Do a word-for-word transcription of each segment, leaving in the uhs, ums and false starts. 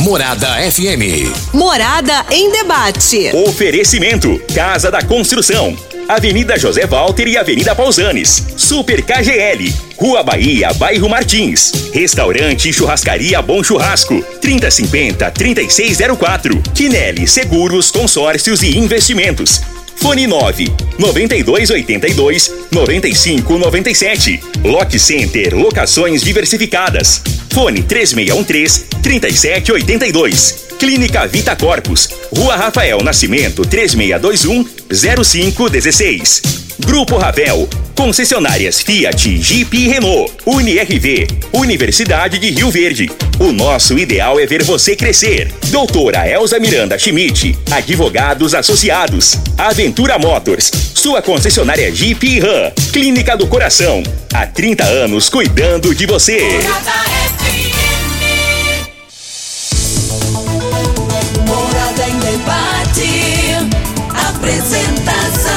Morada F M. Morada em debate. Oferecimento: Casa da Construção, Avenida José Walter e Avenida Pausanes. Super K G L, Rua Bahia, Bairro Martins. Restaurante e Churrascaria Bom Churrasco, trinta cinquenta, trinta e seis zero quatro. Quinelli Seguros, Consórcios e Investimentos. Fone nove, noventa e dois, oitenta e dois, noventa e cinco, noventa e sete. Lock Center, locações diversificadas. Fone três seis um três, trinta e sete, oitenta e dois. Clínica Vita Corpus, Rua Rafael Nascimento, três seis dois um, zero cinco um seis. Grupo Ravel, concessionárias Fiat, Jeep e Renault. Uni R V, Universidade de Rio Verde. O nosso ideal é ver você crescer. Doutora Elza Miranda Schmidt, Advogados Associados. Aventura Motors, sua concessionária Jeep e Ram. Clínica do Coração, há trinta anos cuidando de você. Morada em debate. Apresentação: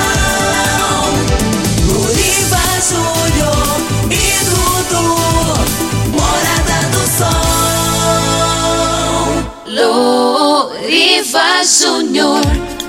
Loriva Júnior e Dudu. Morada do Sol. Loriva Júnior.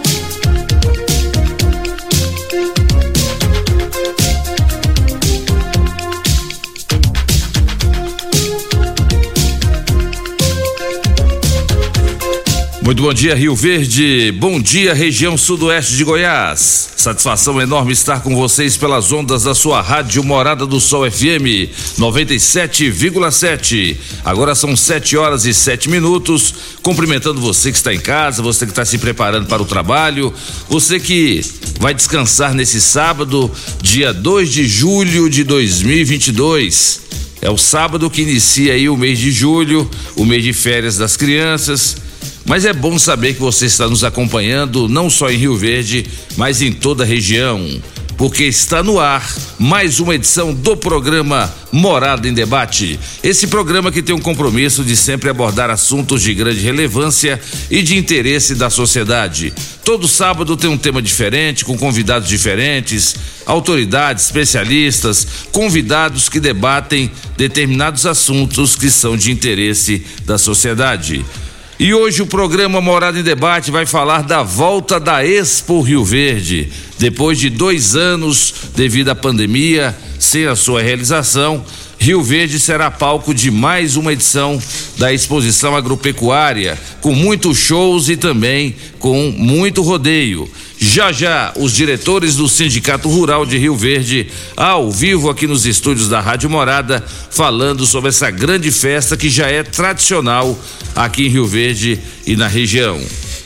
Muito bom dia, Rio Verde. Bom dia, região sudoeste de Goiás. Satisfação enorme estar com vocês pelas ondas da sua rádio Morada do Sol F M noventa e sete vírgula sete. Agora são sete horas e sete minutos. Cumprimentando você que está em casa, você que está se preparando para o trabalho, você que vai descansar nesse sábado, dia dois de julho de dois mil e vinte e dois. É o sábado que inicia aí o mês de julho, o mês de férias das crianças. Mas é bom saber que você está nos acompanhando não só em Rio Verde, mas em toda a região, porque está no ar mais uma edição do programa Morada em Debate. Esse programa que tem um compromisso de sempre abordar assuntos de grande relevância e de interesse da sociedade. Todo sábado tem um tema diferente, com convidados diferentes, autoridades, especialistas, convidados que debatem determinados assuntos que são de interesse da sociedade. E hoje o programa Morada em Debate vai falar da volta da Expo Rio Verde. Depois de dois anos, devido à pandemia, sem a sua realização, Rio Verde será palco de mais uma edição da exposição agropecuária, com muitos shows e também com muito rodeio. Já já, os diretores do Sindicato Rural de Rio Verde, ao vivo aqui nos estúdios da Rádio Morada, falando sobre essa grande festa que já é tradicional aqui em Rio Verde e na região.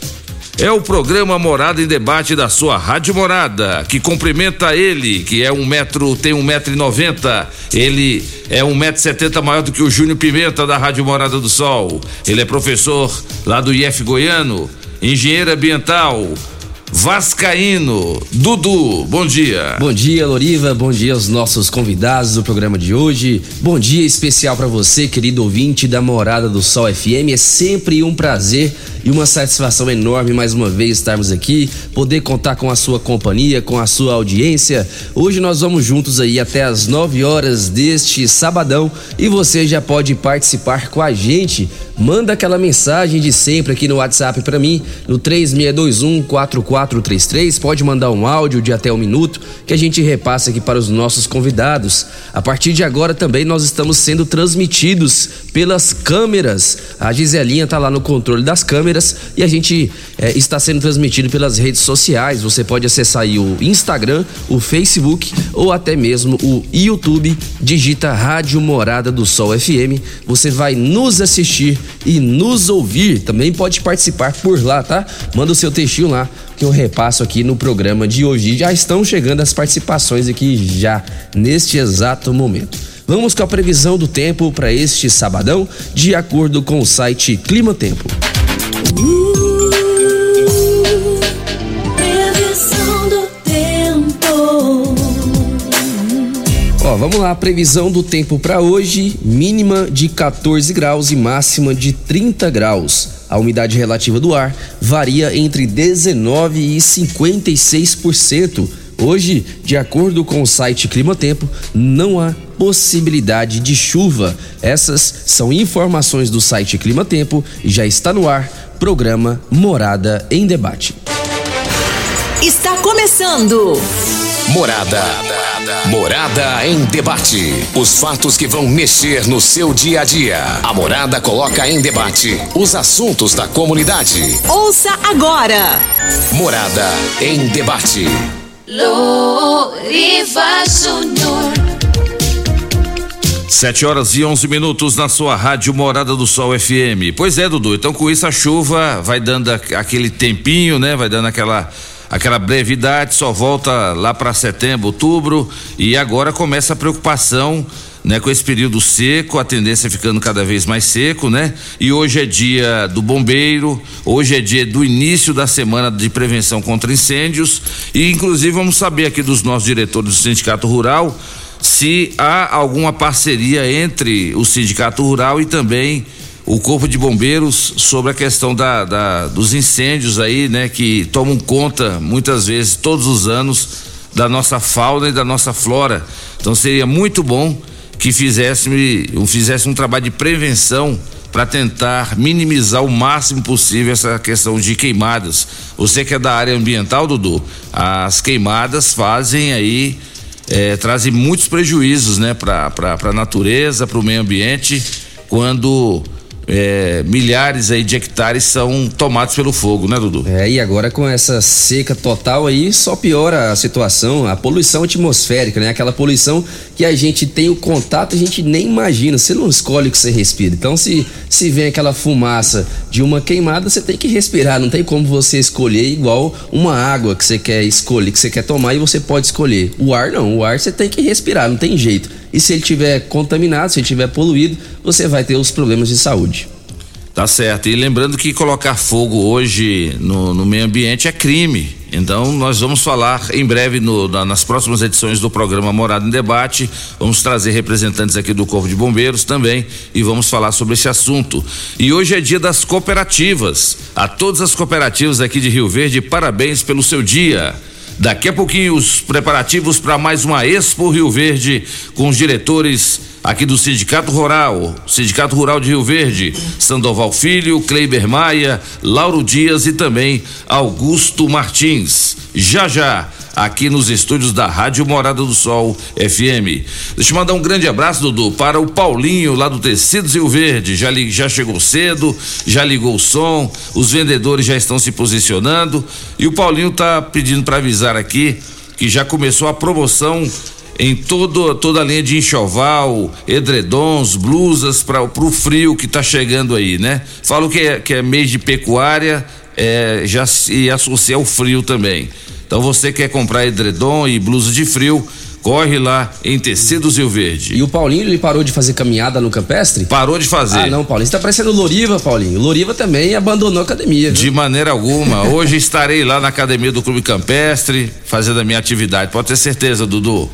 É o programa Morada em Debate da sua Rádio Morada, que cumprimenta ele, que é um metro, tem um metro e noventa, ele é um metro e setenta maior do que o Júnior Pimenta da Rádio Morada do Sol. Ele é professor lá do I F Goiano, engenheiro ambiental, vascaíno. Dudu, bom dia. Bom dia, Loriva, bom dia aos nossos convidados do programa de hoje. Bom dia especial para você, querido ouvinte da Morada do Sol F M. É sempre um prazer e uma satisfação enorme mais uma vez estarmos aqui, poder contar com a sua companhia, com a sua audiência. Hoje nós vamos juntos aí até as nove horas deste sabadão e você já pode participar com a gente. Manda aquela mensagem de sempre aqui no WhatsApp para mim, no três seis dois um, quatro quatro três três. Pode mandar um áudio de até um minuto que a gente repassa aqui para os nossos convidados. A partir de agora também nós estamos sendo transmitidos pelas câmeras. A Giselinha está lá no controle das câmeras e a gente é, está sendo transmitido pelas redes sociais. Você pode acessar aí o Instagram, o Facebook ou até mesmo o YouTube. Digita Rádio Morada do Sol F M. Você vai nos assistir e nos ouvir. Também pode participar por lá, tá? Manda o seu textinho lá que eu repasso aqui no programa de hoje. Já estão chegando as participações aqui já neste exato momento. Vamos com a previsão do tempo para este sabadão, de acordo com o site Clima Tempo. Previsão do tempo. Ó, vamos lá, previsão do tempo para hoje, mínima de quatorze graus e máxima de trinta graus. A umidade relativa do ar varia entre dezenove e cinquenta e seis por cento. Hoje, de acordo com o site Clima Tempo, não há possibilidade de chuva. Essas são informações do site Clima Tempo e já está no ar, programa Morada em Debate. Está começando Morada. Morada em Debate. Os fatos que vão mexer no seu dia a dia. A Morada coloca em debate os assuntos da comunidade. Ouça agora. Morada em Debate. Loriva Júnior. Sete horas e onze minutos na sua rádio Morada do Sol F M. Pois é, Dudu, então com isso a chuva vai dando aquele tempinho, né? Vai dando aquela aquela brevidade, só volta lá para setembro, outubro, e agora começa a preocupação, né, com esse período seco, a tendência é ficando cada vez mais seco, né? E hoje é dia do bombeiro, hoje é dia do início da semana de prevenção contra incêndios, e inclusive vamos saber aqui dos nossos diretores do Sindicato Rural se há alguma parceria entre o Sindicato Rural e também o Corpo de Bombeiros sobre a questão da, da, dos incêndios aí, né, que tomam conta muitas vezes, todos os anos, da nossa fauna e da nossa flora. Então seria muito bom que fizesse, fizesse um trabalho de prevenção para tentar minimizar o máximo possível essa questão de queimadas. Você que é da área ambiental, Dudu, as queimadas fazem aí, é, trazem muitos prejuízos, né, para para a natureza, para o meio ambiente, quando É, milhares aí de hectares são tomados pelo fogo, né, Dudu? É, e agora com essa seca total aí, só piora a situação, a poluição atmosférica, né? Aquela poluição que a gente tem o contato, a gente nem imagina, você não escolhe o que você respira. Então, se, se vem aquela fumaça de uma queimada, você tem que respirar, não tem como você escolher igual uma água que você quer escolher, que você quer tomar e você pode escolher. O ar não, o ar você tem que respirar, não tem jeito. E se ele tiver contaminado, se ele tiver poluído, você vai ter os problemas de saúde. Tá certo. E lembrando que colocar fogo hoje no, no meio ambiente é crime. Então nós vamos falar em breve no, na, nas próximas edições do programa Morada em Debate. Vamos trazer representantes aqui do Corpo de Bombeiros também e vamos falar sobre esse assunto. E hoje é dia das cooperativas. A todas as cooperativas aqui de Rio Verde, parabéns pelo seu dia. Daqui a pouquinho os preparativos para mais uma Expo Rio Verde com os diretores aqui do Sindicato Rural, Sindicato Rural de Rio Verde, Sandoval Filho, Kleiber Maia, Lauro Dias e também Augusto Martins. Já já, aqui nos estúdios da Rádio Morada do Sol F M. Deixa eu mandar um grande abraço, Dudu, para o Paulinho lá do Tecidos Rio Verde. Já, li, já chegou cedo, já ligou o som, os vendedores já estão se posicionando e o Paulinho tá pedindo para avisar aqui que já começou a promoção em todo, toda a linha de enxoval, edredons, blusas para o frio que tá chegando aí, né? Falo que é, que é mês de pecuária, é, já se associa ao frio também. Então você quer comprar edredom e blusa de frio, corre lá em Tecidos Rio Verde. E o Paulinho, ele parou de fazer caminhada no campestre? Parou de fazer. Ah, não, Paulinho, você tá parecendo o Loriva, Paulinho. O Loriva também abandonou a academia, viu? De maneira alguma. Hoje estarei lá na academia do Clube Campestre, fazendo a minha atividade, pode ter certeza, Dudu.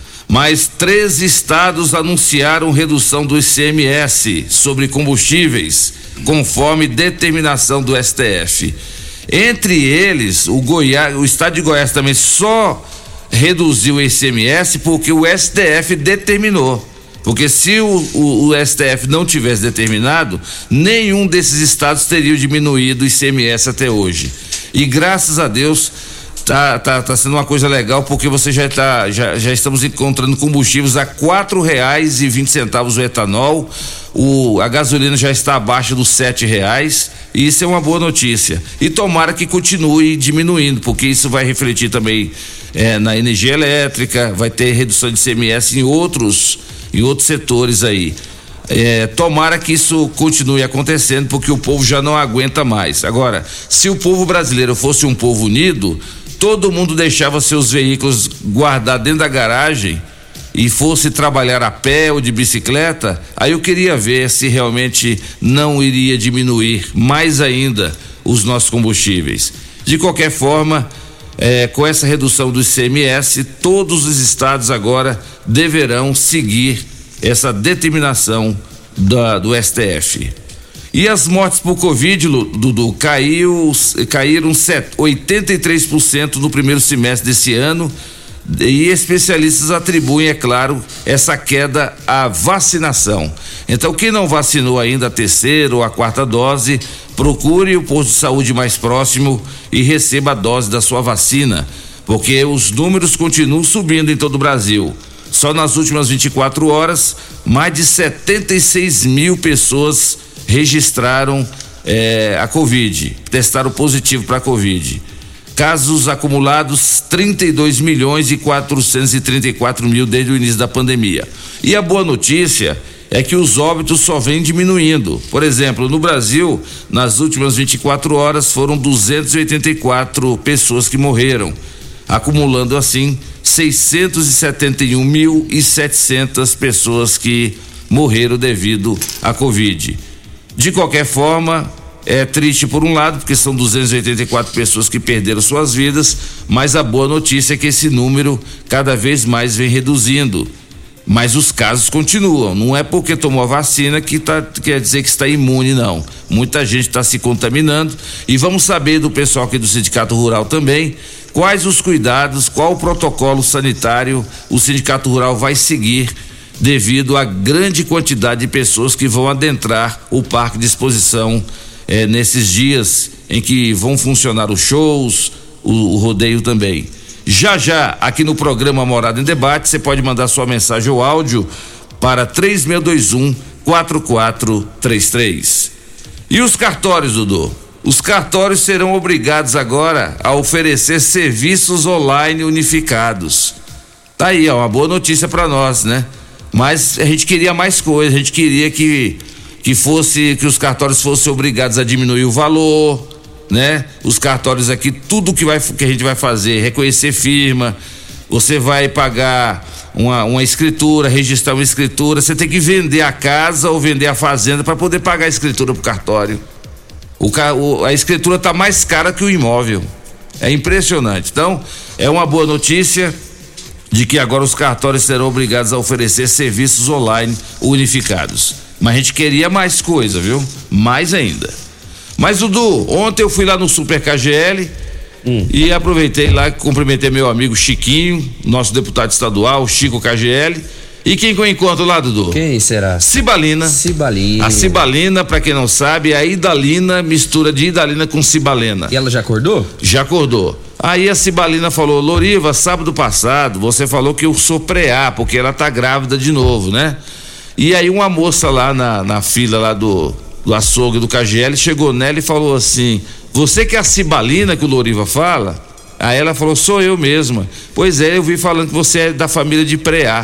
Mas três estados anunciaram redução do I C M S sobre combustíveis, conforme determinação do S T F. Entre eles, o Goiás, o estado de Goiás também só reduziu o I C M S porque o S T F determinou. Porque se o, o, o S T F não tivesse determinado, nenhum desses estados teria diminuído o I C M S até hoje. E graças a Deus Tá, tá, tá sendo uma coisa legal porque você já tá, já, já estamos encontrando combustíveis a quatro reais e vinte centavos o etanol, o, a gasolina já está abaixo dos sete reais e isso é uma boa notícia e tomara que continue diminuindo porque isso vai refletir também é, na energia elétrica, vai ter redução de I C M S em outros, em outros setores aí. É, tomara que isso continue acontecendo porque o povo já não aguenta mais. Agora, se o povo brasileiro fosse um povo unido, todo mundo deixava seus veículos guardados dentro da garagem e fosse trabalhar a pé ou de bicicleta, aí eu queria ver se realmente não iria diminuir mais ainda os nossos combustíveis. De qualquer forma, é, com essa redução do I C M S, todos os estados agora deverão seguir essa determinação da, do S T F. E as mortes por Covid, Dudu, caiu, caíram oitenta e três por cento no primeiro semestre desse ano. E especialistas atribuem, é claro, essa queda à vacinação. Então, quem não vacinou ainda a terceira ou a quarta dose, procure o posto de saúde mais próximo e receba a dose da sua vacina, porque os números continuam subindo em todo o Brasil. Só nas últimas vinte e quatro horas, mais de setenta e seis mil pessoas registraram eh, a Covid, testaram positivo para a Covid. Casos acumulados trinta e dois milhões e quatrocentos e trinta e quatro mil desde o início da pandemia. E a boa notícia é que os óbitos só vêm diminuindo. Por exemplo, no Brasil, nas últimas vinte e quatro horas foram duzentas e oitenta e quatro pessoas que morreram, acumulando assim seiscentos e setenta e um mil e setecentas pessoas que morreram devido à Covid. De qualquer forma, é triste por um lado, porque são duzentas e oitenta e quatro pessoas que perderam suas vidas, mas a boa notícia é que esse número cada vez mais vem reduzindo. Mas os casos continuam, não é porque tomou a vacina que tá, quer dizer que está imune, não. Muita gente está se contaminando e vamos saber do pessoal aqui do Sindicato Rural também quais os cuidados, qual o protocolo sanitário o Sindicato Rural vai seguir devido à grande quantidade de pessoas que vão adentrar o parque de exposição É, nesses dias em que vão funcionar os shows, o, o rodeio também. Já já, aqui no programa Morada em Debate, você pode mandar sua mensagem ou áudio para três seis dois um, quatro quatro três três. E os cartórios, Dudu? Os cartórios serão obrigados agora a oferecer serviços online unificados. Tá aí, ó, uma boa notícia para nós, né? Mas a gente queria mais coisa, a gente queria que que fosse, que os cartórios fossem obrigados a diminuir o valor, né? Os cartórios aqui, tudo que vai, que a gente vai fazer, reconhecer firma, você vai pagar uma, uma escritura, registrar uma escritura, você tem que vender a casa ou vender a fazenda para poder pagar a escritura pro cartório. O, o, a escritura tá mais cara que o imóvel. É impressionante. Então, é uma boa notícia de que agora os cartórios serão obrigados a oferecer serviços online unificados. Mas a gente queria mais coisa, viu? Mais ainda. Mas, Dudu, ontem eu fui lá no Super K G L hum. e aproveitei lá, cumprimentei meu amigo Chiquinho, nosso deputado estadual, Chico K G L. E quem que eu encontro lá, Dudu? Quem será? Cibalina. Cibalina. A Cibalina, pra quem não sabe, é a Idalina, mistura de Idalina com Cibalena. E ela já acordou? Já acordou. Aí a Cibalina falou: Loriva, sábado passado você falou que eu sou pré-A, porque ela tá grávida de novo, né? E aí uma moça lá na, na fila lá do, do açougue do K G L chegou nela e falou assim: você que é a Cibalina que o Loriva fala? Aí ela falou: sou eu mesma. Pois é, eu vi falando que você é da família de pré-A.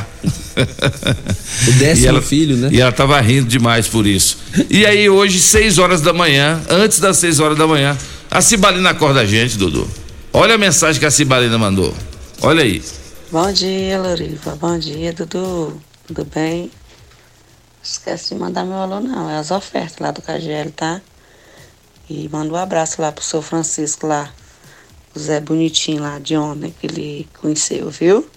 O décimo ela, filho, né? E ela tava rindo demais por isso. E aí hoje, seis horas da manhã, antes das seis horas da manhã, a Cibalina acorda a gente, Dudu. Olha a mensagem que a Cibalina mandou. Olha aí. Bom dia, Loriva. Bom dia, Dudu. Tudo bem? Esquece de mandar meu alô, não. É as ofertas lá do K G L, tá? E manda um abraço lá pro seu Francisco lá. O Zé Bonitinho lá de ontem, que ele conheceu, viu?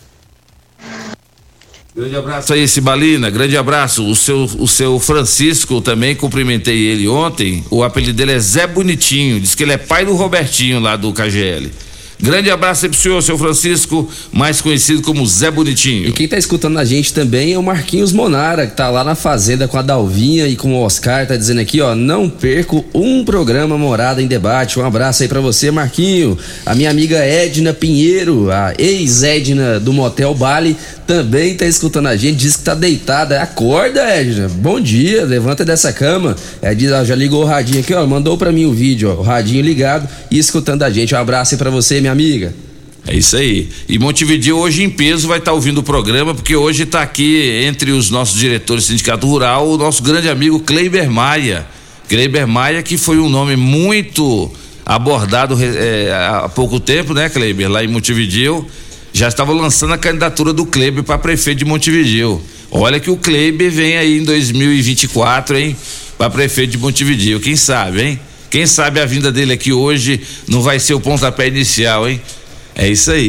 Grande abraço aí, Cibalina. Grande abraço. O seu, o seu Francisco também, cumprimentei ele ontem. O apelido dele é Zé Bonitinho. Diz que ele é pai do Robertinho lá do K G L. Grande abraço aí pro senhor, seu Francisco, mais conhecido como Zé Bonitinho. E quem tá escutando a gente também é o Marquinhos Monara, que tá lá na fazenda com a Dalvinha e com o Oscar, tá dizendo aqui, ó, não perco um programa Morada em Debate. Um abraço aí pra você, Marquinho. A minha amiga Edna Pinheiro, a ex-Edna do Motel Bali, também tá escutando a gente, diz que tá deitada. Acorda, Edna, bom dia, levanta dessa cama. Edna já ligou o radinho aqui, ó, mandou pra mim o vídeo, ó, o radinho ligado e escutando a gente. Um abraço aí pra você, minha amiga. É isso aí. E Montevidéu hoje em peso vai estar tá ouvindo o programa, porque hoje está aqui entre os nossos diretores do Sindicato Rural o nosso grande amigo Kleiber Maia. Kleiber Maia, que foi um nome muito abordado é, há pouco tempo, né, Kleiber? Lá em Montevidéu. Já estava lançando a candidatura do Kleiber para prefeito de Montevidéu. Olha que o Kleiber vem aí em dois mil e vinte e quatro, hein? Para prefeito de Montevidéu. Quem sabe, hein? Quem sabe a vinda dele aqui hoje não vai ser o pontapé inicial, hein? É isso aí.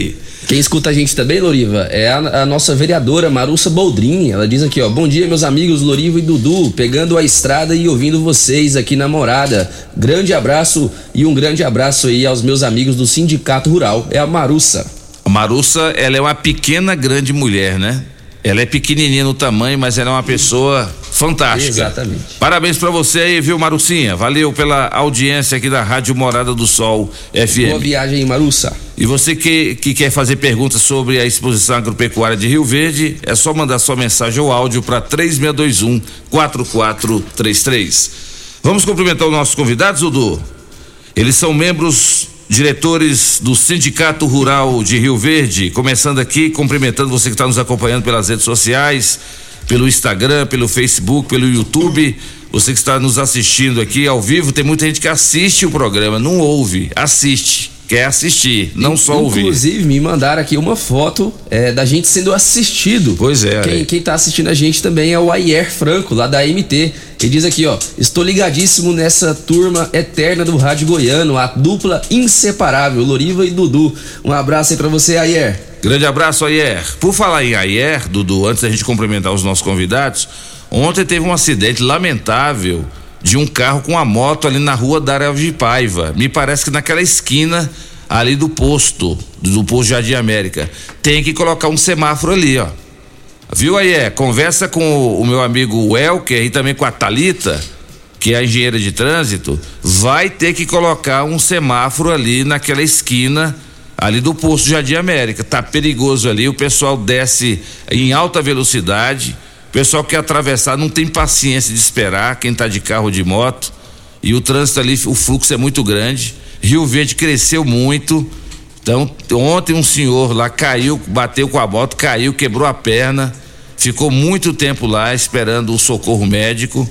Quem escuta a gente também, Loriva, é a, a nossa vereadora Marussa Boldrini. Ela diz aqui, ó, bom dia, meus amigos Loriva e Dudu, pegando a estrada e ouvindo vocês aqui na Morada. Grande abraço e um grande abraço aí aos meus amigos do Sindicato Rural. É a Marussa. A Marussa, ela é uma pequena, grande mulher, né? Ela é pequenininha no tamanho, mas ela é uma pessoa fantástica. Exatamente. Parabéns pra você aí, viu, Marucinha? Valeu pela audiência aqui da Rádio Morada do Sol F M. Boa viagem, Marussa. E você que, que quer fazer perguntas sobre a exposição agropecuária de Rio Verde, é só mandar sua mensagem ou áudio para três seis dois um, quatro quatro três três. Vamos cumprimentar os nossos convidados, Dudu? Eles são membros diretores do Sindicato Rural de Rio Verde, começando aqui, cumprimentando você que está nos acompanhando pelas redes sociais, pelo Instagram, pelo Facebook, pelo YouTube, você que está nos assistindo aqui ao vivo. Tem muita gente que assiste o programa, não ouve, assiste, quer assistir, não só ouvir. Inclusive me mandaram aqui uma foto é, da gente sendo assistido. Pois é. Quem, quem tá assistindo a gente também é o Ayer Franco, lá da M T. Ele diz aqui, ó, estou ligadíssimo nessa turma eterna do rádio goiano, a dupla inseparável, Loriva e Dudu. Um abraço aí pra você, Ayer. Grande abraço, Ayer. Por falar em Ayer, Dudu, antes da gente cumprimentar os nossos convidados, ontem teve um acidente lamentável de um carro com uma moto ali na rua Dário Alves de Paiva. Me parece que naquela esquina ali do posto, do posto Jardim América, tem que colocar um semáforo ali, ó. Viu, Ayer? Conversa com o, o meu amigo Welker e também com a Thalita, que é a engenheira de trânsito, vai ter que colocar um semáforo ali naquela esquina ali do posto Jardim América. Tá perigoso ali, o pessoal desce em alta velocidade, o pessoal que quer atravessar não tem paciência de esperar, quem tá de carro ou de moto, e o trânsito ali, o fluxo é muito grande. Rio Verde cresceu muito, então ontem um senhor lá caiu, bateu com a moto, caiu, quebrou a perna, ficou muito tempo lá esperando o socorro médico.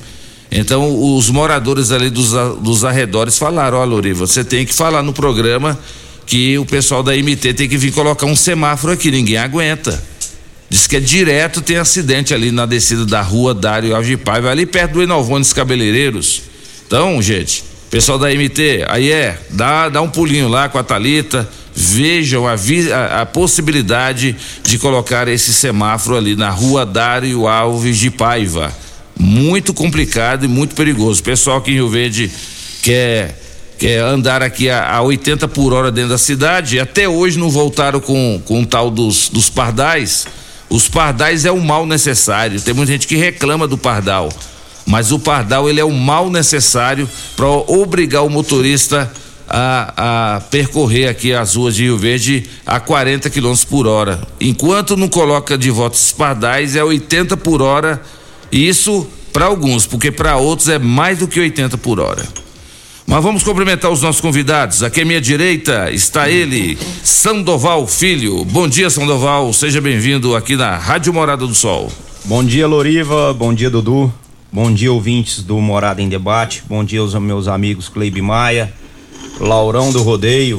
Então os moradores ali dos, dos arredores falaram, ó, Loriva, você tem que falar no programa que o pessoal da M T tem que vir colocar um semáforo aqui, ninguém aguenta. Diz que é direto, tem acidente ali na descida da rua Dário Alves de Paiva, ali perto do Enovones Cabeleireiros. Então, gente, pessoal da M T, aí é, dá, dá um pulinho lá com a Thalita, vejam a, a, a possibilidade de colocar esse semáforo ali na rua Dário Alves de Paiva. Muito complicado e muito perigoso. O pessoal aqui em Rio Verde quer, quer andar aqui a, a oitenta por hora dentro da cidade, até hoje não voltaram com, com o tal dos, dos pardais. Os pardais é o mal necessário. Tem muita gente que reclama do pardal, mas o pardal ele é o mal necessário para obrigar o motorista a, a percorrer aqui as ruas de Rio Verde a quarenta quilômetros por hora. Enquanto não coloca de volta esses pardais, é oitenta por hora. Isso para alguns, porque para outros é mais do que oitenta por hora. Mas vamos cumprimentar os nossos convidados. Aqui à minha direita está ele, Sandoval Filho. Bom dia, Sandoval. Seja bem-vindo aqui na Rádio Morada do Sol. Bom dia, Loriva. Bom dia, Dudu. Bom dia, ouvintes do Morada em Debate. Bom dia aos meus amigos Cleibe Maia, Laurão do Rodeio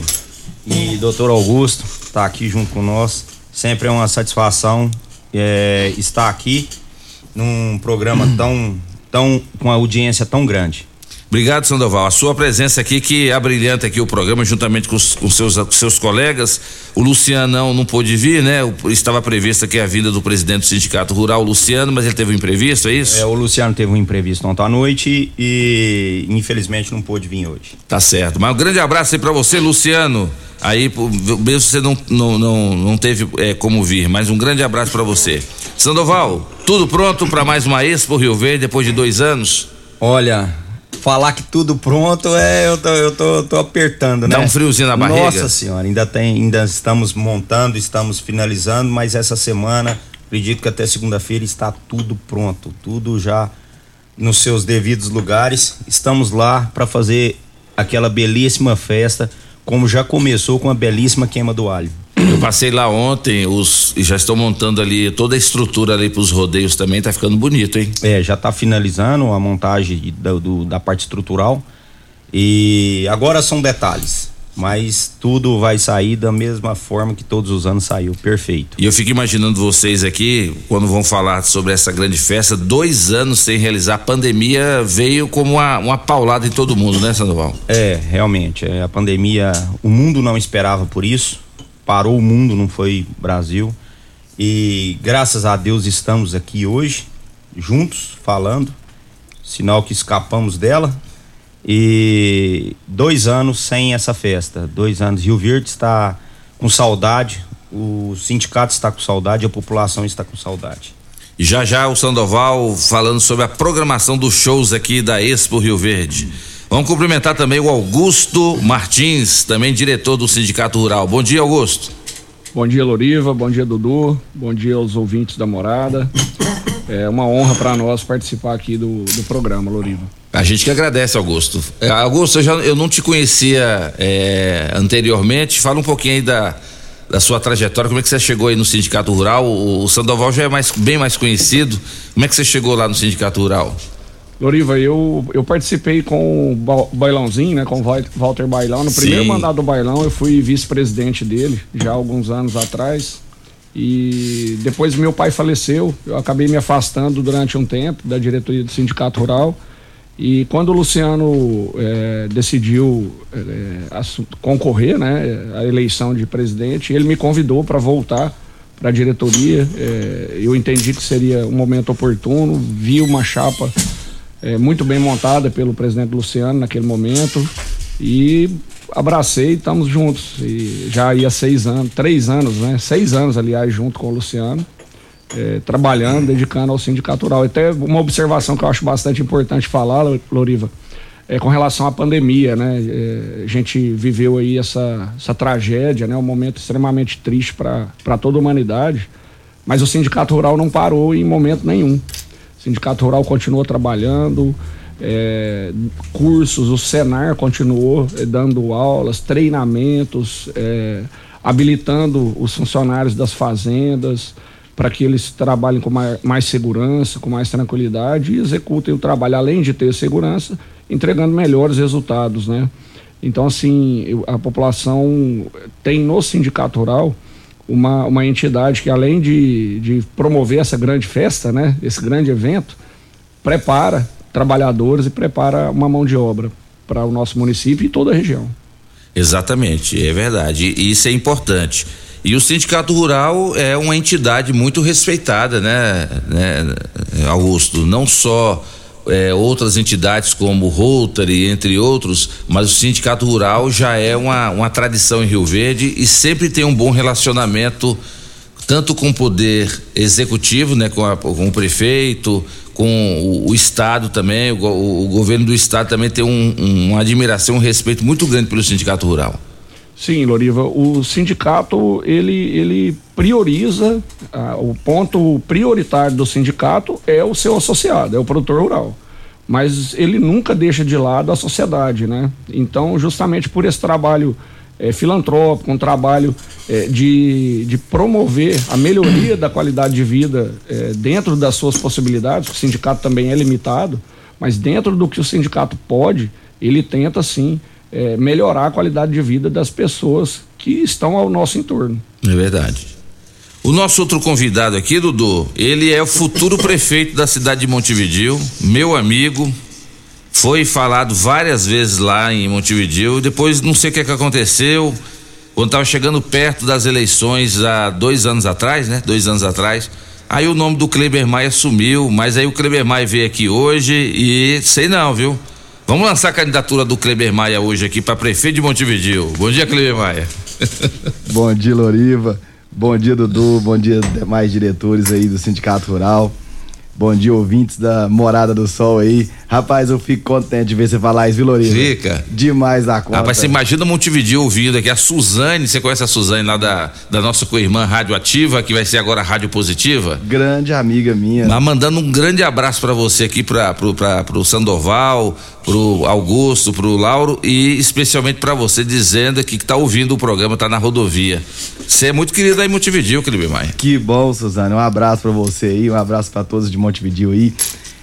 e doutor Augusto. Tá aqui junto com nós. Sempre é uma satisfação é, estar aqui num programa tão, tão com uma audiência tão grande. Obrigado, Sandoval. A sua presença aqui que abrilhanta aqui o programa juntamente com os com seus, com seus colegas. O Luciano não, não pôde vir, né? O, estava prevista aqui a vinda do presidente do Sindicato Rural, o Luciano, mas ele teve um imprevisto, é isso? É, o Luciano teve um imprevisto ontem à noite e infelizmente não pôde vir hoje. Tá certo. Mas um grande abraço aí pra você, Luciano. Aí, mesmo você não, não, não, não teve é, como vir, mas um grande abraço pra você. Sandoval, tudo pronto pra mais uma Expo Rio Verde depois de dois anos? Olha, falar que tudo pronto é, eu tô, eu tô, tô apertando, né? Dá um friozinho na barriga. Nossa senhora, ainda tem, ainda estamos montando, estamos finalizando, mas essa semana, acredito que até segunda-feira está tudo pronto, tudo já nos seus devidos lugares. Estamos lá para fazer aquela belíssima festa, como já começou com a belíssima queima do alho. Eu passei lá ontem, os já estão montando ali toda a estrutura ali pros rodeios também, tá ficando bonito, hein? É, já tá finalizando a montagem da, do, da parte estrutural e agora são detalhes, mas tudo vai sair da mesma forma que todos os anos saiu, perfeito. E eu fico imaginando vocês aqui, quando vão falar sobre essa grande festa, dois anos sem realizar, a pandemia veio como uma, uma paulada em todo mundo, né, Sandoval? É, realmente, é, a pandemia, o mundo não esperava por isso. parou o mundo, não foi Brasil. E graças a Deus estamos aqui hoje, juntos, falando, sinal que escapamos dela. E dois anos sem essa festa, dois anos. Rio Verde está com saudade, o sindicato está com saudade, a população está com saudade. E já já o Sandoval falando sobre a programação dos shows aqui da Expo Rio Verde. Vamos cumprimentar também o Augusto Martins, também diretor do Sindicato Rural. Bom dia, Augusto. Bom dia, Loriva, bom dia, Dudu, bom dia aos ouvintes da Morada. É uma honra para nós participar aqui do, do programa, Loriva. A gente que agradece, Augusto. É, Augusto, eu, já, eu não te conhecia é, anteriormente, fala um pouquinho aí da, da sua trajetória, como é que você chegou aí no Sindicato Rural? O, o Sandoval já é mais, bem mais conhecido, como é que você chegou lá no Sindicato Rural? Loriva, eu, eu participei com o Bailãozinho, né, com o Walter Bailão. No primeiro Sim. mandato do Bailão eu fui vice-presidente dele, já há alguns anos atrás. E depois meu pai faleceu, eu acabei me afastando durante um tempo da diretoria do Sindicato Rural. E quando o Luciano é, decidiu é, concorrer, né, à eleição de presidente, ele me convidou para voltar para a diretoria. É, eu entendi que seria um momento oportuno, vi uma chapa É, muito bem montada pelo presidente Luciano naquele momento e abracei, estamos juntos. E já ia seis anos, três anos, né? Seis anos, aliás, junto com o Luciano, é, trabalhando, dedicando ao Sindicato Rural. Até uma observação que eu acho bastante importante falar, Loriva, é com relação à pandemia, né? É, a gente viveu aí essa, essa tragédia, né? Um momento extremamente triste para toda a humanidade, mas o Sindicato Rural não parou em momento nenhum. O Sindicato Rural continuou trabalhando, é, cursos, o Senar continuou é, dando aulas, treinamentos, é, habilitando os funcionários das fazendas para que eles trabalhem com mais, mais segurança, com mais tranquilidade e executem o trabalho, além de ter segurança, entregando melhores resultados, né? Então, assim, eu, a população tem no Sindicato Rural Uma, uma entidade que, além de, de promover essa grande festa, né, esse grande evento, prepara trabalhadores e prepara uma mão de obra para o nosso município e toda a região. Exatamente, é verdade, e isso é importante. E o Sindicato Rural é uma entidade muito respeitada, né, né, Augusto? Não só É, outras entidades como o Rotary, entre outros, mas o Sindicato Rural já é uma, uma tradição em Rio Verde e sempre tem um bom relacionamento tanto com o poder executivo, né, com, a, com o prefeito, com o, o Estado também, o, o, o governo do Estado também tem um, um, uma admiração, um respeito muito grande pelo Sindicato Rural. Sim, Loriva, o sindicato ele, ele prioriza, ah, o ponto prioritário do sindicato é o seu associado, é o produtor rural, mas ele nunca deixa de lado a sociedade, né? Então, justamente por esse trabalho é, filantrópico, um trabalho é, de, de promover a melhoria da qualidade de vida é, dentro das suas possibilidades, o sindicato também é limitado, mas dentro do que o sindicato pode, ele tenta sim É, melhorar a qualidade de vida das pessoas que estão ao nosso entorno. É verdade. O nosso outro convidado aqui, Dudu, ele é o futuro prefeito da cidade de Montevidéu, meu amigo, foi falado várias vezes lá em Montevidéu, depois não sei o que é que aconteceu, quando estava chegando perto das eleições há dois anos atrás, né? Dois anos atrás, aí o nome do Kleber Maia sumiu, mas aí o Kleber Maia veio aqui hoje e sei não, viu? Vamos lançar a candidatura do Kleber Maia hoje aqui para prefeito de Montevidéu. Bom dia, Kleber Maia. Bom dia, Loriva. Bom dia, Dudu. Bom dia, demais diretores aí do Sindicato Rural. Bom dia, ouvintes da Morada do Sol aí. Rapaz, eu fico contente de ver você falar isso, viu, Loriva? Fica. Demais da conta. Rapaz, você imagina Montevidéu ouvindo aqui a Suzane, você conhece a Suzane lá da, da nossa co-irmã Radioativa, que vai ser agora Rádio Positiva? Grande amiga minha. Mas mandando um grande abraço pra você aqui, pra, pro, pra, pro Sandoval, pro Augusto, pro Lauro e especialmente pra você, dizendo que, que tá ouvindo o programa, tá na rodovia. Você é muito querido aí em Montevidéu, Kleber Maia. Que bom, Suzane. Um abraço pra você aí, um abraço pra todos de Montevidéu aí.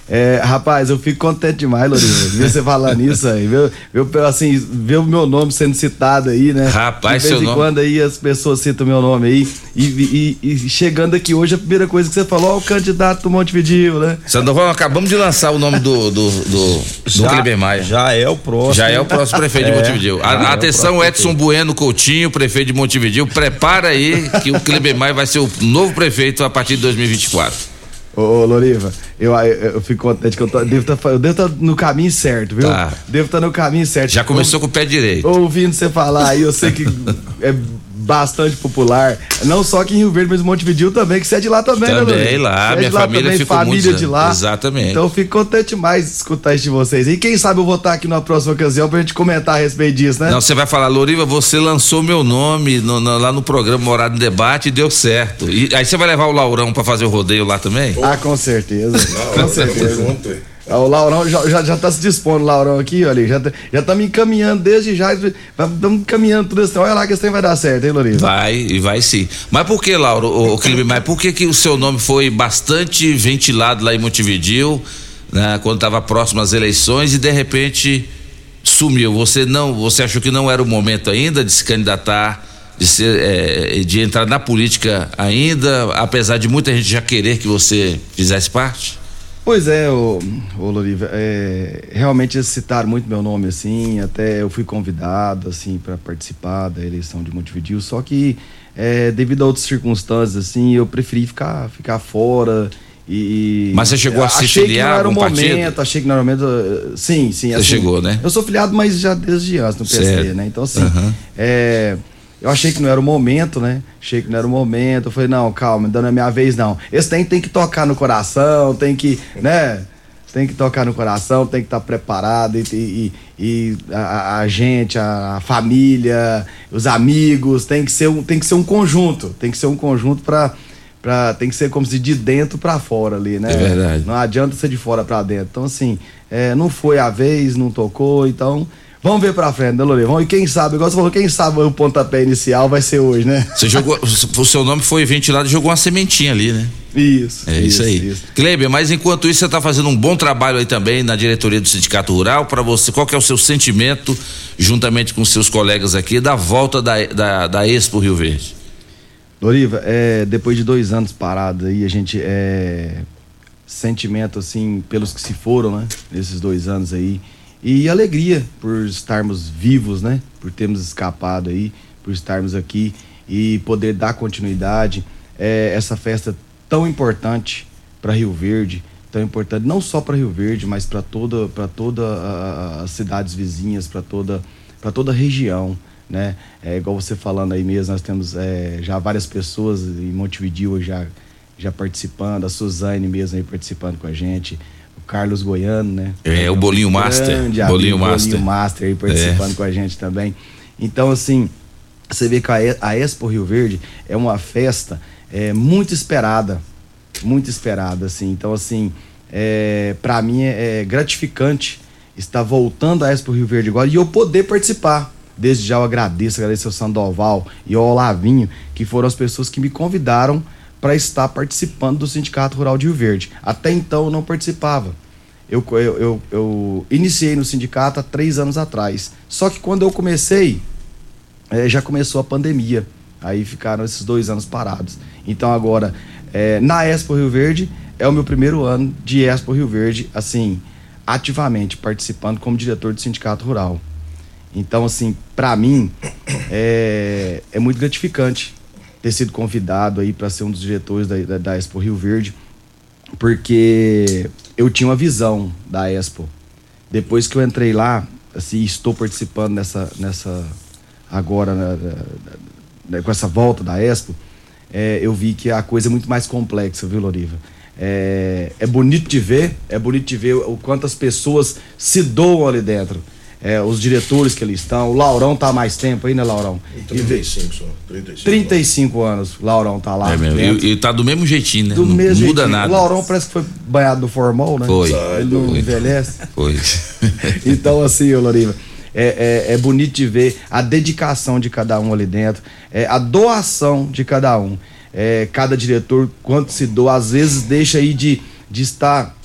É, rapaz, eu fico contente demais, Loriva, ver você falando isso aí, viu? Ver, assim, ver o meu nome sendo citado aí, né? Rapaz, de vez seu em nome. quando aí as pessoas citam meu nome aí e, e, e chegando aqui hoje, a primeira coisa que você falou, ó, o candidato do Montevideo, né? Sandoval, acabamos de lançar o nome do do, do, do Kleber Maia. Já é o próximo. Já é o próximo prefeito É, de Montevideo. A, já é o atenção, próximo Edson Bueno Coutinho, prefeito de Montevideo, prepara aí que o Kleber Maia vai ser o novo prefeito a partir de dois mil e vinte e quatro. Ô, ô Loriva, eu, eu, eu fico contente que eu, tô, eu devo estar tá, tá no caminho certo, viu? Tá. Devo estar tá no caminho certo. Já começou com o pé direito. Ouvindo você falar aí, eu sei que é bastante popular, não só aqui em Rio Verde, mas em Montevideo também, que você é de lá também, Também, né, Loriva? lá, Você é minha de lá família também, ficou família muitos de anos. lá. Exatamente. Então eu fico contente demais de escutar isso de vocês. E quem sabe eu vou estar aqui numa próxima ocasião pra gente comentar a respeito disso, né? Não, você vai falar, Loriva, você lançou meu nome no, no, lá no programa Morada em Debate e deu certo. E aí você vai levar o Laurão pra fazer o rodeio lá também? Ah, com certeza. Com certeza. Ah, o Laurão já, já, já tá se dispondo, o Laurão aqui, olha, já já tá me encaminhando desde já, estamos encaminhando tudo isso. Olha lá que esse trem vai dar certo, hein, Loriva? Vai, e vai sim. Mas por que, Lauro, o, o Kleber Maia, por que que o seu nome foi bastante ventilado lá em Montevideo, né, quando estava próximo às eleições e de repente sumiu? Você não, você achou que não era o momento ainda de se candidatar, de ser, é, de entrar na política ainda, apesar de muita gente já querer que você fizesse parte? Pois é, ô, ô Loriva, é, realmente eles citaram muito meu nome, assim, até eu fui convidado, assim, para participar da eleição de Montevideo, só que é, devido a outras circunstâncias, assim, eu preferi ficar, ficar fora e... Mas você chegou a se achei filiar que não era o a algum momento, partido? achei que não era o momento, sim, sim. Você assim, chegou, né? Eu sou filiado, mas já desde antes no P S D, Certo. né, então assim, Uhum. é... Eu achei que não era o momento, né? Achei que não era o momento. Eu falei, não, calma, ainda não é minha vez, não. Esse tem, tem que tocar no coração, tem que, né? Tem que tocar no coração, tem que estar preparado. E, e, e a, a gente, a, a família, os amigos, tem que ser um, tem que ser um conjunto. Tem que ser um conjunto pra, pra. Tem que ser como se de dentro pra fora ali, né? É verdade. Não adianta ser de fora pra dentro. Então, assim, é, não foi a vez, não tocou, então. Vamos ver pra frente, né, Lorevão? E quem sabe, igual você falou, quem sabe o pontapé inicial vai ser hoje, né? Você jogou, o seu nome foi ventilado e jogou uma sementinha ali, né? Isso. É isso, isso aí. Isso. Kleber, mas enquanto isso você tá fazendo um bom trabalho aí também na diretoria do Sindicato Rural. Para você, qual que é o seu sentimento, juntamente com seus colegas aqui, da volta da, da, da Expo Rio Verde? Loriva, é, depois de dois anos parados aí, a gente, é, sentimento assim, pelos que se foram, né? Nesses dois anos aí. E alegria por estarmos vivos, né? Por termos escapado aí, por estarmos aqui e poder dar continuidade a é, essa festa tão importante para Rio Verde, tão importante não só para Rio Verde, mas para toda, para toda a, as cidades vizinhas, para toda, para toda a região, né? É igual você falando aí mesmo, nós temos é, já várias pessoas em Montevideo já já participando, a Suzane mesmo aí participando com a gente. Carlos Goiano, né? É, o Bolinho Master. Bolinho Bolinho Master. Bolinho Master aí participando é. com a gente também. Então, assim, você vê que a Expo Rio Verde é uma festa é, muito esperada, muito esperada, assim. Então, assim, é, para mim é, é gratificante estar voltando a Expo Rio Verde agora e eu poder participar. Desde já eu agradeço, agradeço ao Sandoval e ao Olavinho, que foram as pessoas que me convidaram para estar participando do Sindicato Rural de Rio Verde. Até então eu não participava. Eu, eu, eu, eu iniciei no sindicato há três anos atrás. Só que quando eu comecei, é, já começou a pandemia. Aí ficaram esses dois anos parados. Então agora, é, na Expo Rio Verde, é o meu primeiro ano de Expo Rio Verde, assim, ativamente participando como diretor do Sindicato Rural. Então, assim, para mim, é, é muito gratificante ter sido convidado aí para ser um dos diretores da, da, da Expo Rio Verde, porque eu tinha uma visão da Expo. Depois que eu entrei lá, assim, estou participando nessa, nessa agora, na, na, na, com essa volta da Expo, é, eu vi que a coisa é muito mais complexa, viu, Loriva? É, é bonito de ver, é bonito de ver o quanto as pessoas se doam ali dentro. É, os diretores que ali estão, o Laurão tá há mais tempo aí, né, Laurão? trinta e cinco só, trinta e cinco. trinta e cinco anos, Laurão tá lá. É mesmo, e, e tá do mesmo jeitinho, né? Do não mesmo muda jeitinho. nada. O Laurão parece que foi banhado no formol, né? Foi. Ele não foi. envelhece. Foi. Então, assim, ô Loriva, é, é, é bonito de ver a dedicação de cada um ali dentro, é, a doação de cada um. É, cada diretor, quanto se doa, às vezes deixa aí de, de estar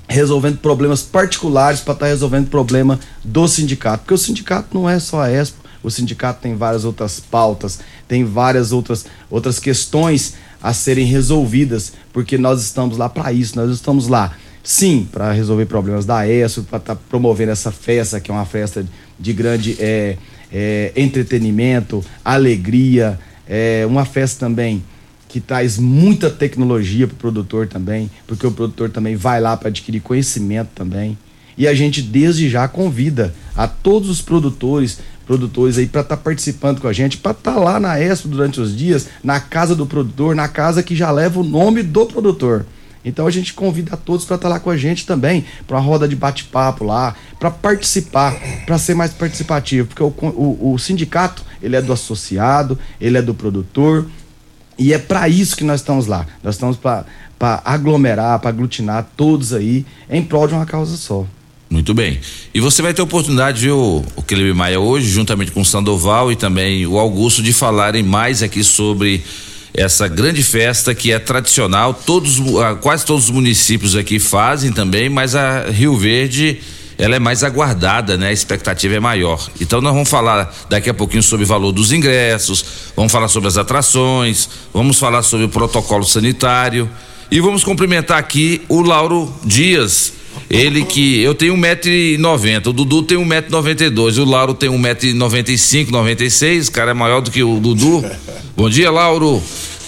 resolvendo problemas particulares para estar tá resolvendo problema do sindicato, porque o sindicato não é só a Expo, o sindicato tem várias outras pautas, tem várias outras, outras questões a serem resolvidas, porque nós estamos lá para isso, nós estamos lá, sim, para resolver problemas da Expo, para estar tá promovendo essa festa, que é uma festa de grande é, é, entretenimento, alegria, é uma festa também que traz muita tecnologia para o produtor também, porque o produtor também vai lá para adquirir conhecimento também. E a gente desde já convida a todos os produtores, produtores aí para estar tá participando com a gente, para estar tá lá na Expo durante os dias, na casa do produtor, na casa que já leva o nome do produtor. Então a gente convida a todos para estar tá lá com a gente também, para uma roda de bate-papo lá, para participar, para ser mais participativo, porque o, o, o sindicato, ele é do associado, ele é do produtor, e é para isso que nós estamos lá. Nós estamos para aglomerar, para aglutinar todos aí em prol de uma causa só. Muito bem. E você vai ter oportunidade, viu, o Cleber Maia, hoje, juntamente com o Sandoval e também o Augusto, de falarem mais aqui sobre essa grande festa que é tradicional. Todos, quase todos os municípios aqui fazem também, mas a Rio Verde, ela é mais aguardada, né? A expectativa é maior. Então nós vamos falar daqui a pouquinho sobre o valor dos ingressos, vamos falar sobre as atrações, vamos falar sobre o protocolo sanitário e vamos cumprimentar aqui o Lauro Dias. Ele que, eu tenho um metro e noventa, o Dudu tem um metro e noventa e dois, o Lauro tem um metro e noventa e cinco, noventa e seis, o cara é maior do que o Dudu. Bom dia, Lauro,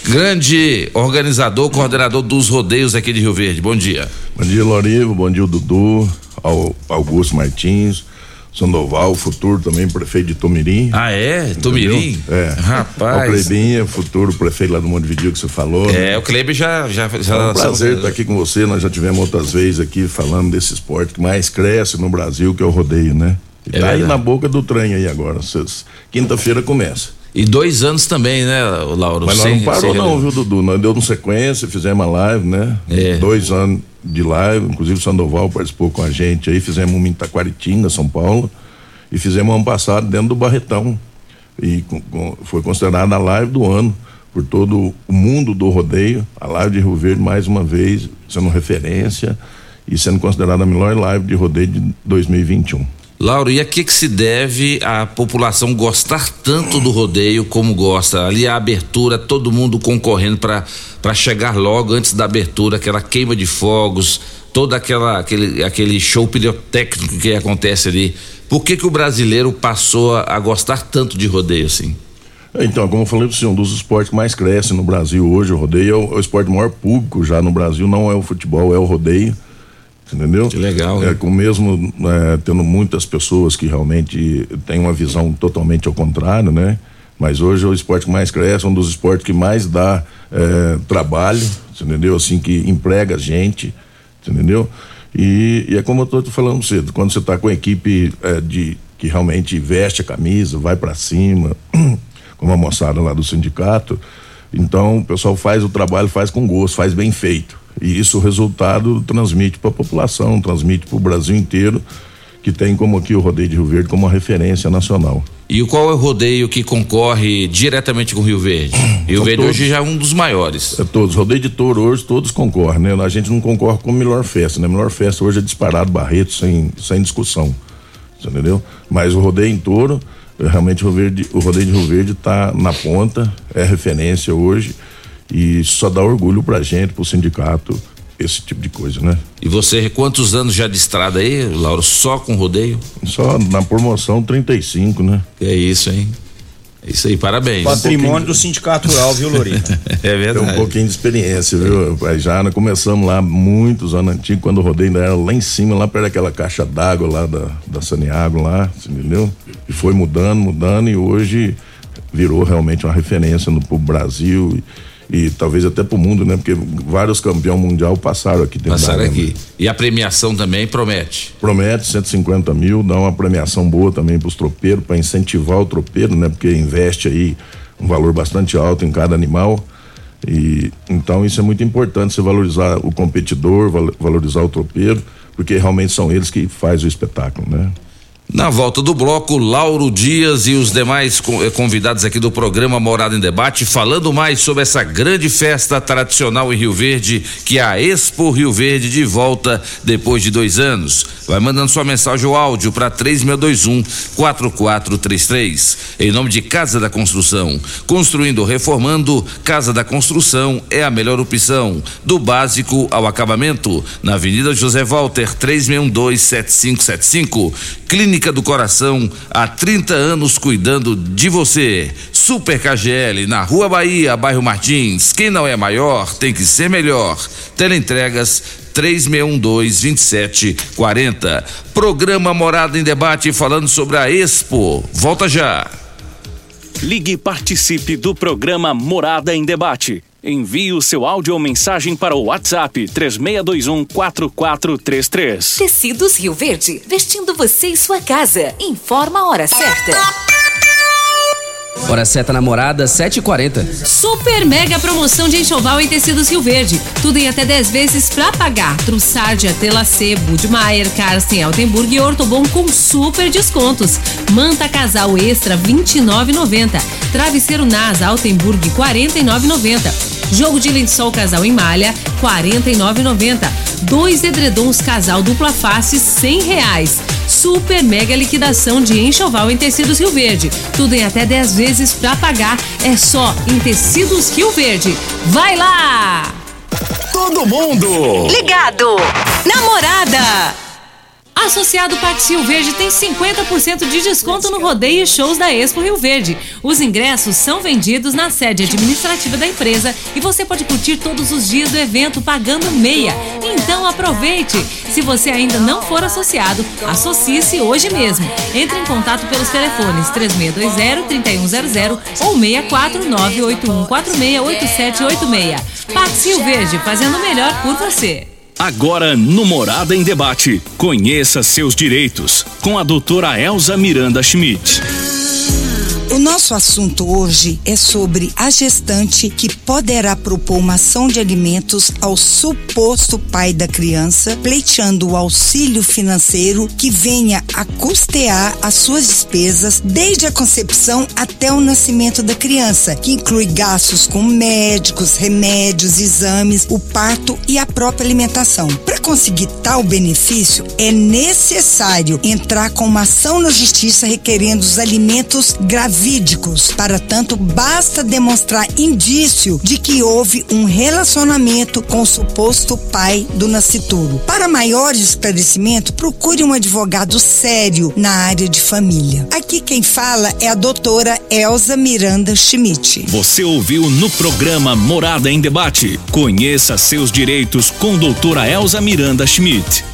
grande organizador, coordenador dos rodeios aqui de Rio Verde, bom dia. Bom dia, Lorivo, bom dia, o Dudu, ao Augusto Martins, Sandoval, futuro também prefeito de Tomirim. Ah, é? Tomirim? É. Rapaz. O Clebinha, futuro prefeito lá do Montevideo que você falou. É, né? O Kleber já, já, já. É um prazer estar aqui com você. Nós já tivemos outras vezes aqui falando desse esporte que mais cresce no Brasil, que é o rodeio, né? E é tá verdade. Aí na boca do trem aí agora. Quinta-feira começa. E dois anos também, né, Lauro? Mas nós sem, não parou não, viu, Dudu? Nós demos sequência, fizemos a live, né? É. Dois anos de live, inclusive o Sandoval participou com a gente aí, fizemos uma em Taquaritinga, São Paulo, e fizemos ano passado dentro do Barretão. E com, com, foi considerada a live do ano por todo o mundo do rodeio, a live de Rio Verde, mais uma vez, sendo referência e sendo considerada a melhor live de rodeio de dois mil e vinte e um. Lauro, e a que que se deve a população gostar tanto do rodeio como gosta? Ali a abertura, todo mundo concorrendo para para chegar logo antes da abertura, aquela queima de fogos, todo aquela, aquele, aquele show pirotécnico que acontece ali. Por que que o brasileiro passou a, a gostar tanto de rodeio assim? Então, como eu falei para você, um dos esportes que mais cresce no Brasil hoje, o rodeio é o, é o esporte maior público já no Brasil, não é o futebol, é o rodeio. Entendeu? Que legal. É, com mesmo é, tendo muitas pessoas que realmente têm uma visão totalmente ao contrário, né? Mas hoje é o esporte que mais cresce, um dos esportes que mais dá é, trabalho, entendeu? Assim, que emprega gente, entendeu? E, e é como eu tô falando cedo, quando você tá com a equipe é, de, que realmente veste a camisa, vai para cima, como a moçada lá do sindicato, então o pessoal faz o trabalho, faz com gosto, faz bem feito. E isso o resultado transmite para a população, transmite para o Brasil inteiro, que tem como aqui o rodeio de Rio Verde como uma referência nacional. E qual é o rodeio que concorre diretamente com o Rio Verde? Rio São Verde todos, hoje já é um dos maiores. É todos, rodeio de touro hoje todos concorrem, né? A gente não concorre com a melhor festa, né? A melhor festa hoje é disparado Barreto, sem, sem discussão, entendeu? Mas o rodeio em touro, realmente o, Verde, o rodeio de Rio Verde está na ponta, é referência hoje. E só dá orgulho pra gente, pro sindicato, esse tipo de coisa, né? E você, quantos anos já de estrada aí, Lauro, só com rodeio? Só na promoção trinta e cinco, né? É isso, hein? É isso aí, parabéns. Patrimônio um do Sindicato Rural, viu, Lorena? É verdade. Tem um pouquinho de experiência, viu? É. Já nós começamos lá muitos anos antigos, quando o rodeio ainda era lá em cima, lá perto daquela caixa d'água lá da, da Saneago lá, entendeu? E foi mudando, mudando e hoje virou realmente uma referência no pro Brasil e E talvez até pro mundo, né? Porque vários campeões mundial passaram aqui dentro. Passaram aqui. E a premiação também promete? Promete, cento e cinquenta mil, dá uma premiação boa também pros tropeiros, para incentivar o tropeiro, né? Porque investe aí um valor bastante alto em cada animal. E então isso é muito importante, você valorizar o competidor, valorizar o tropeiro, porque realmente são eles que fazem o espetáculo, né? Na volta do bloco, Lauro Dias e os demais convidados aqui do programa Morada em Debate, falando mais sobre essa grande festa tradicional em Rio Verde, que é a Expo Rio Verde, de volta depois de dois anos. Vai mandando sua mensagem ou áudio para três seis dois um, quatro quatro três três. Em nome de Casa da Construção. Construindo ou reformando, Casa da Construção é a melhor opção. Do básico ao acabamento. Na Avenida José Walter, três seis um dois, sete cinco sete cinco. Clínica do Coração, há trinta anos cuidando de você. Super K G L, na Rua Bahia, bairro Martins. Quem não é maior tem que ser melhor. Teleentregas três seis um dois, vinte e sete quarenta. Programa Morada em Debate, falando sobre a Expo. Volta já. Ligue e participe do programa Morada em Debate. Envie o seu áudio ou mensagem para o WhatsApp três seis dois um, quatro quatro três três. Tecidos Rio Verde, vestindo você e sua casa. Informa a hora certa. Hora certa, namorada, sete e quarenta. Super mega promoção de enxoval em tecidos Rio Verde. Tudo em até dez vezes pra pagar. Trussardia, Telacê, Budmeier, Karsten, Altenburg e Ortobon com super descontos. Manta casal extra, vinte e nove reais e noventa centavos. Travesseiro Nasa, Altenburg, quarenta e nove reais e noventa centavos. Jogo de lençol casal em malha, quarenta e nove reais e noventa centavos. Dois edredons casal dupla face, cem reais. Super mega liquidação de enxoval em tecidos Rio Verde. Tudo em até dez vezes pra pagar. É só em Tecidos Rio Verde. Vai lá! Todo mundo ligado. Namorada. Associado Parque Rio Verde tem cinquenta por cento de desconto no rodeio e shows da Expo Rio Verde. Os ingressos são vendidos na sede administrativa da empresa e você pode curtir todos os dias do evento pagando meia. Então aproveite! Se você ainda não for associado, associe-se hoje mesmo. Entre em contato pelos telefones três seis dois zero, três um zero zero ou seis quatro nove oito um quatro seis oito sete oito seis. Parque Rio Verde, fazendo o melhor por você. Agora no Morada em Debate, conheça seus direitos, com a doutora Elza Miranda Schmidt. O nosso assunto hoje é sobre a gestante que poderá propor uma ação de alimentos ao suposto pai da criança, pleiteando o auxílio financeiro que venha a custear as suas despesas desde a concepção até o nascimento da criança, que inclui gastos com médicos, remédios, exames, o parto e a própria alimentação. Para conseguir tal benefício, é necessário entrar com uma ação na justiça requerendo os alimentos gravídicos. Para tanto, basta demonstrar indício de que houve um relacionamento com o suposto pai do nascituro. Para maior esclarecimento, procure um advogado sério na área de família. Aqui quem fala é a doutora Elza Miranda Schmidt. Você ouviu no programa Morada em Debate. Conheça seus direitos com doutora Elza Miranda Schmidt.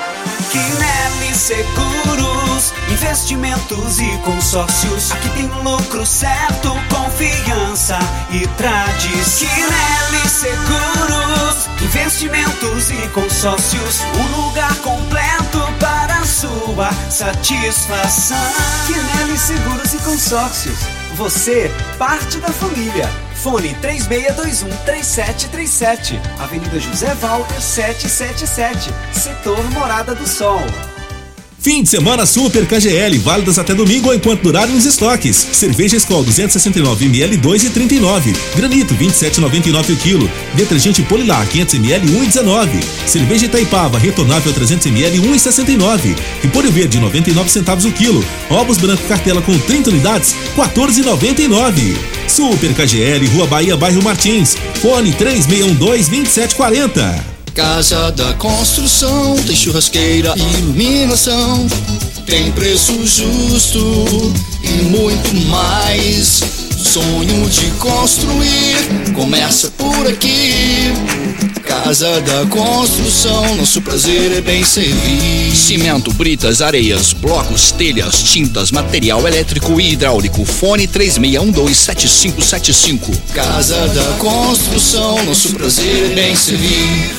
Quinelli Seguros, investimentos e consórcios. Aqui tem lucro certo, confiança e tradição. Quinelli Seguros, investimentos e consórcios. Um lugar completo para a sua satisfação. Quinelli Seguros e Consórcios. Você, parte da família. Fone três seis dois um, três sete três sete. Avenida José Walter, setecentos e setenta e sete. Setor Morada do Sol. Fim de semana Super K G L, válidas até domingo ou enquanto durarem os estoques. Cerveja Skol duzentos e sessenta e nove mililitros, dois e trinta e nove. Granito vinte e sete e noventa e nove o quilo. Detergente Polilar quinhentos mililitros, um e dezenove. Cerveja Itaipava retornável trezentos mililitros, um e sessenta e nove. Repolho verde noventa e nove centavos o quilo. Ovos branco cartela com trinta unidades, quatorze e noventa e nove. Super K G L, Rua Bahia, bairro Martins. Fone três seis um dois, vinte e sete quarenta. Casa da Construção, tem churrasqueira, iluminação, tem preço justo e muito mais. Sonho de construir começa por aqui. Casa da Construção, nosso prazer é bem servir. Cimento, britas, areias, blocos, telhas, tintas, material elétrico e hidráulico. Fone três seis um dois, sete cinco sete cinco. Casa da Construção, nosso prazer é bem servir.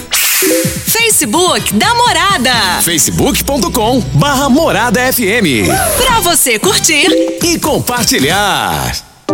Facebook da Morada. facebook ponto com barra Morada F M. Pra você curtir e compartilhar.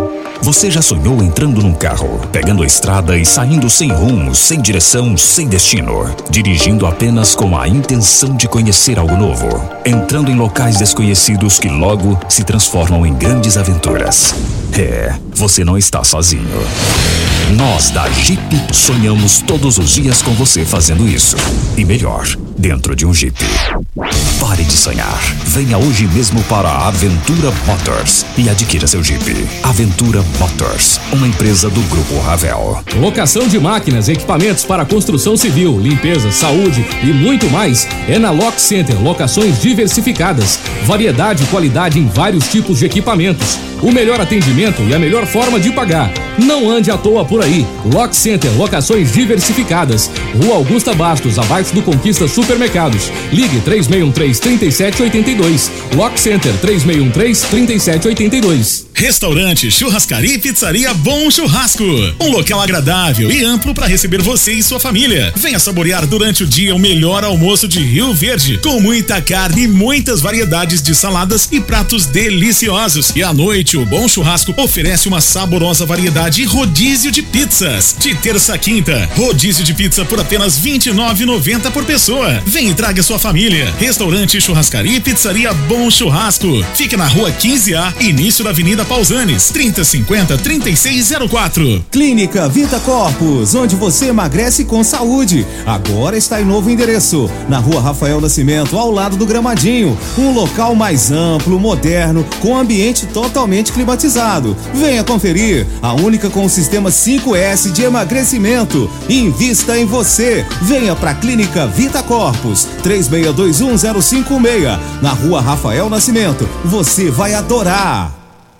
Você já sonhou entrando num carro, pegando a estrada e saindo sem rumo, sem direção, sem destino, dirigindo apenas com a intenção de conhecer algo novo, entrando em locais desconhecidos que logo se transformam em grandes aventuras? É, você não está sozinho. Nós da Jeep sonhamos todos os dias com você fazendo isso. E melhor, dentro de um Jeep. Pare de sonhar. Venha hoje mesmo para a Aventura Motors e adquira seu Jeep. Aventura Motors, uma empresa do Grupo Ravel. Locação de máquinas, equipamentos para construção civil, limpeza, saúde e muito mais é na Lock Center. Locações diversificadas, variedade e qualidade em vários tipos de equipamentos. O melhor atendimento e a melhor forma de pagar. Não ande à toa por aí. Lock Center, locações diversificadas. Rua Augusta Bastos, abaixo do Conquista Supermercados. Ligue três seis um três, três sete oito dois. Lock Center três seis um três, três sete oito dois. Restaurante, churrascaria e pizzaria Bom Churrasco. Um local agradável e amplo para receber você e sua família. Venha saborear durante o dia o melhor almoço de Rio Verde, com muita carne e muitas variedades de saladas e pratos deliciosos. E à noite, o Bom Churrasco oferece uma saborosa variedade e rodízio de pizzas. De terça a quinta, rodízio de pizza por apenas vinte e nove reais e noventa centavos por pessoa. Vem e traga sua família. Restaurante, churrascaria e pizzaria Bom Churrasco. Fica na rua quinze A, início da Avenida Pausanes, trinta cinquenta, trinta e seis zero quatro. Clínica Vita Corpus, onde você emagrece com saúde. Agora está em novo endereço, na rua Rafael Nascimento, ao lado do Gramadinho. Um local mais amplo, moderno, com ambiente totalmente climatizado. Venha conferir, a única com o sistema cinco S de emagrecimento. Invista em você. Venha pra Clínica Vita Corpus, três seis dois um zero cinco seis, na rua Rafael Nascimento. Você vai adorar.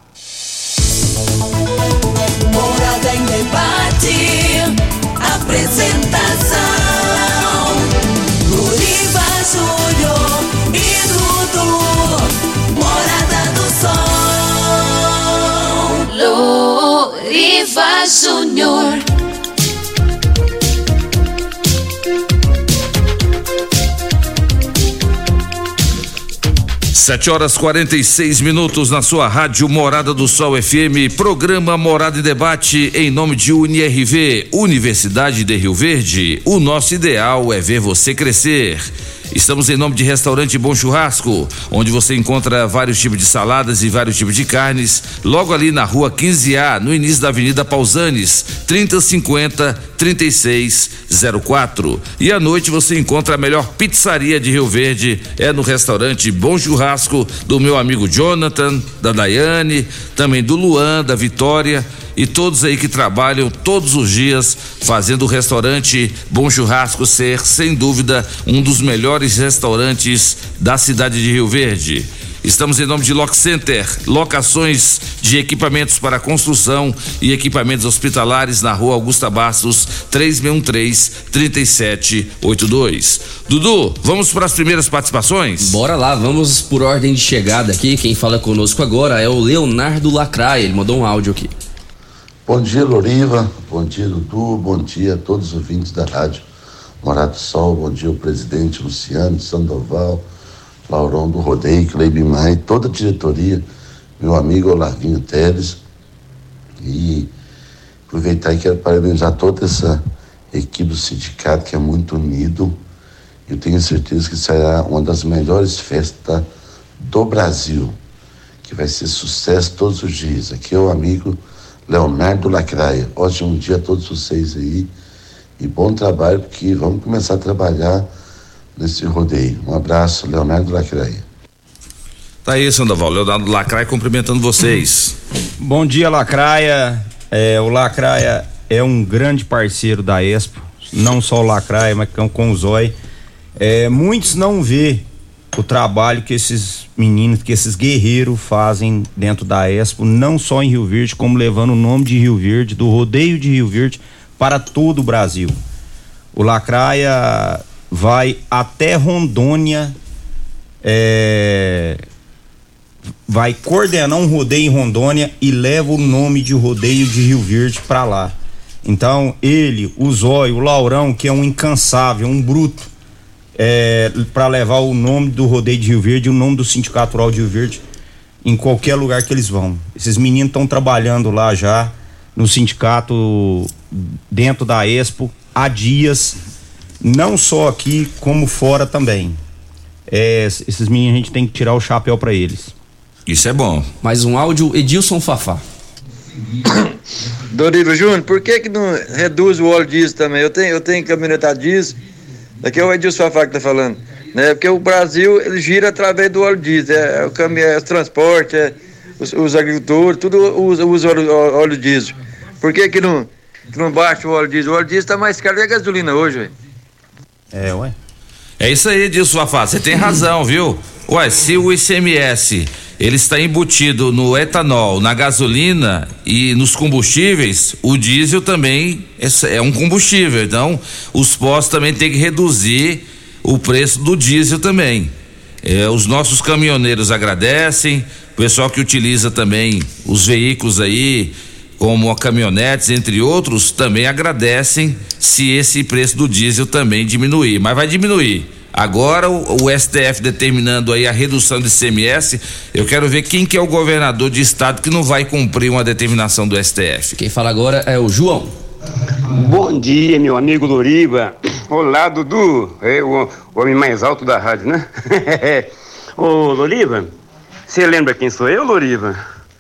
Morada em debate. Apresentação: Loriva Júnior e Dudu. Morada do Sol. Loriva Júnior. Sete horas quarenta e seis minutos na sua rádio Morada do Sol F M, programa Morada em Debate, em nome de U N R V, Universidade de Rio Verde. O nosso ideal é ver você crescer. Estamos em nome de Restaurante Bom Churrasco, onde você encontra vários tipos de saladas e vários tipos de carnes, logo ali na rua quinze A, no início da Avenida Pausanes, trinta cinquenta, trinta e seis zero quatro. E à noite você encontra a melhor pizzaria de Rio Verde, é no Restaurante Bom Churrasco, do meu amigo Jonathan, da Daiane, também do Luan, da Vitória, e todos aí que trabalham todos os dias fazendo o restaurante Bom Churrasco ser, sem dúvida, um dos melhores restaurantes da cidade de Rio Verde. Estamos em nome de Lock Center, locações de equipamentos para construção e equipamentos hospitalares na rua Augusta Bastos, três seis um três, três sete oito dois. Dudu, vamos para as primeiras participações? Bora lá, vamos por ordem de chegada aqui. Quem fala conosco agora é o Leonardo Lacraia, ele mandou um áudio aqui. Bom dia, Loriva, bom dia, Dudu, bom dia a todos os ouvintes da rádio Morada do Sol, bom dia ao presidente Luciano Sandoval, Laurão do Rodeio, Cleibe Maia, toda a diretoria, meu amigo Olavinho Teles, e aproveitar e quero parabenizar toda essa equipe do sindicato que é muito unido. Eu tenho certeza que será uma das melhores festas do Brasil, que vai ser sucesso todos os dias. Aqui é o amigo Leonardo Lacraia. Ótimo dia a todos vocês aí e bom trabalho, porque vamos começar a trabalhar nesse rodeio. Um abraço, Leonardo Lacraia. Tá aí, Sandoval, Leonardo Lacraia cumprimentando vocês. Bom dia, Lacraia. É, o Lacraia é um grande parceiro da Expo, não só o Lacraia, mas com o Zói. É, muitos não vê o trabalho que esses meninos, que esses guerreiros fazem dentro da Expo, não só em Rio Verde, como levando o nome de Rio Verde, do rodeio de Rio Verde, para todo o Brasil. O Lacraia vai até Rondônia, é, vai coordenar um rodeio em Rondônia e leva o nome de rodeio de Rio Verde para lá. Então ele, o Zóio, o Laurão, que é um incansável, um bruto, é, para levar o nome do rodeio de Rio Verde, o nome do Sindicato Rural de Rio Verde em qualquer lugar que eles vão. Esses meninos estão trabalhando lá já no sindicato, dentro da Expo, há dias, não só aqui como fora também. É, esses meninos a gente tem que tirar o chapéu para eles. Isso é bom. Mais um áudio, Edilson Fafá. Dorival Júnior, por que que não reduz o óleo diesel também? Eu tenho, eu tenho caminhoneta diesel, daqui é o Edilson Fafá que tá falando, né? Porque o Brasil, ele gira através do óleo diesel, é, é o caminho, é o transporte, é, os, os agricultores, tudo usa, usa óleo, óleo diesel. Por que que não, que não baixa o óleo diesel? O óleo diesel tá mais caro que a gasolina hoje, velho. É, ué. É isso aí, Edilson Fafá, você tem razão, viu? Ué, se o I C M S ele está embutido no etanol, na gasolina e nos combustíveis, o diesel também é um combustível, então os postos também têm que reduzir o preço do diesel também. É, os nossos caminhoneiros agradecem, o pessoal que utiliza também os veículos aí, como caminhonetes, entre outros, também agradecem se esse preço do diesel também diminuir, mas vai diminuir. Agora o, o S T F determinando aí a redução do I C M S, eu quero ver quem que é o governador de estado que não vai cumprir uma determinação do S T F. Quem fala agora é o João. Bom dia, meu amigo Loriva. Olá, Dudu, é o, o homem mais alto da rádio, né? Ô, Loriva, você lembra quem sou eu, Loriva?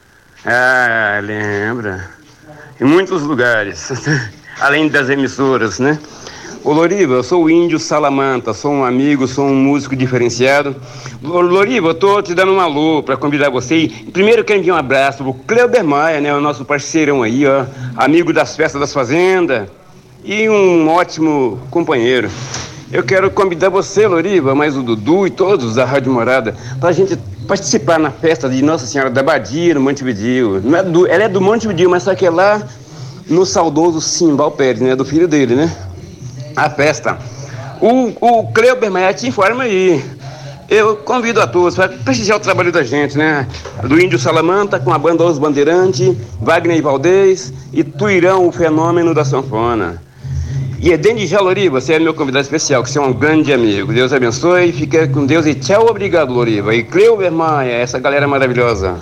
Ah, lembra. Em muitos lugares, além das emissoras, né? Ô Loriva, eu sou o Índio Salamanta, sou um amigo, sou um músico diferenciado. Ô Loriva, eu tô te dando um alô pra convidar você. E primeiro eu quero enviar um abraço pro Cleuber Maia, né? O nosso parceirão aí, ó. Amigo das festas das fazendas. E um ótimo companheiro. Eu quero convidar você, Loriva, mais o Dudu e todos da Rádio Morada, pra gente participar na festa de Nossa Senhora da Badia, no Montevidéu. Não é do, ela é do Montevidéu, mas só que é lá no saudoso Simbal Pérez, né? Do filho dele, né? A festa. O, o Cleuber Maia te informa aí. Eu convido a todos para prestigiar o trabalho da gente, né? Do Índio Salamanta com a banda Os Bandeirantes, Wagner Valdez e Tuirão, o fenômeno da sanfona. E é desde já, Loriva, você é meu convidado especial, que você é um grande amigo. Deus abençoe, fique com Deus e tchau, obrigado, Loriva. E Cleuber Maia, essa galera maravilhosa.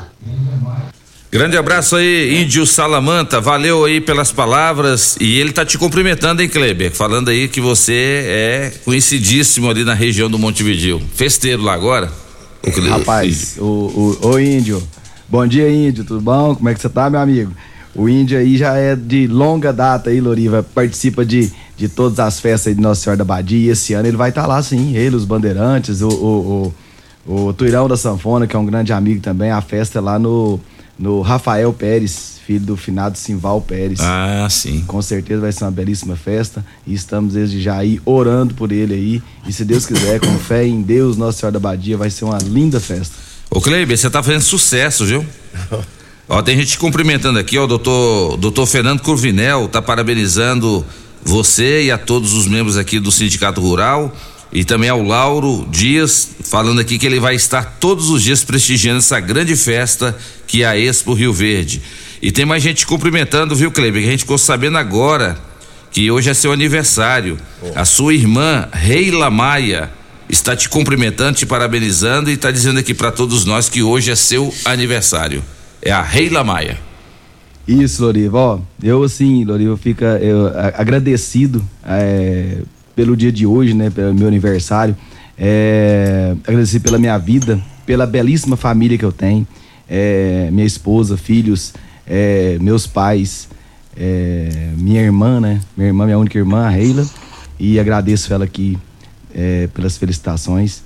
Grande abraço aí, Índio Salamanta, valeu aí pelas palavras, e ele tá te cumprimentando, hein, Kleber, falando aí que você é conhecidíssimo ali na região do Montevidéu, festeiro lá agora. O Rapaz, o, o, o Índio, bom dia, Índio, tudo bom? Como é que você tá, meu amigo? O Índio aí já é de longa data aí, Loriva, participa de, de todas as festas aí de Nossa Senhora da Badia, e esse ano ele vai estar tá lá sim, ele, os Bandeirantes, o, o, o, o Tuirão da Sanfona, que é um grande amigo também, a festa é lá no no Rafael Pérez, filho do finado Simval Pérez. Ah, sim. Com certeza vai ser uma belíssima festa e estamos desde já aí orando por ele aí, e se Deus quiser, com fé em Deus, Nossa Senhora da Badia, vai ser uma linda festa. Ô Kleber, você tá fazendo sucesso, viu? Ó, tem gente cumprimentando aqui, ó, o doutor, doutor Fernando Curvinel tá parabenizando você e a todos os membros aqui do Sindicato Rural, e também ao Lauro Dias, falando aqui que ele vai estar todos os dias prestigiando essa grande festa que é a Expo Rio Verde. E tem mais gente cumprimentando, viu, Kleber? Que a gente ficou sabendo agora que hoje é seu aniversário. Oh. A sua irmã, Reila Maia, está te cumprimentando, te parabenizando e está dizendo aqui para todos nós que hoje é seu aniversário. É a Reila Maia. Isso, Loriva, ó, eu assim, Loriva, fico eu, a, agradecido é, pelo dia de hoje, né, pelo meu aniversário, é, agradecido pela minha vida, pela belíssima família que eu tenho, é, minha esposa, filhos, é, meus pais, é, minha irmã, né, minha irmã, minha única irmã, a Reila, e agradeço ela aqui é, pelas felicitações,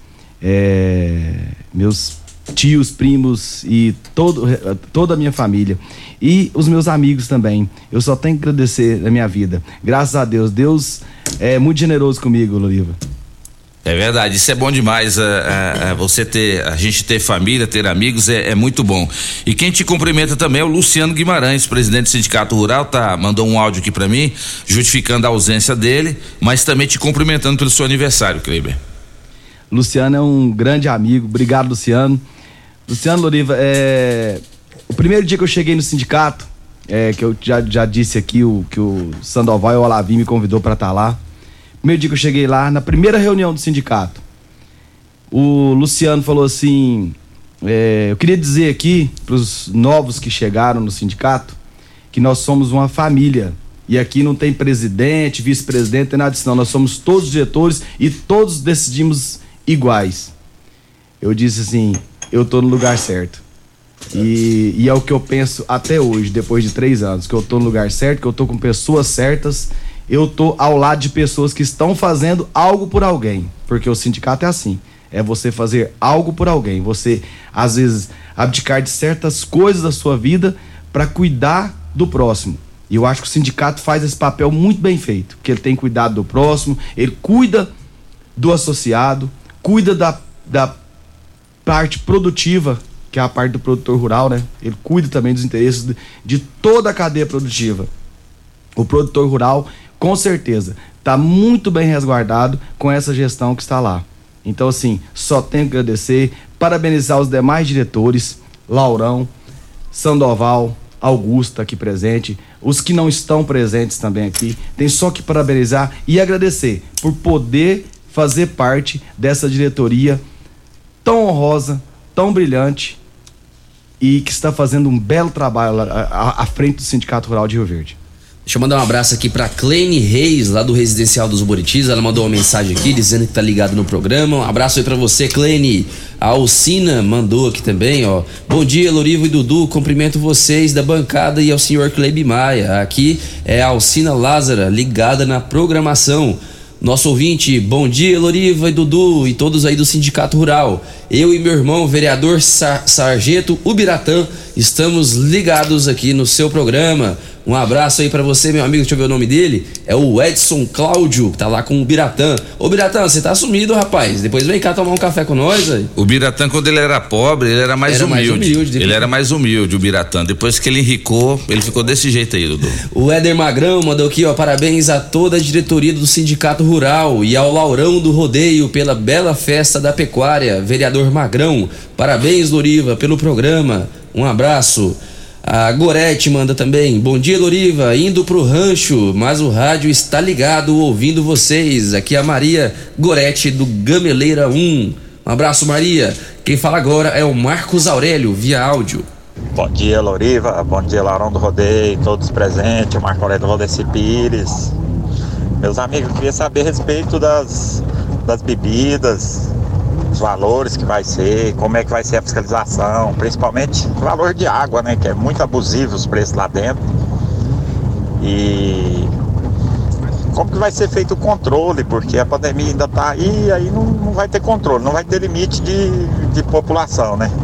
é, meus tios, primos e todo, toda a minha família e os meus amigos também. Eu só tenho que agradecer a minha vida, graças a Deus. Deus é muito generoso comigo, Loriva. É verdade, isso é bom demais, a, a, a você ter, a gente ter família, ter amigos é, é muito bom. E quem te cumprimenta também é o Luciano Guimarães, presidente do Sindicato Rural, tá, mandou um áudio aqui pra mim, justificando a ausência dele, mas também te cumprimentando pelo seu aniversário, Kleber. Luciano é um grande amigo, obrigado, Luciano. Luciano, Loriva, é, o primeiro dia que eu cheguei no sindicato, é, que eu já, já disse aqui, o, que o Sandoval e o Olavim me convidou para estar lá. Primeiro dia que eu cheguei lá, na primeira reunião do sindicato, o Luciano falou assim, é, eu queria dizer aqui para os novos que chegaram no sindicato que nós somos uma família. E aqui não tem presidente, vice-presidente, tem nada disso não. Nós somos todos diretores e todos decidimos iguais. Eu disse assim, eu tô no lugar certo. E, e é o que eu penso até hoje, depois de três anos, que eu tô no lugar certo, que eu tô com pessoas certas, eu tô ao lado de pessoas que estão fazendo algo por alguém. Porque o sindicato é assim, é você fazer algo por alguém. Você, às vezes, abdicar de certas coisas da sua vida para cuidar do próximo. E eu acho que o sindicato faz esse papel muito bem feito, porque ele tem cuidado do próximo, ele cuida do associado, cuida da, da parte produtiva, que é a parte do produtor rural, né? Ele cuida também dos interesses de, de toda a cadeia produtiva. O produtor rural, com certeza, está muito bem resguardado com essa gestão que está lá. Então, assim, só tenho que agradecer, parabenizar os demais diretores, Laurão, Sandoval, Augusto aqui presente, os que não estão presentes também aqui, tem só que parabenizar e agradecer por poder fazer parte dessa diretoria tão honrosa, tão brilhante e que está fazendo um belo trabalho à, à frente do Sindicato Rural de Rio Verde. Deixa eu mandar um abraço aqui pra Cleine Reis, lá do Residencial dos Buritis. Ela mandou uma mensagem aqui dizendo que tá ligado no programa. Um abraço aí pra você, Cleine. A Alcina mandou aqui também, ó. Bom dia, Loriva e Dudu. Cumprimento vocês da bancada e ao senhor Cleibe Maia. Aqui é a Alcina Lázara, ligada na programação. Nosso ouvinte, bom dia, Loriva e Dudu e todos aí do Sindicato Rural. Eu e meu irmão, vereador Sar- Sargento Ubiratã, estamos ligados aqui no seu programa. Um abraço aí pra você, meu amigo, deixa eu ver o nome dele. É o Edson Cláudio, que tá lá com o Biratã. Ô Biratã, você tá sumido, rapaz. Depois vem cá tomar um café com nós aí. O Biratã, quando ele era pobre, ele era mais Era mais humilde. humilde, depois- Ele era mais humilde, o Biratã. Depois que ele enricou, ele ficou desse jeito aí, Dudu. O Éder Magrão mandou aqui, ó, parabéns a toda a diretoria do Sindicato Rural e ao Laurão do Rodeio pela bela festa da pecuária. Vereador Magrão, parabéns, Loriva, pelo programa. Um abraço. A Gorete manda também, bom dia, Loriva, indo pro rancho, mas o rádio está ligado ouvindo vocês. Aqui é a Maria Gorete do Gameleira um. Um abraço, Maria. Quem fala agora é o Marcos Aurélio, via áudio. Bom dia, Loriva. Bom dia, Laurão do Rodeio, todos presentes, o Marco Aurélio do Valdeci Pires. Meus amigos, eu queria saber a respeito das, das bebidas, os valores que vai ser, como é que vai ser a fiscalização, principalmente o valor de água, né, que é muito abusivo os preços lá dentro. E como que vai ser feito o controle, porque a pandemia ainda está aí, aí não, não vai ter controle, não vai ter limite de, de população, né?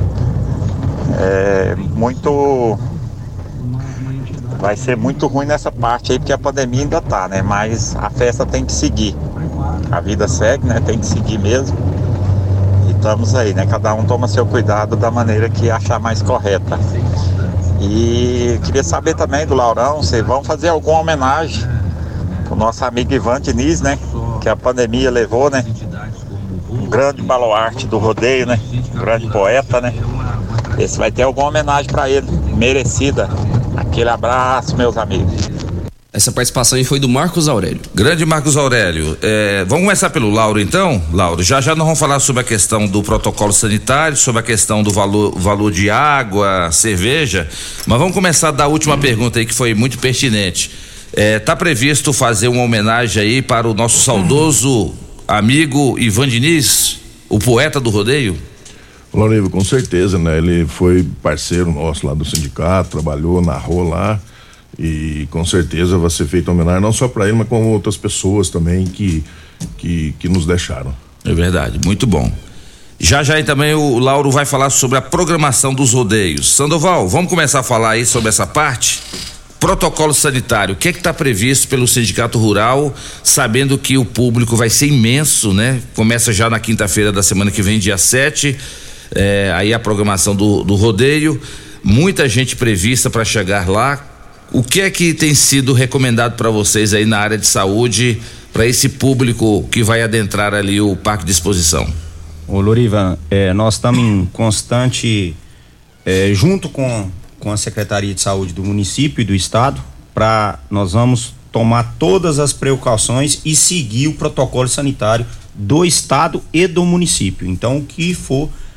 É muito... Vai ser muito ruim nessa parte aí, porque a pandemia ainda tá, né? Mas a festa tem que seguir. A vida segue, né? Tem que seguir mesmo. E estamos aí, né? Cada um toma seu cuidado da maneira que achar mais correta. E queria saber também do Laurão, vocês vão fazer alguma homenagem pro nosso amigo Ivan Diniz, né? Que a pandemia levou, né? Um grande baluarte do rodeio, né? Um grande poeta, né? Esse vai ter alguma homenagem para ele, merecida. Aquele abraço, meus amigos. Essa participação aí foi do Marcos Aurélio. Grande Marcos Aurélio. É, vamos começar pelo Lauro então? Lauro, já já nós vamos falar sobre a questão do protocolo sanitário, sobre a questão do valor, valor de água, cerveja, mas vamos começar da última pergunta aí que foi muito pertinente. É, tá previsto fazer uma homenagem aí para o nosso saudoso amigo Ivan Diniz, o poeta do rodeio? Loriva, com certeza, né? Ele foi parceiro nosso lá do sindicato, trabalhou, narrou lá. E com certeza vai ser feita homenagem não só para ele, mas com outras pessoas também que, que, que nos deixaram. É verdade, muito bom. Já já aí também o Lauro vai falar sobre a programação dos rodeios. Sandoval, vamos começar a falar aí sobre essa parte? Protocolo sanitário, o que é que está previsto pelo Sindicato Rural, sabendo que o público vai ser imenso, né? Começa já na quinta-feira da semana que vem, dia sete, é, aí a programação do, do rodeio, muita gente prevista para chegar lá. O que é que tem sido recomendado para vocês aí na área de saúde para esse público que vai adentrar ali o Parque de Exposição? Ô Loriva, é, nós estamos em constante, é, junto com, com a Secretaria de Saúde do município e do estado, para nós vamos tomar todas as precauções e seguir o protocolo sanitário do estado e do município. Então, o que for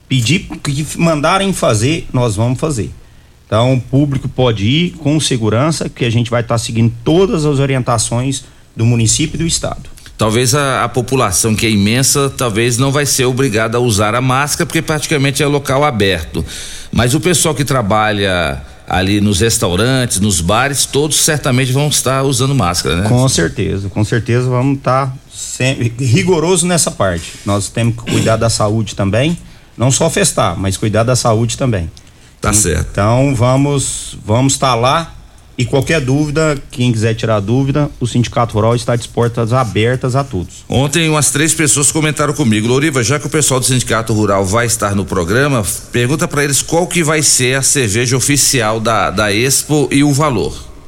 pedir que mandarem fazer, nós vamos fazer. Então o público pode ir com segurança, que a gente vai estar tá seguindo todas as orientações do município e do estado. Talvez a, a população, que é imensa, talvez não vai ser obrigada a usar a máscara, porque praticamente é local aberto. Mas o pessoal que trabalha ali nos restaurantes, nos bares, todos certamente vão estar usando máscara, né? Com certeza, com certeza vamos estar tá sempre rigoroso nessa parte. Nós temos que cuidar da saúde também, não só festar, mas cuidar da saúde também. Tá certo. Então vamos vamos estar lá, e qualquer dúvida, quem quiser tirar dúvida, o Sindicato Rural está de portas abertas a todos. Ontem umas três pessoas comentaram comigo: Loriva, já que o pessoal do Sindicato Rural vai estar no programa, pergunta para eles qual que vai ser a cerveja oficial da, da Expo e o valor.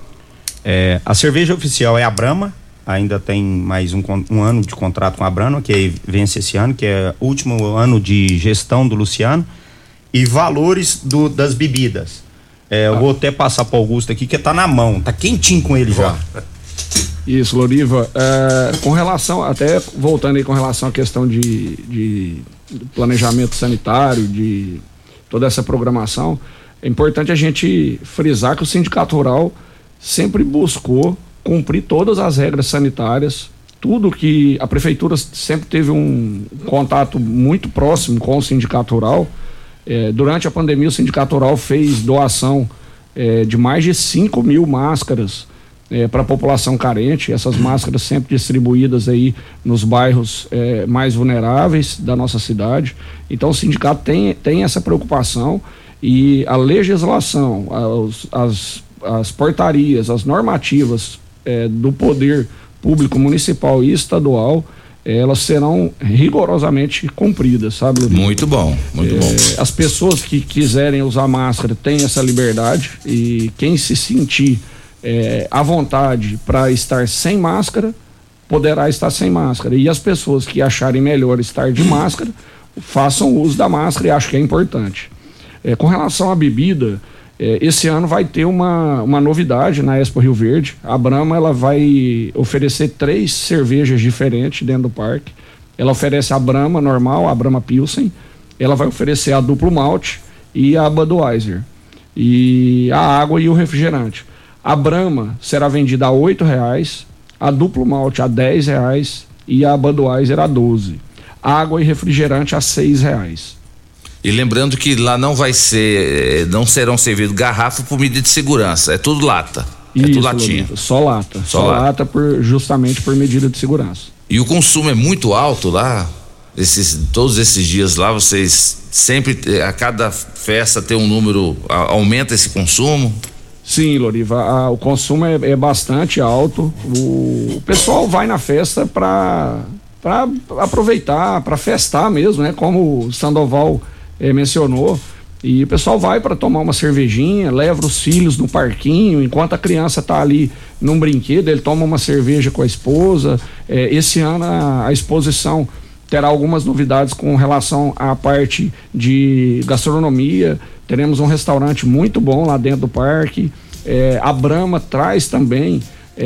É, a cerveja oficial é a Brahma, ainda tem mais um, um ano de contrato com a Brahma, que vence esse ano, que é o último ano de gestão do Luciano, e valores do, das bebidas. É, eu ah. vou até passar para o Augusto aqui, que tá na mão, tá quentinho com ele já. Isso, Loriva. É, com relação, até voltando aí com relação à questão de, de planejamento sanitário, de toda essa programação, é importante a gente frisar que o Sindicato Rural sempre buscou cumprir todas as regras sanitárias, tudo que a prefeitura sempre teve um contato muito próximo com o Sindicato Rural. É, durante a pandemia, o Sindicato Rural fez doação é, de mais de cinco mil máscaras é, para a população carente. Essas máscaras sempre distribuídas aí nos bairros é, mais vulneráveis da nossa cidade. Então o sindicato tem, tem essa preocupação, e a legislação, as, as, as portarias, as normativas é, do poder público municipal e estadual, elas serão rigorosamente cumpridas, sabe, Luriva? Muito bom, muito é, bom. As pessoas que quiserem usar máscara têm essa liberdade, e quem se sentir é, à vontade para estar sem máscara, poderá estar sem máscara. E as pessoas que acharem melhor estar de máscara, façam uso da máscara, e acho que é importante. É, com relação à bebida, É, esse ano vai ter uma, uma novidade na Expo Rio Verde. A Brahma, ela vai oferecer três cervejas diferentes dentro do parque. Ela oferece a Brahma normal, a Brahma Pilsen, ela vai oferecer a Duplo Malte e a Budweiser, e a água e o refrigerante. A Brahma será vendida a oito reais, a Duplo Malte a dez reais e a Budweiser a doze. Água e refrigerante a seis reais. E lembrando que lá não vai ser, não serão servidos garrafa por medida de segurança, é tudo lata, é Isso, tudo latinha. Lorita, só lata, Só só, lata. lata, por, justamente por medida de segurança. E o consumo é muito alto lá, esses, todos esses dias lá, vocês sempre, a cada festa tem um número, a, aumenta esse consumo? Sim, Loriva, a, o consumo é, é bastante alto. O, o pessoal vai na festa para para aproveitar, para festar mesmo, né? Como o Sandoval eh, mencionou. E o pessoal vai para tomar uma cervejinha, leva os filhos no parquinho, enquanto a criança tá ali num brinquedo, ele toma uma cerveja com a esposa. Eh, esse ano a, a exposição terá algumas novidades com relação à parte de gastronomia. Teremos um restaurante muito bom lá dentro do parque. É, a Brahma traz também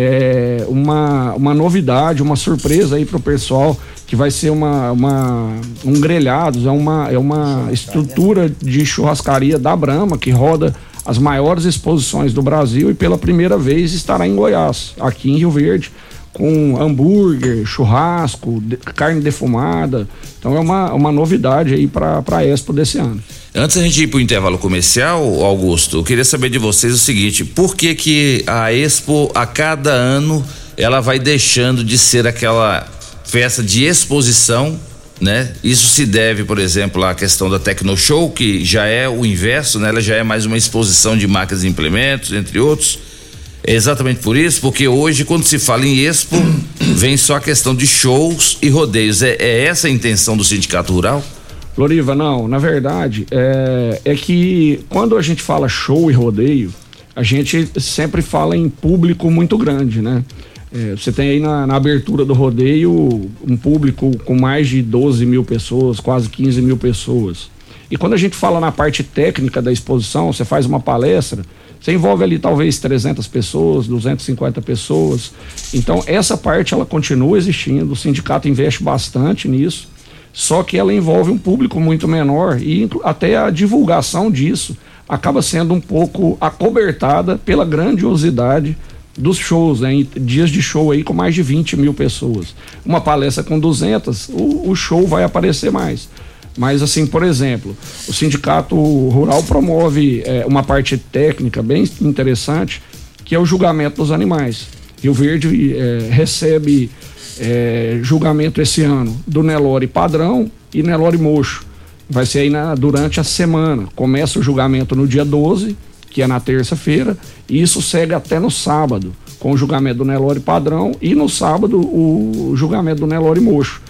é, uma, uma novidade, uma surpresa aí para o pessoal, que vai ser uma, uma, um grelhados, é uma, é uma estrutura de churrascaria da Brahma, que roda as maiores exposições do Brasil e pela primeira vez estará em Goiás, aqui em Rio Verde, com hambúrguer, churrasco, de, carne defumada. Então é uma, uma novidade aí para a Expo desse ano. Antes da gente ir para o intervalo comercial, Augusto, eu queria saber de vocês o seguinte: por que que a Expo, a cada ano, ela vai deixando de ser aquela festa de exposição, né? Isso se deve, por exemplo, à questão da Tecnoshow, que já é o inverso, né? Ela já é mais uma exposição de máquinas e implementos, entre outros. É exatamente por isso, porque hoje, quando se fala em Expo, vem só a questão de shows e rodeios. É, é essa a intenção do Sindicato Rural? Loriva, não, na verdade, é, é que quando a gente fala show e rodeio, a gente sempre fala em público muito grande, né? É, você tem aí na, na abertura do rodeio um público com mais de doze mil pessoas, quase quinze mil pessoas. E quando a gente fala na parte técnica da exposição, você faz uma palestra, você envolve ali talvez trezentas pessoas, duzentas e cinquenta pessoas. Então essa parte ela continua existindo, o sindicato investe bastante nisso. só que ela envolve um público muito menor e até a divulgação disso acaba sendo um pouco acobertada pela grandiosidade dos shows, né? Em dias de show aí com mais de vinte mil pessoas. Uma palestra com duzentas, o, o show vai aparecer mais. Mas assim, por exemplo, o Sindicato Rural promove é, uma parte técnica bem interessante, que é o julgamento dos animais. Rio Verde é, recebe é, julgamento esse ano do Nelore padrão e Nelore mocho. Vai ser aí na, durante a semana. Começa o julgamento no dia doze, que é na terça-feira, e isso segue até no sábado, com o julgamento do Nelore padrão e no sábado o julgamento do Nelore mocho.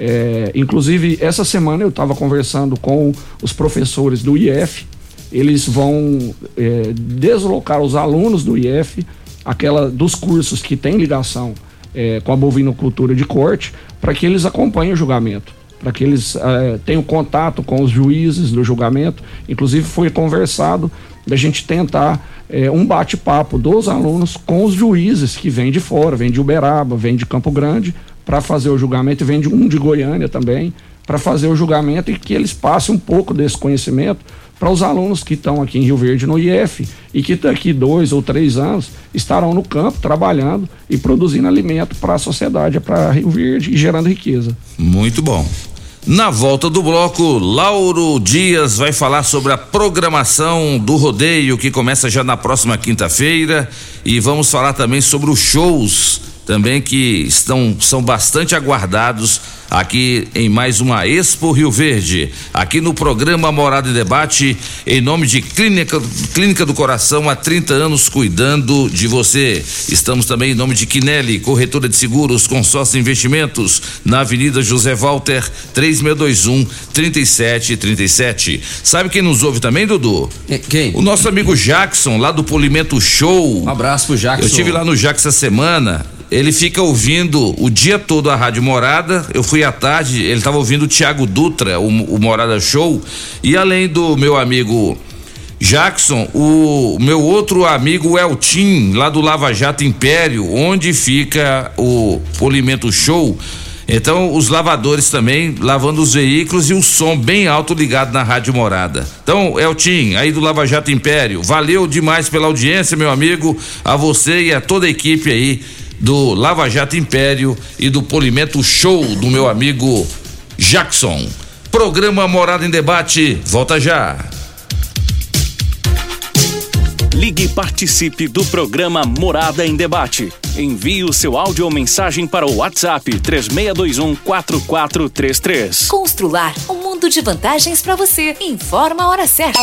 É, inclusive, essa semana eu estava conversando com os professores do I F, eles vão é, deslocar os alunos do I F, aquela, dos cursos que têm ligação é, com a bovinocultura de corte, para que eles acompanhem o julgamento, para que eles é, tenham contato com os juízes do julgamento. Inclusive foi conversado da gente tentar é, um bate-papo dos alunos com os juízes que vêm de fora, vêm de Uberaba, vêm de Campo Grande, para fazer o julgamento, e vem de um de Goiânia também, para fazer o julgamento, e que eles passem um pouco desse conhecimento para os alunos que estão aqui em Rio Verde no I F e que daqui dois ou três anos estarão no campo trabalhando e produzindo alimento para a sociedade, para Rio Verde, e gerando riqueza. Muito bom. Na volta do bloco, Lauro Dias vai falar sobre a programação do rodeio, que começa já na próxima quinta-feira, e vamos falar também sobre os shows também que estão, são bastante aguardados aqui em mais uma Expo Rio Verde, aqui no programa Morada em Debate, em nome de Clínica, Clínica do Coração, há trinta anos cuidando de você. Estamos também em nome de Quinelli, Corretora de Seguros, Consórcio de Investimentos, na Avenida José Walter, três seis dois um, três sete três sete. Sabe quem nos ouve também, Dudu? Quem? O nosso amigo Jackson, lá do Polimento Show. Um abraço pro Jackson. Eu estive lá no Jackson essa semana. Ele fica ouvindo o dia todo a Rádio Morada. Eu fui à tarde, ele estava ouvindo o Thiago Dutra, o, o Morada Show. E além do meu amigo Jackson, o meu outro amigo Eltim, lá do Lava Jato Império, onde fica o Polimento Show. Então, os lavadores também lavando os veículos, e o som bem alto ligado na Rádio Morada. Então, Eltim, aí do Lava Jato Império, valeu demais pela audiência, meu amigo, a você e a toda a equipe aí do Lava Jato Império e do Polimento Show do meu amigo Jackson. Programa Morada em Debate, volta já. Ligue e participe do programa Morada em Debate. Envie o seu áudio ou mensagem para o WhatsApp três seis dois um, quatro quatro três três. Constrular um mundo de vantagens para você. Informa a hora certa.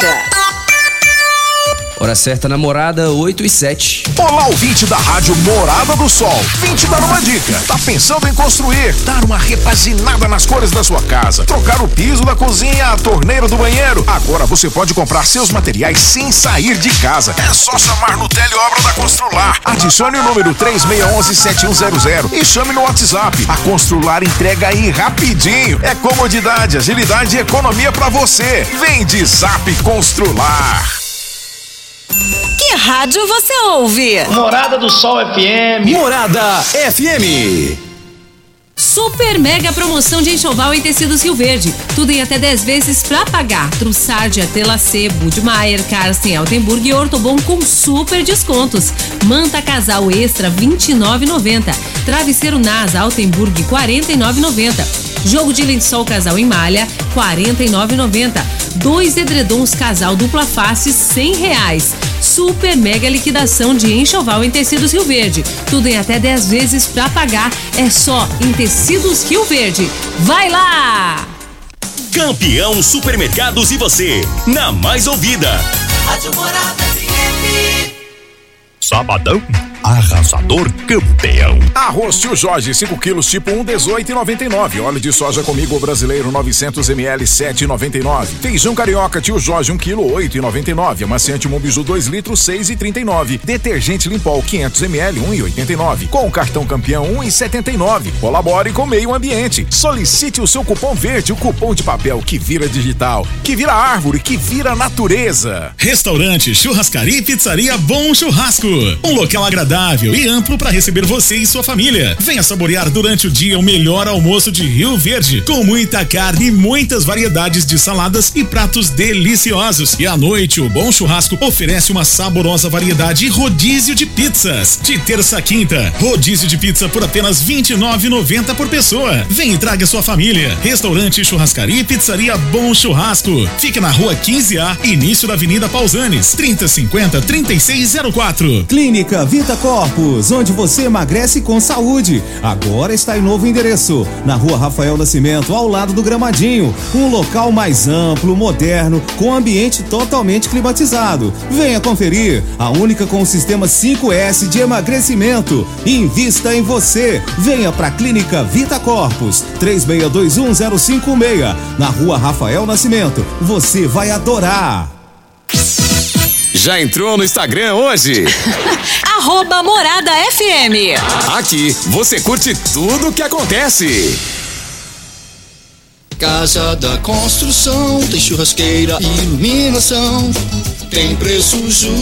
Hora certa na Morada, oito e sete. Olá, ouvinte da Rádio Morada do Sol. Vim te dar uma dica. Tá pensando em construir, dar uma repaginada nas cores da sua casa, trocar o piso da cozinha, a torneira do banheiro? Agora você pode comprar seus materiais sem sair de casa. É só chamar no Teleobra da Constrular. Adicione o número três seis um um, sete um zero zero e chame no WhatsApp. A Constrular entrega aí rapidinho. É comodidade, agilidade e economia pra você. Vem de Zap Constrular. Que rádio você ouve? Morada do Sol F M. Morada F M. Super mega promoção de enxoval em tecidos Rio Verde. Tudo em até dez vezes pra pagar. Trussardi, Telacê, Budmeier, Carsten, Altenburg e Ortobon com super descontos. Manta casal extra vinte e nove reais e noventa centavos. Travesseiro Nasa Altenburg quarenta e nove reais e noventa centavos. Jogo de lençol casal em malha quarenta e nove reais e noventa centavos. Dois edredons casal dupla face cem reais. Super mega liquidação de enxoval em tecidos Rio Verde. Tudo em até dez vezes pra pagar. É só em Tecidos Rio Verde. Vai lá! Campeão Supermercados e você, na mais ouvida. Rádio Morada F M. Sabadão arrasador campeão. Arroz Tio Jorge, cinco quilos, tipo um, dezoito reais e noventa e nove. Óleo de soja comigo brasileiro, novecentos mililitros, sete reais e noventa e nove. Feijão carioca Tio Jorge, um quilo, oito reais e noventa e nove. Amaciante Mombiju, dois litros, seis reais e trinta e nove. Detergente Limpol, quinhentos mililitros, um real e oitenta e nove. Com o cartão campeão, um real e setenta e nove. Colabore com o meio ambiente. Solicite o seu cupom verde, o cupom de papel que vira digital, que vira árvore, que vira natureza. Restaurante, churrascaria e pizzaria Bom Churrasco. Um local agradável agradável e amplo para receber você e sua família. Venha saborear durante o dia o melhor almoço de Rio Verde, com muita carne e muitas variedades de saladas e pratos deliciosos. E à noite, o Bom Churrasco oferece uma saborosa variedade e rodízio de pizzas. De terça a quinta, rodízio de pizza por apenas vinte e nove reais e noventa centavos por pessoa. Vem e traga sua família. Restaurante, churrascaria e pizzaria Bom Churrasco. Fica na rua quinze A, início da Avenida Pausanes, trinta cinquenta, trinta e seis zero quatro. Clínica Vita Corpus, onde você emagrece com saúde. Agora está em novo endereço, na rua Rafael Nascimento, ao lado do Gramadinho. Um local mais amplo, moderno, com ambiente totalmente climatizado. Venha conferir, a única com o sistema cinco S de emagrecimento. Invista em você. Venha pra Clínica Vita Corpus, três seis dois um zero cinco seis, na rua Rafael Nascimento. Você vai adorar. Já entrou no Instagram hoje? Arroba Morada F M. Aqui você curte tudo o que acontece. Casa da Construção, tem churrasqueira, iluminação, tem preço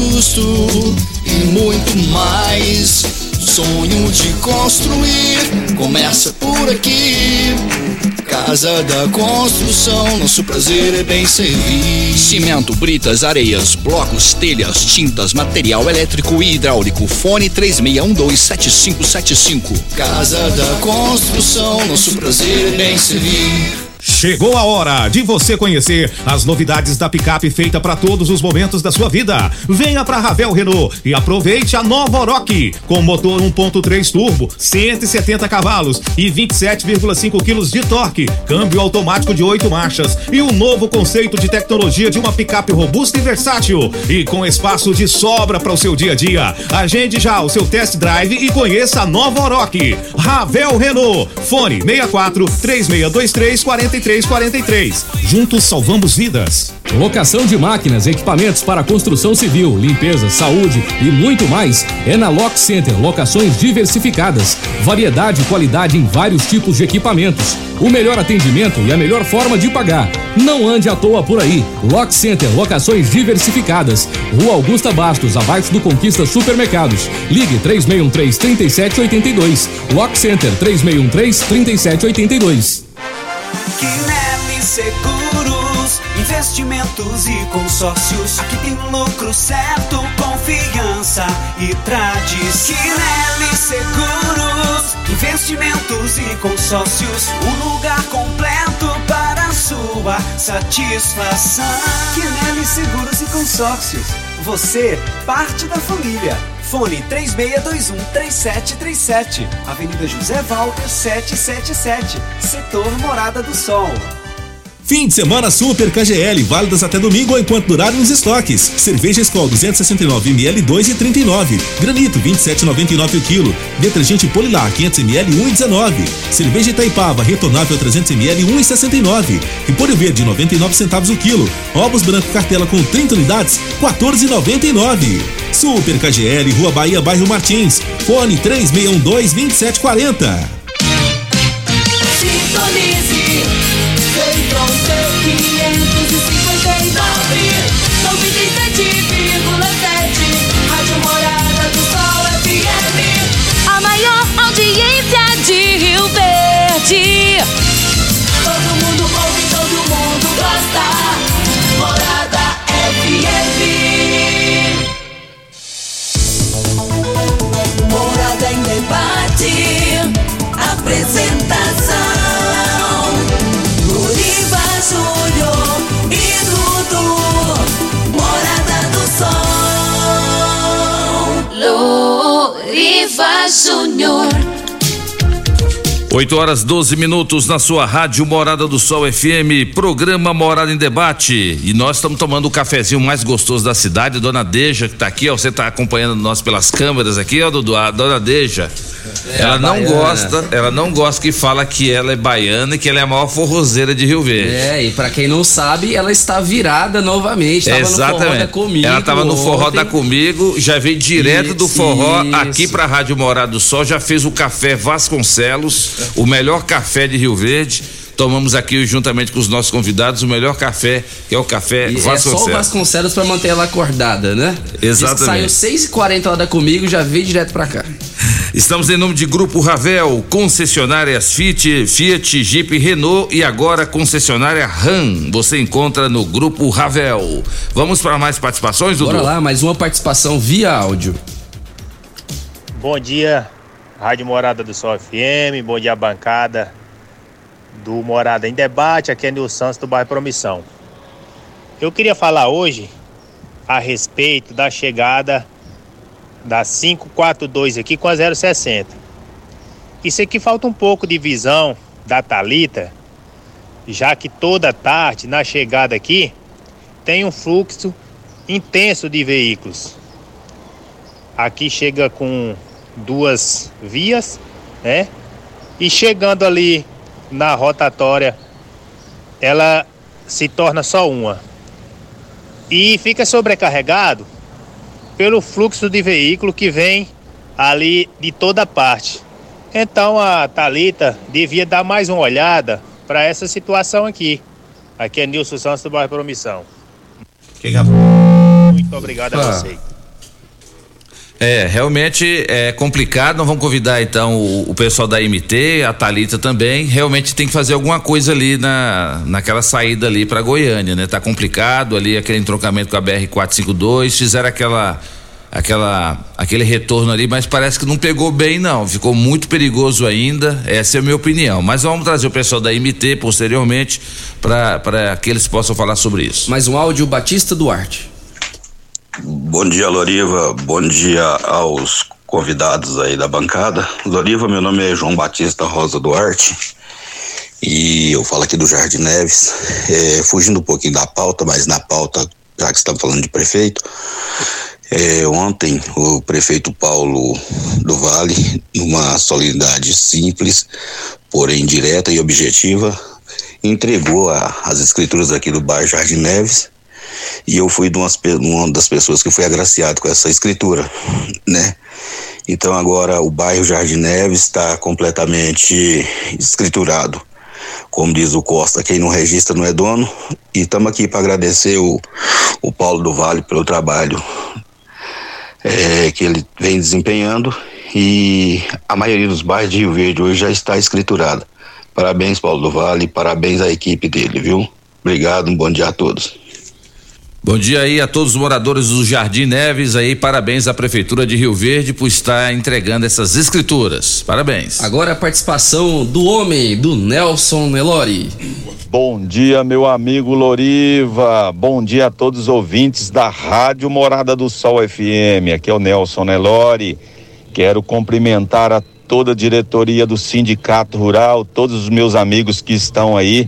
justo e muito mais. Sonho de construir começa por aqui. Casa da Construção, nosso prazer é bem servir. Cimento, britas, areias, blocos, telhas, tintas, material elétrico e hidráulico. Fone três seis um dois sete cinco sete cinco. Casa da Construção, nosso prazer é bem servir. Chegou a hora de você conhecer as novidades da picape feita para todos os momentos da sua vida. Venha para Ravel Renault e aproveite a nova Oroch com motor um ponto três turbo, cento e setenta cavalos e vinte e sete vírgula cinco quilos de torque, câmbio automático de oito marchas e um novo conceito de tecnologia de uma picape robusta e versátil e com espaço de sobra para o seu dia a dia. Agende já o seu test drive e conheça a nova Oroch. Ravel Renault. Fone seis quatro três seis dois três quatro três quatro três. Juntos salvamos vidas. Locação de máquinas, equipamentos para construção civil, limpeza, saúde e muito mais é na Lock Center. Locações diversificadas, variedade e qualidade em vários tipos de equipamentos, o melhor atendimento e a melhor forma de pagar. Não ande à toa por aí. Lock Center, locações diversificadas. Rua Augusta Bastos, abaixo do Conquista Supermercados. Ligue três seis um três, três sete oito dois. Lock Center três seis um três, três sete oito dois. Quinelli Seguros, investimentos e consórcios. Aqui tem lucro certo, confiança e tradição. Quinelli Seguros, investimentos e consórcios. Um lugar completo para a sua satisfação. Quinelli Seguros e Consórcios. Você, parte da família. Fone três seis dois um três sete três sete, Avenida José Walter setecentos e setenta e sete, Setor Morada do Sol. Fim de semana Super K G L, válidas até domingo enquanto durarem os estoques. Cerveja Skol duzentos e sessenta e nove mililitros, dois reais e trinta e nove. Granito vinte e sete reais e noventa e nove o quilo. Detergente Polilar quinhentos mililitros, um real e dezenove. Cerveja Itaipava retornável trezentos mililitros, um real e sessenta e nove. Repolho verde noventa e nove centavos o quilo. Ovos branco cartela com trinta unidades, quatorze reais e noventa e nove. Super K G L, Rua Bahia, bairro Martins. Fone três seis um dois, dois sete quatro zero. Sintonize. quinhentos e cinquenta e nove, noventa e sete vírgula sete, Rádio Morada do Sol F M. A maior audiência de Rio Verde. Todo mundo ouve, todo mundo gosta. Morada F M. Morada em debate. Apresentação Júnior e Dudu, Morada do Sol. Loriva Júnior. oito horas doze minutos na sua rádio Morada do Sol F M, programa Morada em Debate. E nós estamos tomando o cafezinho mais gostoso da cidade, Dona Deja, que está aqui, ó. Você está acompanhando nós pelas câmeras aqui, ó, Dudu. A Dona Deja. É ela não baiana. gosta, ela não gosta que fala que ela é baiana e que ela é a maior forrozeira de Rio Verde. É, e pra quem não sabe, ela está virada novamente. Tava Exatamente. no Forró da Comigo. Ela tava no ontem. Forró da Comigo, já veio direto do Isso, forró isso. aqui pra Rádio Morada do Sol, já fez o café Vasconcelos, o melhor café de Rio Verde. tomamos aqui, juntamente com os nossos convidados, o melhor café, que é o café e Vasconcelos. É só o Vasconcelos pra manter ela acordada, né? Exatamente. Saiu seis e quarenta hora comigo, já veio direto pra cá. Estamos em nome de Grupo Ravel, concessionárias Fiat, Fiat, Jeep, Renault e agora concessionária Ram. Você encontra no Grupo Ravel. Vamos para mais participações, Dudu? Bora lá, mais uma participação via áudio. Bom dia, Rádio Morada do Sol F M, bom dia, bancada do Morada em Debate, aqui é Nilson Santos do bairro Promissão. Eu queria falar hoje a respeito da chegada da cinco quatro dois aqui com a zero sessenta. Isso aqui falta um pouco de visão da Thalita, já que toda tarde na chegada aqui tem um fluxo intenso de veículos. Aqui chega com duas vias, né? E chegando ali na rotatória, ela se torna só uma. E fica sobrecarregado pelo fluxo de veículo que vem ali de toda parte. Então a Thalita devia dar mais uma olhada para essa situação aqui. Aqui é Nilson Santos do bairro Promissão. Muito obrigado a vocês. É, realmente é complicado. Nós vamos convidar então o, o pessoal da M T, a Thalita também. Realmente tem que fazer alguma coisa ali na, naquela saída ali para Goiânia, né? Tá complicado ali aquele entroncamento com a B R quatrocentos e cinquenta e dois. Fizeram aquela, aquela, aquele retorno ali, mas parece que não pegou bem, não. Ficou muito perigoso ainda. Essa é a minha opinião. Mas vamos trazer o pessoal da M T posteriormente para que eles possam falar sobre isso. Mais um áudio, Batista Duarte. Bom dia, Loriva, bom dia aos convidados aí da bancada. Loriva, meu nome é João Batista Rosa Duarte e eu falo aqui do Jardim Neves, é, fugindo um pouquinho da pauta, mas na pauta, já que estamos falando de prefeito, é, ontem o prefeito Paulo do Vale, numa solenidade simples, porém direta e objetiva, entregou a, as escrituras aqui do bairro Jardim Neves. E eu fui de umas, uma das pessoas que foi agraciado com essa escritura, né? Então agora o bairro Jardim Neves está completamente escriturado. Como diz o Costa, quem não registra não é dono. E estamos aqui para agradecer o, o Paulo do Vale pelo trabalho é, que ele vem desempenhando. E a maioria dos bairros de Rio Verde hoje já está escriturada. Parabéns, Paulo do Vale, parabéns à equipe dele, viu? Obrigado, um bom dia a todos. Bom dia aí a todos os moradores do Jardim Neves aí, parabéns à Prefeitura de Rio Verde por estar entregando essas escrituras, parabéns. Agora a participação do homem, do Nelson Nelori. Bom dia, meu amigo Loriva, bom dia a todos os ouvintes da Rádio Morada do Sol F M, aqui é o Nelson Nelori, quero cumprimentar a toda a diretoria do Sindicato Rural, todos os meus amigos que estão aí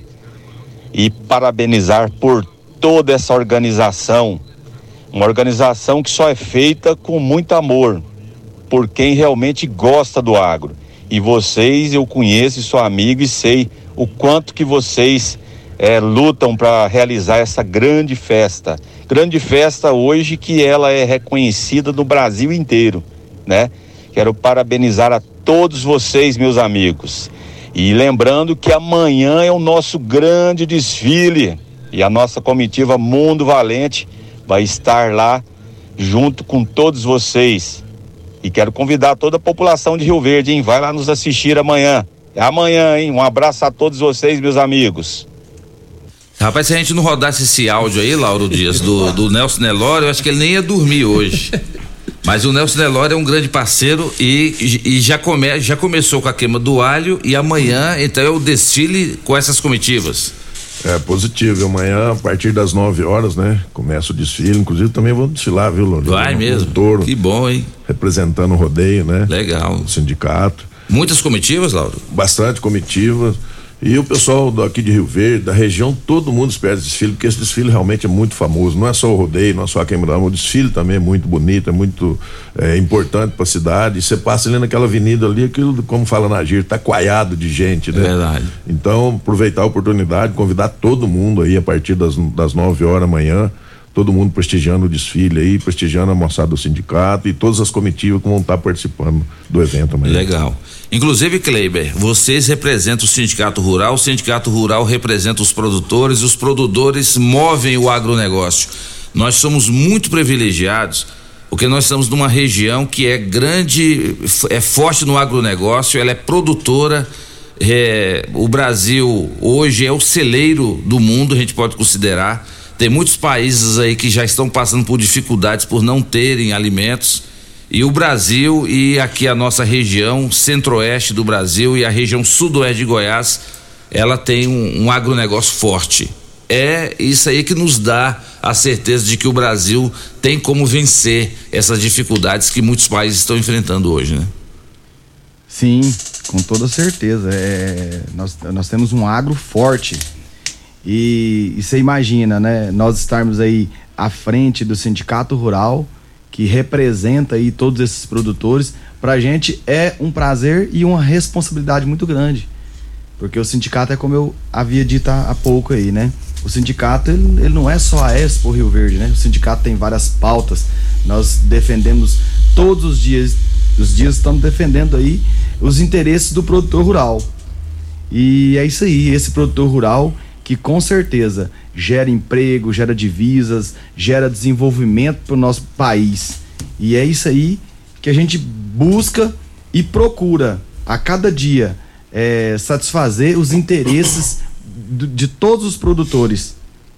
e parabenizar por toda essa organização, uma organização que só é feita com muito amor, por quem realmente gosta do agro. E vocês, eu conheço, sou amigo e sei o quanto que vocês é, lutam para realizar essa grande festa. Grande festa hoje que ela é reconhecida no Brasil inteiro, né? Quero parabenizar a todos vocês, meus amigos. E lembrando que amanhã é o nosso grande desfile. E a nossa comitiva Mundo Valente vai estar lá junto com todos vocês. E quero convidar toda a população de Rio Verde, hein? Vai lá nos assistir amanhã. É amanhã, hein? Um abraço a todos vocês, meus amigos. Rapaz, se a gente não rodasse esse áudio aí, Lauro Dias, do, do Nelson Nelore, eu acho que ele nem ia dormir hoje. Mas o Nelson Nelore é um grande parceiro e, e já, come, já começou com a queima do alho e amanhã, então, é o desfile com essas comitivas. É positivo, amanhã a partir das nove horas, né? Começa o desfile, inclusive também vou desfilar, viu, Loriva? Vai mesmo, touro, que bom, hein? Representando o rodeio, né? Legal. O sindicato. Muitas comitivas, Lauro? Bastante comitivas. E o pessoal daqui de Rio Verde, da região, todo mundo espera esse desfile, porque esse desfile realmente é muito famoso. Não é só o rodeio, não é só a queima da, o desfile também é muito bonito, é muito é, importante para a cidade. E você passa ali naquela avenida ali, aquilo, como fala na gíria, tá coalhado de gente, né? É verdade. Então, aproveitar a oportunidade, convidar todo mundo aí a partir das, das nove horas da manhã. todo mundo prestigiando o desfile aí, prestigiando a moçada do sindicato e todas as comitivas que vão estar participando do evento amanhã. Legal. Inclusive, Kleiber, vocês representam o sindicato rural, o sindicato rural representa os produtores, os produtores movem o agronegócio. Nós somos muito privilegiados, porque nós estamos numa região que é grande, é forte no agronegócio, ela é produtora. É, o Brasil hoje é o celeiro do mundo, a gente pode considerar. Tem muitos países aí que já estão passando por dificuldades por não terem alimentos, e o Brasil e aqui a nossa região centro-oeste do Brasil e a região sudoeste de Goiás, ela tem um, um agronegócio forte. É isso aí que nos dá a certeza de que o Brasil tem como vencer essas dificuldades que muitos países estão enfrentando hoje, né? Sim, com toda certeza. É, nós, nós temos um agro forte. E, e você imagina, né? Nós estarmos aí à frente do Sindicato Rural, que representa aí todos esses produtores. Pra gente é um prazer e uma responsabilidade muito grande. Porque o sindicato é como eu havia dito há, há pouco aí, né? O sindicato, ele, ele não é só a Expo Rio Verde, né? O sindicato tem várias pautas. Nós defendemos todos os dias, os dias estamos defendendo aí os interesses do produtor rural. E é isso aí, esse produtor rural que com certeza gera emprego, gera divisas, gera desenvolvimento para o nosso país. E é isso aí que a gente busca e procura a cada dia é, satisfazer os interesses de, de todos os produtores.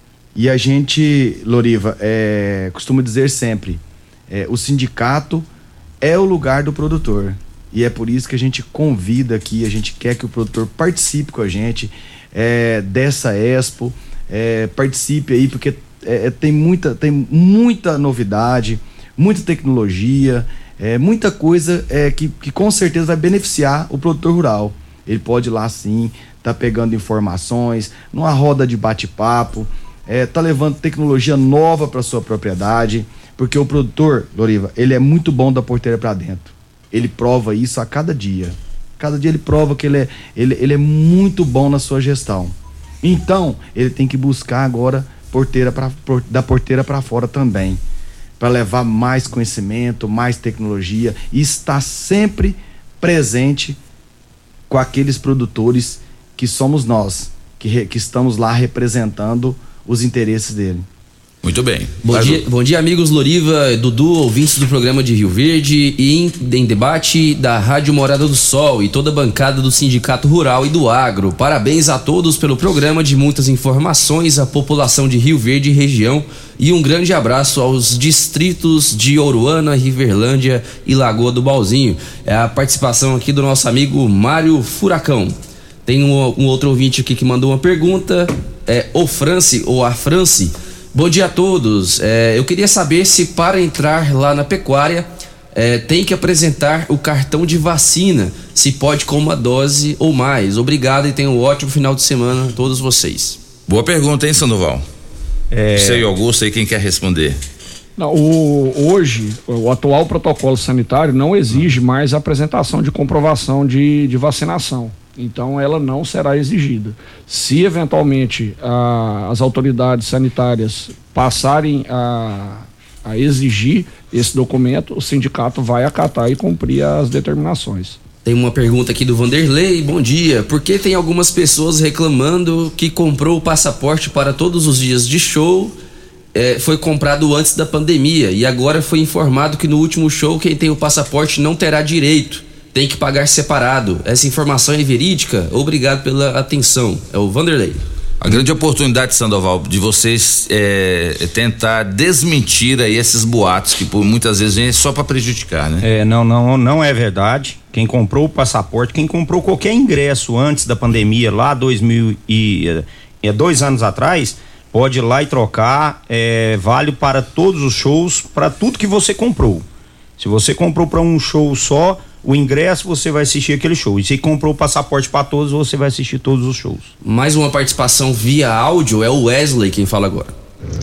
E a gente, Loriva, é, costuma dizer sempre, é, o sindicato é o lugar do produtor. E é por isso que a gente convida aqui, a gente quer que o produtor participe com a gente é, dessa Expo, é, participe aí, porque é, tem, muita, tem muita novidade, muita tecnologia, é, muita coisa é, que, que com certeza vai beneficiar o produtor rural. Ele pode ir lá sim, tá pegando informações, numa roda de bate-papo, é, tá levando tecnologia nova para sua propriedade, porque o produtor, Loriva, ele é muito bom da porteira para dentro. Ele prova isso a cada dia. Cada dia ele prova que ele é, ele, ele é muito bom na sua gestão. Então, ele tem que buscar agora porteira pra, por, da porteira para fora também, para levar mais conhecimento, mais tecnologia e estar sempre presente com aqueles produtores que somos nós, que, re, que estamos lá representando os interesses dele. Muito bem. Bom dia, bom dia, amigos Loriva, Dudu, ouvintes do programa de Rio Verde e em, em debate da Rádio Morada do Sol e toda a bancada do Sindicato Rural e do Agro. Parabéns a todos pelo programa de muitas informações à população de Rio Verde e região e um grande abraço aos distritos de Ouruana, Riverlândia e Lagoa do Balzinho. É a participação aqui do nosso amigo Mário Furacão. Tem um, um outro ouvinte aqui que mandou uma pergunta, é o France ou a France. Bom dia a todos, é, eu queria saber se para entrar lá na pecuária é, tem que apresentar o cartão de vacina, se pode com uma dose ou mais. Obrigado e tenham um ótimo final de semana a todos vocês. Boa pergunta, hein, Sandoval? É... Você e Augusto aí, quem quer responder? Não, o, hoje, o atual protocolo sanitário não exige mais a apresentação de comprovação de, de vacinação. Então ela não será exigida. Se eventualmente a, as autoridades sanitárias passarem a, a exigir esse documento, o sindicato vai acatar e cumprir as determinações. Tem uma pergunta aqui do Vanderlei, bom dia. Por que tem algumas pessoas reclamando que comprou o passaporte para todos os dias de show, é, foi comprado antes da pandemia e agora foi informado que no último show quem tem o passaporte não terá direito? Tem que pagar separado. Essa informação é verídica? Obrigado pela atenção. É o Vanderlei. A grande oportunidade, Sandoval, de vocês é, é tentar desmentir aí esses boatos que por muitas vezes vêm só para prejudicar, né? É, não, não, não é verdade. Quem comprou o passaporte, quem comprou qualquer ingresso antes da pandemia, lá dois mil e é, dois anos atrás, pode ir lá e trocar. É, vale para todos os shows, para tudo que você comprou. Se você comprou para um show só, o ingresso você vai assistir aquele show. E se comprou o passaporte para todos, você vai assistir todos os shows. Mais uma participação via áudio, é o Wesley quem fala agora.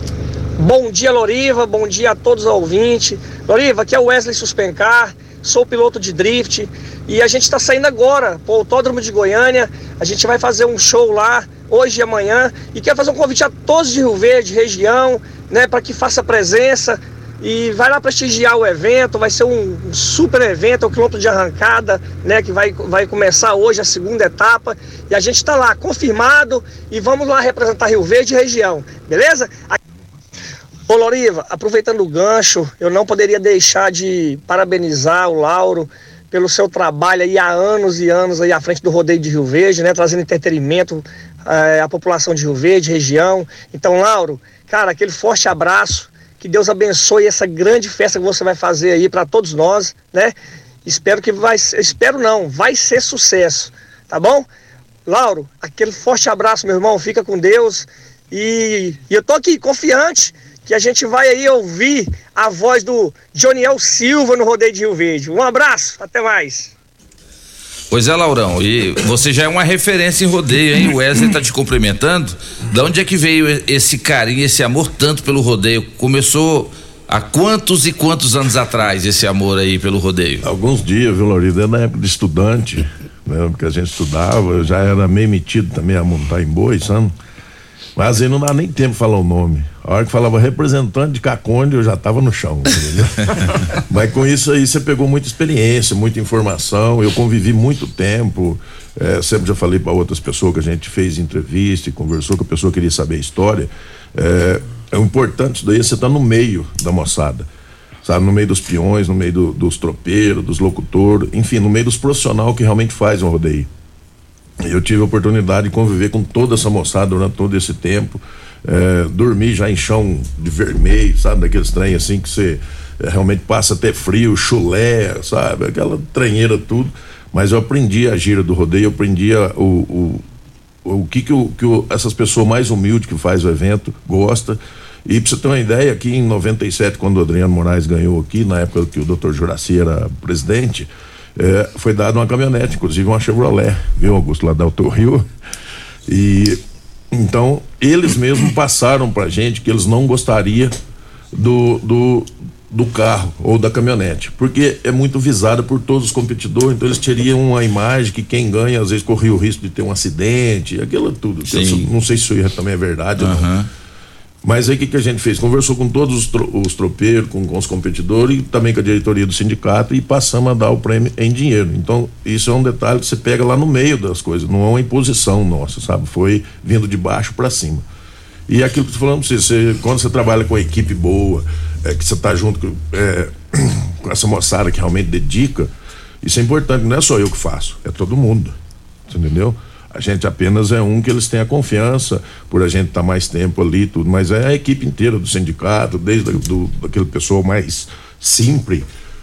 Bom dia, Loriva, bom dia a todos os ouvintes. Loriva, aqui é o Wesley Suspencar, sou piloto de drift e a gente está saindo agora para o Autódromo de Goiânia. A gente vai fazer um show lá hoje e amanhã e quero fazer um convite a todos de Rio Verde, região, né, para que faça presença e vai lá prestigiar o evento. Vai ser um, um super evento, é o quilômetro de arrancada, né, que vai, vai começar hoje a segunda etapa, e a gente está lá confirmado e vamos lá representar Rio Verde e região, beleza? Ô Loriva, aproveitando o gancho, eu não poderia deixar de parabenizar o Lauro pelo seu trabalho aí há anos e anos aí à frente do rodeio de Rio Verde, né, trazendo entretenimento é, à população de Rio Verde, região. Então, Lauro, cara, aquele forte abraço, que Deus abençoe essa grande festa que você vai fazer aí para todos nós, né? Espero que vai, espero não, vai ser sucesso, tá bom? Lauro, aquele forte abraço, meu irmão, fica com Deus e, e eu tô aqui confiante que a gente vai aí ouvir a voz do Joniel Silva no rodeio de Rio Verde. Um abraço, até mais. Pois é, Laurão, e você já é uma referência em rodeio, hein? O Wesley tá te cumprimentando. De onde é que veio esse carinho, esse amor tanto pelo rodeio? Começou há quantos e quantos anos atrás esse amor aí pelo rodeio? Alguns dias, viu, Lorida? Na época de estudante, né? Porque a gente estudava, eu já era meio metido também a montar em boi, sabe? Mas aí não dá nem tempo de falar o nome. A hora que falava representante de Caconde, eu já tava no chão, entendeu? Mas com isso aí você pegou muita experiência, muita informação. Eu convivi muito tempo, é, sempre já falei para outras pessoas que a gente fez entrevista e conversou, que a pessoa queria saber a história. É, é importante isso daí, você tá no meio da moçada, sabe? No meio dos peões, no meio do, dos tropeiros, dos locutores, enfim, no meio dos profissionais que realmente fazem o rodeio. Eu tive a oportunidade de conviver com toda essa moçada durante todo esse tempo, é, dormi já em chão de vermelho, sabe, daqueles trem assim que você é, realmente passa até frio, chulé, sabe, aquela trenheira tudo, mas eu aprendi a gira do rodeio, eu aprendi a, o, o, o que que, o, que o, essas pessoas mais humildes que faz o evento gosta. E pra você ter uma ideia, aqui em noventa e sete, quando o Adriano Moraes ganhou aqui, na época que o doutor Juraci era presidente, É, foi dado uma caminhonete, inclusive uma Chevrolet, viu, Augusto, lá da Auto Rio. E então eles mesmos passaram pra gente que eles não gostariam do, do, do carro ou da caminhonete, porque é muito visada por todos os competidores, então eles teriam uma imagem que quem ganha às vezes corria o risco de ter um acidente, aquilo tudo. Eu não sei se isso também é verdade ou Uhum. não. Mas aí o que, que a gente fez? Conversou com todos os, tro os tropeiros, com, com os competidores e também com a diretoria do sindicato e passamos a dar o prêmio em dinheiro. Então, isso é um detalhe que você pega lá no meio das coisas, não é uma imposição nossa, sabe? Foi vindo de baixo para cima. E aquilo que eu tô falando pra você, você, quando você trabalha com uma equipe boa, é, que você tá junto com, é, com essa moçada que realmente dedica, isso é importante, não é só eu que faço, é todo mundo, você entendeu? A gente apenas é um que eles têm a confiança por a gente estar tá mais tempo ali tudo, mas é a equipe inteira do sindicato, desde do, daquele pessoal mais simples.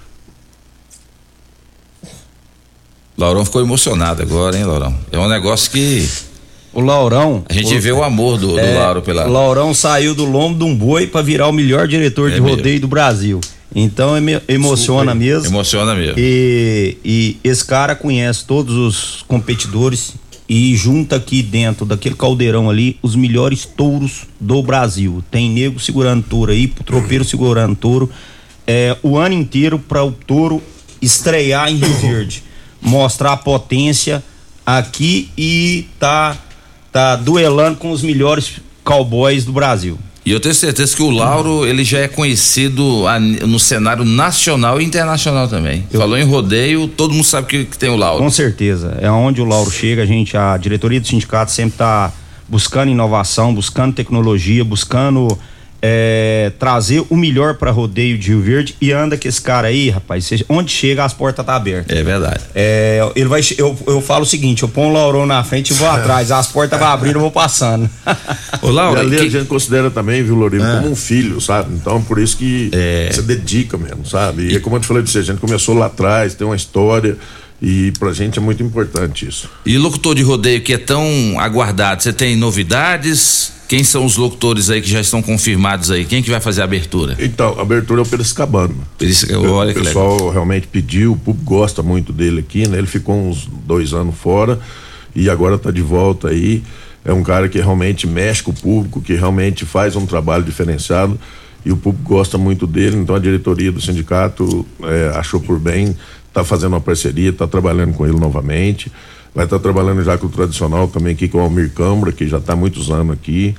Laurão ficou emocionado agora, hein, Laurão? É um negócio que o Laurão, a gente o, vê o amor do, do é, Lauro pela... O Laurão saiu do lombo de um boi para virar o melhor diretor é de rodeio mesmo do Brasil. Então emo emociona Super. mesmo. Emociona mesmo. E, e esse cara conhece todos os competidores e junta aqui dentro daquele caldeirão ali os melhores touros do Brasil. Tem nego segurando touro aí, tropeiro segurando touro, é, o ano inteiro para o touro estrear em Rio Verde, mostrar a potência aqui e tá, tá duelando com os melhores cowboys do Brasil. E eu tenho certeza que o Lauro, ele já é conhecido a, no cenário nacional e internacional também. Eu... Falou em rodeio, todo mundo sabe que, que tem o Lauro. Com certeza, é onde o Lauro chega, a gente, a diretoria do sindicato sempre tá buscando inovação, buscando tecnologia, buscando é, trazer o melhor para rodeio de Rio Verde, e anda que esse cara aí, rapaz, seja, onde chega as portas tá abertas. É verdade. É, ele vai, eu, eu falo o seguinte, eu ponho o Laurão na frente e vou atrás, as portas vão abrindo, eu vou passando. Ô, Laura, ali que... a gente considera também, viu, Loriva, é. como um filho, sabe? Então, por isso que é. você dedica mesmo, sabe? E, e é como eu te falei de você, a gente começou lá atrás, tem uma história, e pra gente é muito importante isso. E locutor de rodeio que é tão aguardado, você tem novidades? Quem são os locutores aí que já estão confirmados aí? Quem que vai fazer a abertura? Então, a abertura é o Piracicabano. Piracicabano, olha que legal. O pessoal realmente pediu, o público gosta muito dele aqui, né? Ele ficou uns dois anos fora e agora tá de volta aí. É um cara que realmente mexe com o público, que realmente faz um trabalho diferenciado e o público gosta muito dele, então a diretoria do sindicato é, achou por bem, tá fazendo uma parceria, tá trabalhando com ele novamente. Vai estar tá trabalhando já com o tradicional também aqui, com o Almir Câmara, que já está há muitos anos aqui.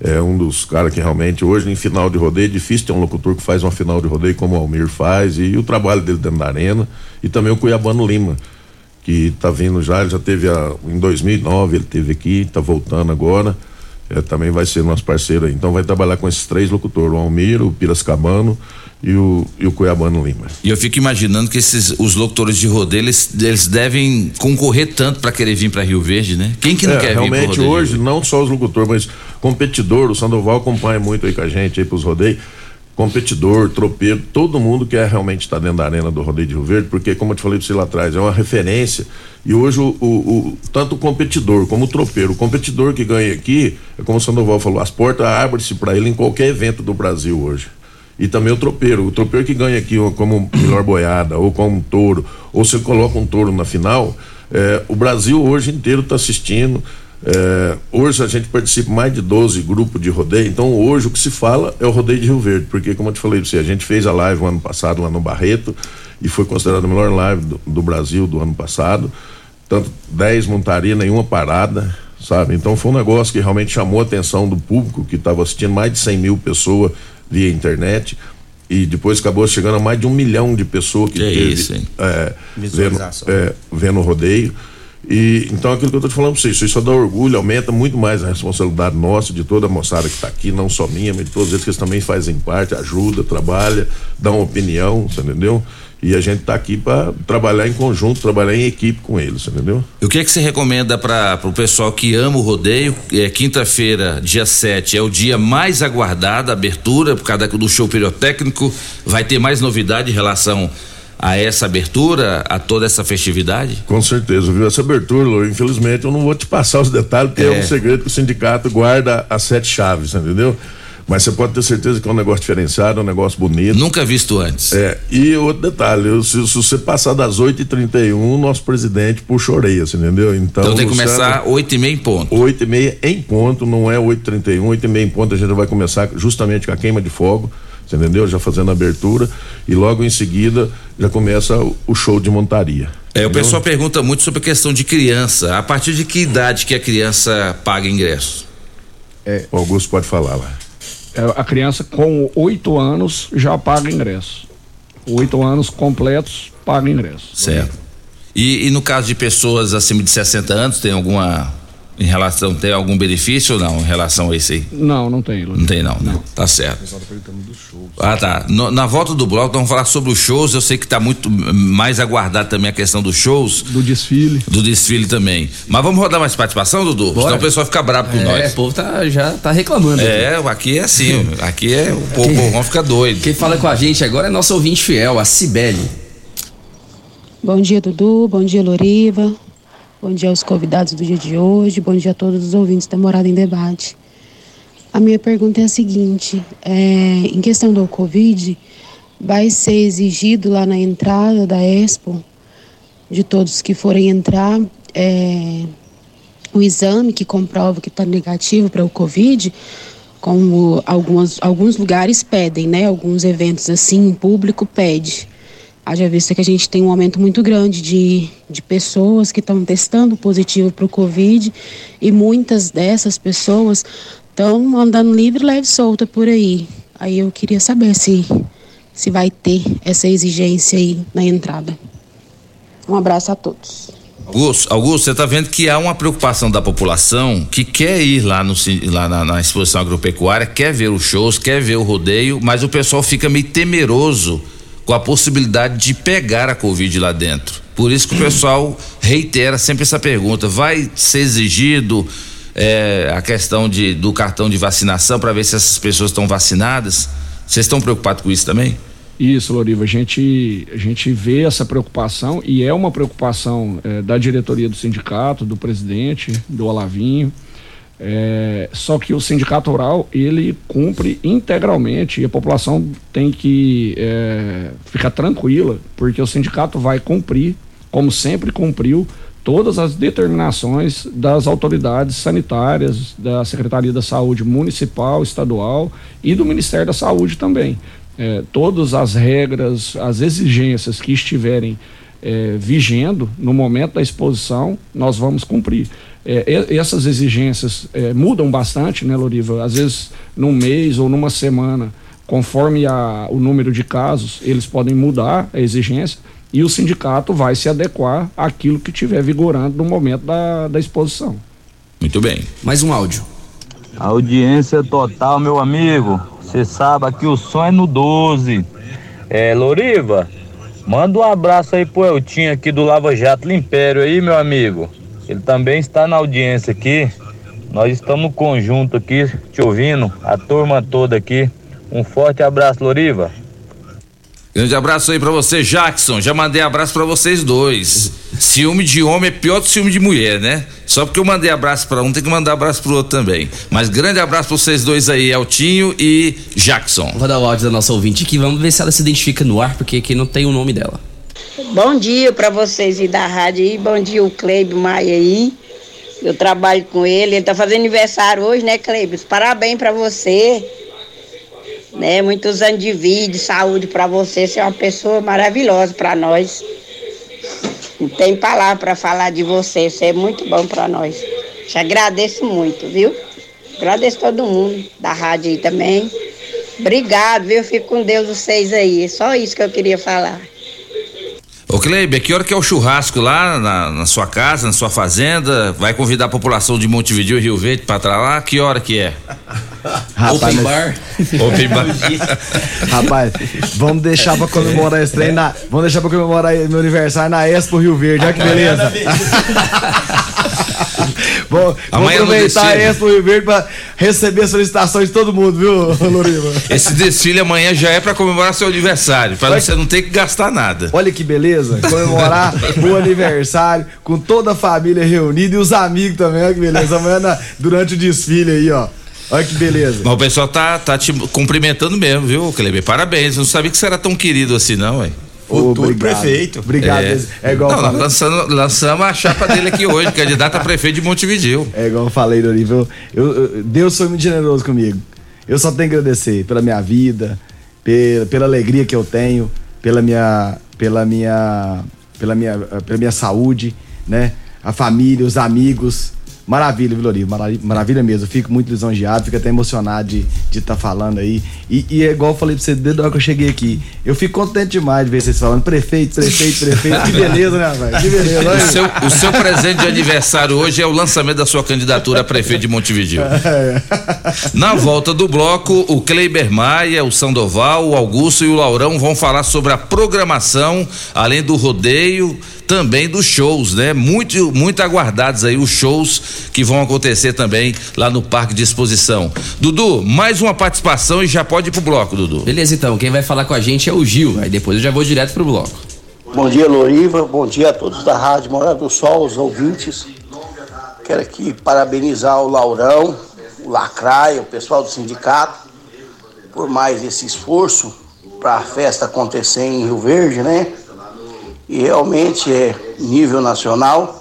é um dos caras que realmente hoje em final de rodeio é difícil ter um locutor que faz uma final de rodeio como o Almir faz, e, e o trabalho dele dentro da arena, e também o Cuiabano Lima, que tá vindo já, ele já teve a, em dois mil e nove ele teve aqui, tá voltando agora, é, também vai ser nosso parceiro aí, então vai trabalhar com esses três locutores, o Almir, o Piracicabano e o, e o Cuiabano Lima. E eu fico imaginando que esses, os locutores de rodeio, eles, eles devem concorrer tanto para querer vir para Rio Verde, né? Quem que não é, quer vir pro realmente rodeio? Hoje, não só os locutores, mas competidor, o Sandoval acompanha muito aí com a gente aí pros rodeios, competidor, tropeiro, todo mundo quer realmente estar dentro da arena do Rodeio de Rio Verde, porque, como eu te falei pra você lá atrás, é uma referência, e hoje o, o, o tanto o competidor como o tropeiro, o competidor que ganha aqui, é como o Sandoval falou, as portas abrem-se para ele em qualquer evento do Brasil hoje. E também o tropeiro, o tropeiro que ganha aqui como melhor boiada, ou como um touro, ou você coloca um touro na final, é, o Brasil hoje inteiro está assistindo. É, hoje a gente participa mais de doze grupos de rodeio, então hoje o que se fala é o Rodeio de Rio Verde, porque, como eu te falei pra você, a gente fez a live o ano passado lá no Barreto e foi considerada a melhor live do, do Brasil do ano passado, tanto dez montarias, nenhuma parada, sabe? Então foi um negócio que realmente chamou a atenção do público, que estava assistindo, mais de cem mil pessoas via internet, e depois acabou chegando a mais de um milhão de pessoas que, que teve, é isso, hein? É, vendo, é, vendo o rodeio. E então aquilo que eu tô te falando pra vocês, isso só dá orgulho, aumenta muito mais a responsabilidade nossa, de toda a moçada que tá aqui, não só minha, mas de todos eles que eles também fazem parte, ajuda, trabalha, dá uma opinião, você entendeu? E a gente tá aqui para trabalhar em conjunto, trabalhar em equipe com eles, entendeu? E o que é que você recomenda para o pessoal que ama o rodeio? É, quinta-feira, dia sete, é o dia mais aguardado, a abertura, por causa do show pirotécnico. Vai ter mais novidade em relação a essa abertura, a toda essa festividade? Com certeza, viu? Essa abertura, infelizmente, eu não vou te passar os detalhes, porque é, é um segredo que o sindicato guarda as sete chaves, entendeu? Mas você pode ter certeza que é um negócio diferenciado, é um negócio bonito. Nunca visto antes. É, e outro detalhe, eu, se, se você passar das oito e trinta e um, o nosso presidente puxa a orelha, entendeu? Então, então tem que Luciano, começar oito e meia em ponto. oito e meia em ponto, não é oito e trinta e um, oito e meia em ponto a gente vai começar justamente com a queima de fogo, você entendeu? Já fazendo a abertura, e logo em seguida já começa o, o show de montaria. É, o pessoal pergunta muito sobre a questão de criança. A partir de que idade que a criança paga ingresso? É, o Augusto pode falar lá. A criança com oito anos já paga ingresso. Oito anos completos paga ingresso. Certo. E, e no caso de pessoas acima de sessenta anos, tem alguma em relação, tem algum benefício ou não em relação a isso aí? Não, não tem. Não tem não, não. Né? Tá certo. O pessoal tá perguntando dos shows. Ah, tá. No, na volta do bloco vamos falar sobre os shows. Eu sei que tá muito mais aguardado também a questão dos shows. Do desfile. Do desfile também. Mas vamos rodar mais participação, Dudu? Bora. Senão o pessoal fica bravo com é, nós. É, o povo tá, já tá reclamando. É, aqui. aqui é assim, aqui é o povo vão ficar doido. Quem fala com a gente agora é nosso ouvinte fiel, a Cibele. Bom dia, Dudu. Bom dia, Loriva. Bom dia aos convidados do dia de hoje, bom dia a todos os ouvintes da Morada em Debate. A minha pergunta é a seguinte, é, em questão do Covid, vai ser exigido lá na entrada da Expo, de todos que forem entrar, é, o exame que comprova que está negativo para o Covid, como algumas, alguns lugares pedem, né? Alguns eventos assim, em público pede. Haja vista que a gente tem um aumento muito grande de, de pessoas que estão testando positivo para o Covid, e muitas dessas pessoas estão andando livre, leve e solta por aí. Aí eu queria saber se, se vai ter essa exigência aí na entrada. Um abraço a todos. Augusto, Augusto, você está vendo que há uma preocupação da população que quer ir lá, no, lá na, na exposição agropecuária, quer ver os shows, quer ver o rodeio, mas o pessoal fica meio temeroso com a possibilidade de pegar a Covid lá dentro. Por isso que o pessoal reitera sempre essa pergunta: vai ser exigido é, a questão de, do cartão de vacinação para ver se essas pessoas estão vacinadas? Vocês estão preocupados com isso também? Isso, Loriva, a gente, a gente vê essa preocupação, e é uma preocupação é, da diretoria do sindicato, do presidente, do Olavinho. É, só que o sindicato rural, ele cumpre integralmente, e a população tem que é, ficar tranquila, porque o sindicato vai cumprir, como sempre cumpriu, todas as determinações das autoridades sanitárias, da Secretaria da Saúde Municipal, Estadual e do Ministério da Saúde também. É, todas as regras, as exigências que estiverem é, vigendo no momento da exposição, nós vamos cumprir. É, essas exigências é, mudam bastante, né, Loriva? Às vezes num mês ou numa semana, conforme a, o número de casos, eles podem mudar a exigência e o sindicato vai se adequar àquilo que estiver vigorando no momento da, da exposição. Muito bem. Mais um áudio. Audiência total, meu amigo. Você sabe, aqui o som é no doze. É, Loriva, manda um abraço aí pro Eltinho aqui do Lava Jato Limpério aí, meu amigo. Ele também está na audiência aqui. Nós estamos no conjunto aqui, te ouvindo, a turma toda aqui. Um forte abraço, Loriva. Grande abraço aí pra você, Jackson. Já mandei abraço pra vocês dois. Ciúme de homem é pior do que ciúme de mulher, né? Só porque eu mandei abraço pra um, tem que mandar abraço pro outro também. Mas grande abraço pra vocês dois aí, Eltinho e Jackson. Vou dar o áudio da nossa ouvinte aqui, vamos ver se ela se identifica no ar, porque aqui não tem o nome dela. Bom dia pra vocês aí da rádio aí, bom dia o Cleibio Maia aí. Eu trabalho com ele, ele tá fazendo aniversário hoje, né, Cleibio? Parabéns pra você. Né, muitos anos de vida, de saúde para você, você é uma pessoa maravilhosa para nós. Não tem palavra para falar de você, você é muito bom para nós. Te agradeço muito, viu? Agradeço todo mundo da rádio aí também. Obrigado, viu? Fico com Deus vocês aí, é só isso que eu queria falar. Ô Cleiber, que hora que é o churrasco lá na, na sua casa, na sua fazenda? Vai convidar a população de Montevidéu e Rio Verde pra estar lá? Que hora que é? Rapaz, Open mas... bar. Open bar. Rapaz, vamos deixar pra comemorar esse trem na... Vamos deixar pra comemorar meu aniversário na Expo Rio Verde, olha que beleza. Vou, vou aproveitar a Expo Rio Verde pra receber solicitações de todo mundo, viu, Loriva? Esse desfile amanhã já é pra comemorar seu aniversário, pra olha, você não ter que gastar nada. Olha que beleza, comemorar o aniversário com toda a família reunida e os amigos também, olha que beleza. Amanhã na, durante o desfile aí, ó. Olha que beleza. Mas o pessoal tá, tá te cumprimentando mesmo, viu, Cleber? Parabéns, eu não sabia que você era tão querido assim, não, ué. Futuro obrigado. Prefeito. Obrigado. É, é igual não, lançando, lançamos a chapa dele aqui hoje, candidato a prefeito de Montevidéu. É igual eu falei, Loriva. Eu, eu, Deus foi muito generoso comigo. Eu só tenho que agradecer pela minha vida, pela, pela alegria que eu tenho, pela minha, pela minha, pela minha, pela minha saúde, né? A família, os amigos. Maravilha, viu, Loriva? Maravilha, maravilha mesmo. Eu fico muito lisonjeado, fico até emocionado de estar tá falando aí. E, e é igual eu falei pra você desde a hora que eu cheguei aqui. Eu fico contente demais de ver vocês falando prefeito, prefeito, prefeito. Que beleza, né, velho? Que beleza. O seu, o seu presente de aniversário hoje é o lançamento da sua candidatura a prefeito de Montevidéu. É. Na volta do bloco, o Cleiber Maia, o Sandoval, o Augusto e o Laurão vão falar sobre a programação, além do rodeio, também dos shows, né? Muito, muito aguardados aí os shows que vão acontecer também lá no Parque de Exposição. Dudu, mais uma participação e já pode ir pro bloco, Dudu. Beleza, então, quem vai falar com a gente é o Gil, aí depois eu já vou direto pro bloco. Bom dia, Loriva, bom dia a todos da Rádio Morada do Sol, os ouvintes. Quero aqui parabenizar o Laurão, o Lacraia, o pessoal do sindicato, por mais esse esforço para a festa acontecer em Rio Verde, né? E realmente é nível nacional.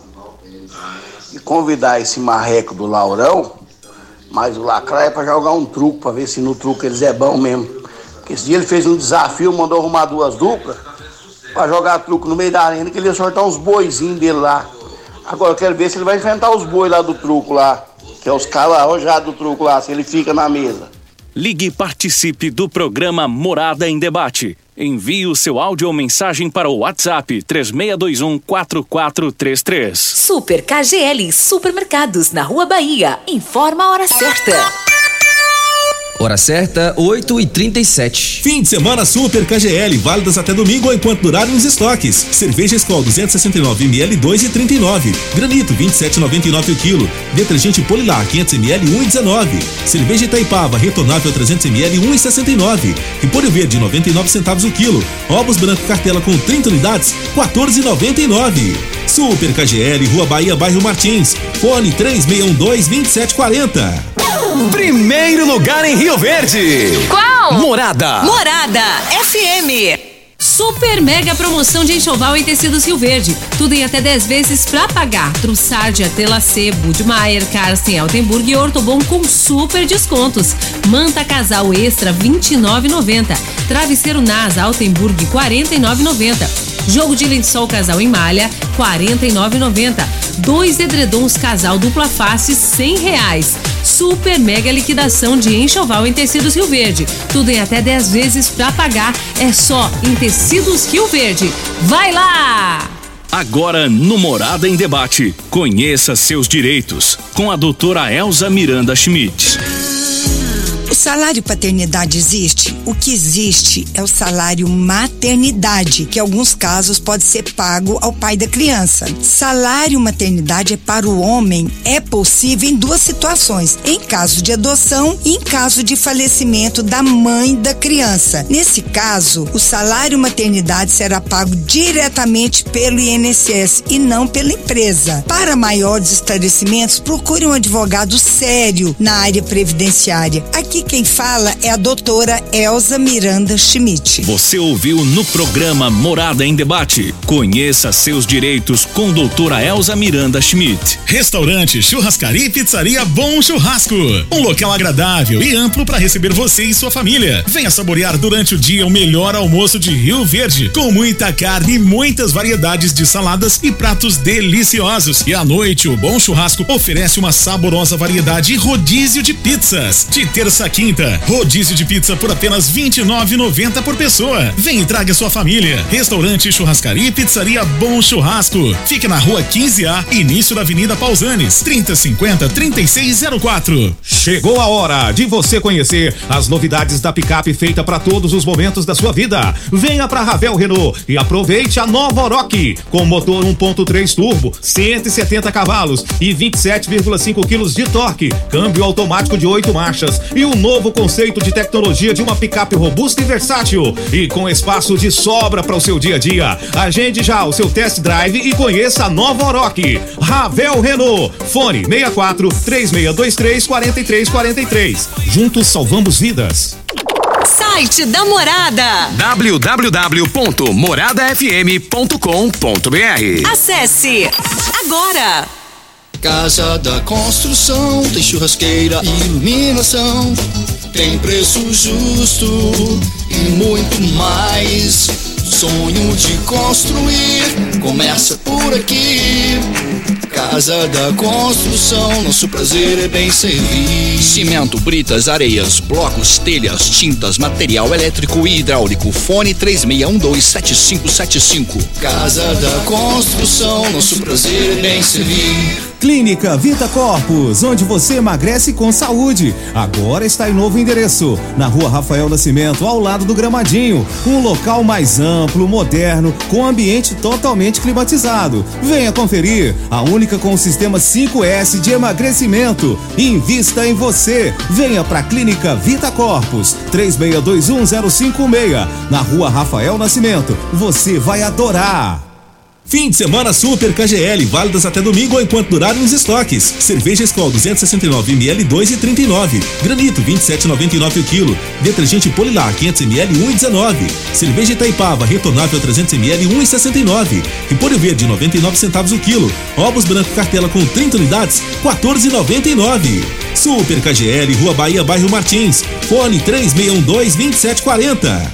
E convidar esse marreco do Laurão, mais o Lacraia, para jogar um truco, para ver se no truco eles é bom mesmo. Porque esse dia ele fez um desafio, mandou arrumar duas duplas para jogar truco no meio da arena, que ele ia sortar uns boizinhos dele lá. Agora eu quero ver se ele vai enfrentar os bois lá do truco lá, que é os caras arrojados do truco lá, se ele fica na mesa. Ligue e participe do programa Morada em Debate. Envie o seu áudio ou mensagem para o WhatsApp três seis dois um quatro quatro três três. Super K G L Supermercados na Rua Bahia. Informa a hora certa. Hora certa, oito e trinta e sete. Fim de semana Super K G L, válidas até domingo enquanto durarem os estoques. Cerveja Skol duzentos e sessenta e nove mililitros, dois e trinta e nove. Granito vinte e sete e noventa e nove o quilo. Detergente Polilar quinhentos mililitros, um e dezenove. Cerveja Itaipava retornável trezentos mililitros, um e sessenta e nove. Repolho verde noventa e nove centavos o quilo. Ovos branco cartela com trinta unidades, quatorze e noventa e nove. Super K G L, Rua Bahia, bairro Martins. Fone três seis um dois, dois sete quatro zero. Primeiro lugar em Rio Verde. Qual? Morada. Morada F M. Super mega promoção de enxoval em tecidos Rio Verde. Tudo em até dez vezes pra pagar. Trussardia, Telacê, Budmeier, Karsten, Altenburg e Ortobon com super descontos. Manta casal extra vinte e nove reais e noventa centavos. Travesseiro Nasa Altenburg quarenta e nove reais e noventa centavos. Jogo de lençol casal em malha quarenta e nove reais e noventa centavos. Dois edredons casal dupla face cem reais. Super mega liquidação de enxoval em Tecidos Rio Verde. Tudo em até dez vezes pra pagar. É só em Tecidos Rio Verde. Vai lá! Agora no Morada em Debate, conheça seus direitos com a doutora Elza Miranda Schmidt. O salário paternidade existe? O que existe é o salário maternidade, que em alguns casos pode ser pago ao pai da criança. Salário maternidade é para o homem, é possível em duas situações, em caso de adoção e em caso de falecimento da mãe da criança. Nesse caso, o salário maternidade será pago diretamente pelo I N S S e não pela empresa. Para maiores esclarecimentos, procure um advogado sério na área previdenciária. Aqui quem fala é a doutora Elza Miranda Schmidt. Você ouviu no programa Morada em Debate. Conheça seus direitos com doutora Elza Miranda Schmidt. Restaurante, churrascaria e pizzaria Bom Churrasco. Um local agradável e amplo para receber você e sua família. Venha saborear durante o dia o melhor almoço de Rio Verde, com muita carne e muitas variedades de saladas e pratos deliciosos. E à noite, o Bom Churrasco oferece uma saborosa variedade e rodízio de pizzas. De terça a quinta, rodízio de pizza por apenas vinte e nove reais e noventa centavos por pessoa. Vem e traga sua família. Restaurante, churrascaria e pizzaria Bom Churrasco. Fica na rua quinze A, início da Avenida Pausanes, trinta cinquenta, trinta e seis zero quatro. Chegou a hora de você conhecer as novidades da picape feita para todos os momentos da sua vida. Venha para Ravel Renault e aproveite a nova Oroch com motor um ponto três turbo, cento e setenta cavalos e vinte e sete vírgula cinco quilos de torque, câmbio automático de oito marchas e um novo conceito de tecnologia de uma picape robusta e versátil e com espaço de sobra para o seu dia a dia. Agende já o seu test drive e conheça a nova Oroch. Ravel Renault. Fone seis quatro, três seis dois três, quatro três quatro três. Juntos salvamos vidas. Site da Morada w w w ponto morada f m ponto com ponto b r. Acesse agora. Casa da Construção tem churrasqueira e iluminação, tem preço justo e muito mais. Sonho de construir começa por aqui. Casa da Construção, nosso prazer é bem servir. Cimento, britas, areias, blocos, telhas, tintas, material elétrico e hidráulico. Fone três seis um dois, sete cinco sete cinco. Casa da Construção, nosso prazer é bem servir. Clínica Vita Corpus, onde você emagrece com saúde. Agora está em novo endereço, na Rua Rafael Nascimento, ao lado do Gramadinho. Um local mais amplo, moderno, com ambiente totalmente climatizado. Venha conferir, a única com o sistema cinco S de emagrecimento. Invista em você. Venha para a Clínica Vita Corpus, três seis dois um zero cinco seis, na Rua Rafael Nascimento. Você vai adorar. Fim de semana Super K G L, válidas até domingo ou enquanto durarem os estoques. Cerveja Skol duzentos e sessenta e nove mililitros, dois e trinta e nove. Granito vinte e sete reais e noventa e nove o quilo. Detergente Polilar quinhentos mililitros, um e dezenove. Cerveja Itaipava retornável trezentos mililitros, um e sessenta e nove. Repolho verde noventa e nove centavos o quilo. Ovos branco cartela com trinta unidades, quatorze e noventa e nove. Super K G L, Rua Bahia, bairro Martins. Fone três seis um dois, dois sete quatro zero.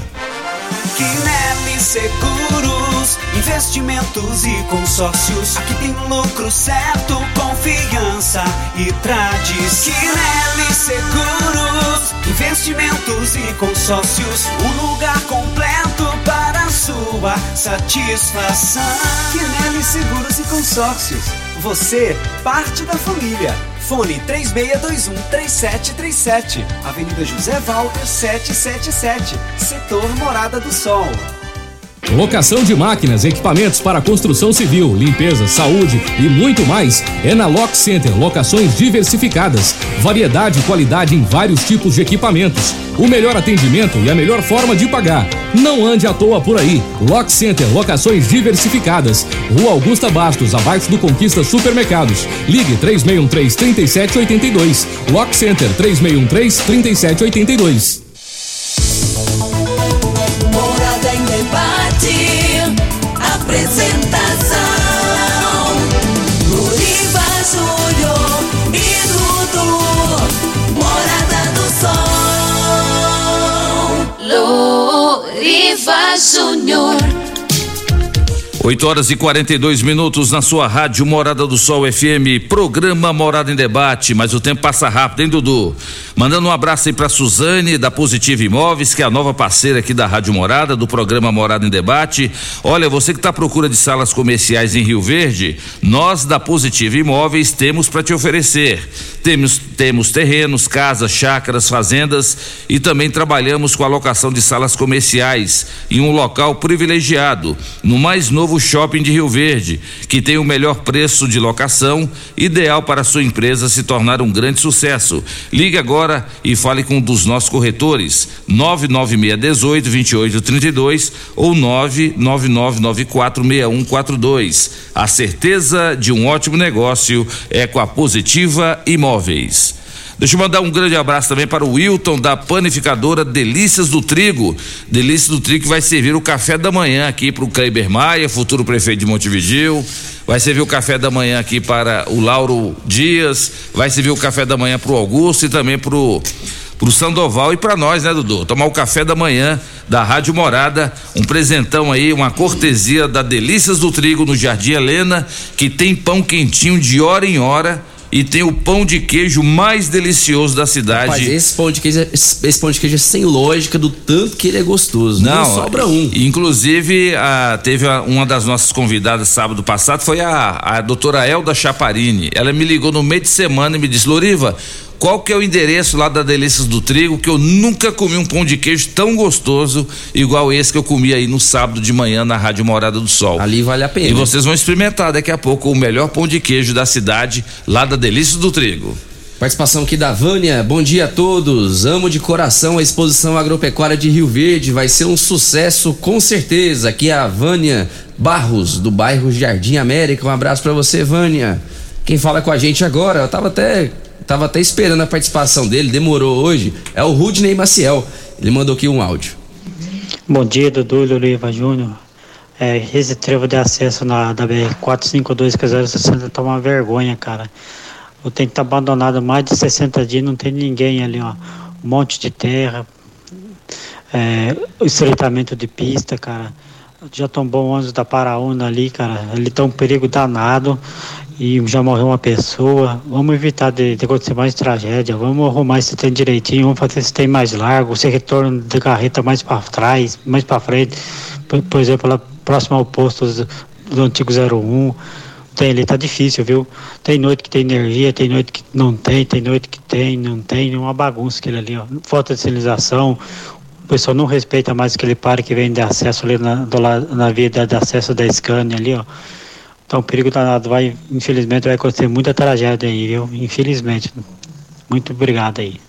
Quinelli Seguros, investimentos e consórcios. Aqui tem lucro certo, confiança e tradição. Quinelli Seguros, investimentos e consórcios. Um lugar completo para a sua satisfação. Quinelli Seguros e Consórcios. Você, parte da família. Fone três seis dois um, três sete três sete. Avenida José Walter setecentos e setenta e sete. Setor Morada do Sol. Locação de máquinas, equipamentos para construção civil, limpeza, saúde e muito mais é na Lock Center. Locações diversificadas, variedade e qualidade em vários tipos de equipamentos, o melhor atendimento e a melhor forma de pagar. Não ande à toa por aí. Lock Center, locações diversificadas. Rua Augusta Bastos, abaixo do Conquista Supermercados. Ligue três seis um três, três sete oito dois. Lock Center três seis um três, três sete oito dois. Morada em Debate. Apresentação: Luriva Júnior e Dudu. Morada do Sol. Luriva Júnior. oito horas e quarenta e dois minutos na sua rádio Morada do Sol F M, programa Morada em Debate, mas o tempo passa rápido, hein, Dudu? Mandando um abraço aí pra Suzane, da Positiva Imóveis, que é a nova parceira aqui da Rádio Morada, do programa Morada em Debate. Olha, você que tá à procura de salas comerciais em Rio Verde, nós da Positiva Imóveis temos para te oferecer. Temos, temos terrenos, casas, chácaras, fazendas e também trabalhamos com a locação de salas comerciais em um local privilegiado, no mais novo shopping de Rio Verde, que tem o melhor preço de locação, ideal para a sua empresa se tornar um grande sucesso. Ligue agora e fale com um dos nossos corretores, nove nove seis um oito, dois oito três dois ou nove nove nove nove quatro seis um quatro dois. A certeza de um ótimo negócio é com a Positiva Imóveis. Deixa eu mandar um grande abraço também para o Wilton, da panificadora Delícias do Trigo. Delícias do Trigo que vai servir o café da manhã aqui para o Kleiber Maia, futuro prefeito de Montevidéu. Vai servir o café da manhã aqui para o Lauro Dias. Vai servir o café da manhã para o Augusto e também para o pro Sandoval e para nós, né, Dudu? Tomar o café da manhã da Rádio Morada, um presentão aí, uma cortesia da Delícias do Trigo no Jardim Helena, que tem pão quentinho de hora em hora e tem o pão de queijo mais delicioso da cidade. Rapaz, esse pão de queijo, esse pão de queijo é sem lógica do tanto que ele é gostoso. Não, não sobra um. Inclusive, a, teve a, uma das nossas convidadas sábado passado, foi a, a doutora Elda Chaparini. Ela me ligou no meio de semana e me disse: Loriva, qual que é o endereço lá da Delícias do Trigo, que eu nunca comi um pão de queijo tão gostoso igual esse que eu comi aí no sábado de manhã na Rádio Morada do Sol. Ali vale a pena. E vocês vão experimentar daqui a pouco o melhor pão de queijo da cidade, lá da Delícias do Trigo. Participação aqui da Vânia. Bom dia a todos, amo de coração a exposição agropecuária de Rio Verde, vai ser um sucesso com certeza. Aqui é a Vânia Barros, do bairro Jardim América. Um abraço pra você, Vânia. Quem fala com a gente agora, eu tava até Tava até esperando a participação dele, demorou hoje. É o Rudney Maciel. Ele mandou aqui um áudio. Bom dia, Dudu Loriva Júnior. É, esse trevo de acesso na, da B R quatrocentos e cinquenta e dois, que zero sessenta tá uma vergonha, cara. O tem que estar tá abandonado há mais de sessenta dias, não tem ninguém ali, ó. Um monte de terra, é, o estreitamento de pista, cara. Já tombou o ônibus da Paraúna ali, cara. Ali tá um perigo danado. E já morreu uma pessoa. Vamos evitar de, de acontecer mais tragédia. Vamos arrumar esse trem direitinho. Vamos fazer esse trem mais largo. Esse retorno de carreta mais para trás, mais para frente. Por, por exemplo, lá próximo ao posto do, do antigo zero um. Tem ali, tá difícil, viu? Tem noite que tem energia, tem noite que não tem, tem noite que tem, não tem. Uma bagunça aquele ali, ó. Falta de sinalização. O pessoal não respeita mais aquele pare que vem de acesso ali na, do, na via de, de acesso da Scania ali, ó. Então, o perigo danado vai, infelizmente, vai acontecer muita tragédia aí, viu? Infelizmente. Muito obrigado aí.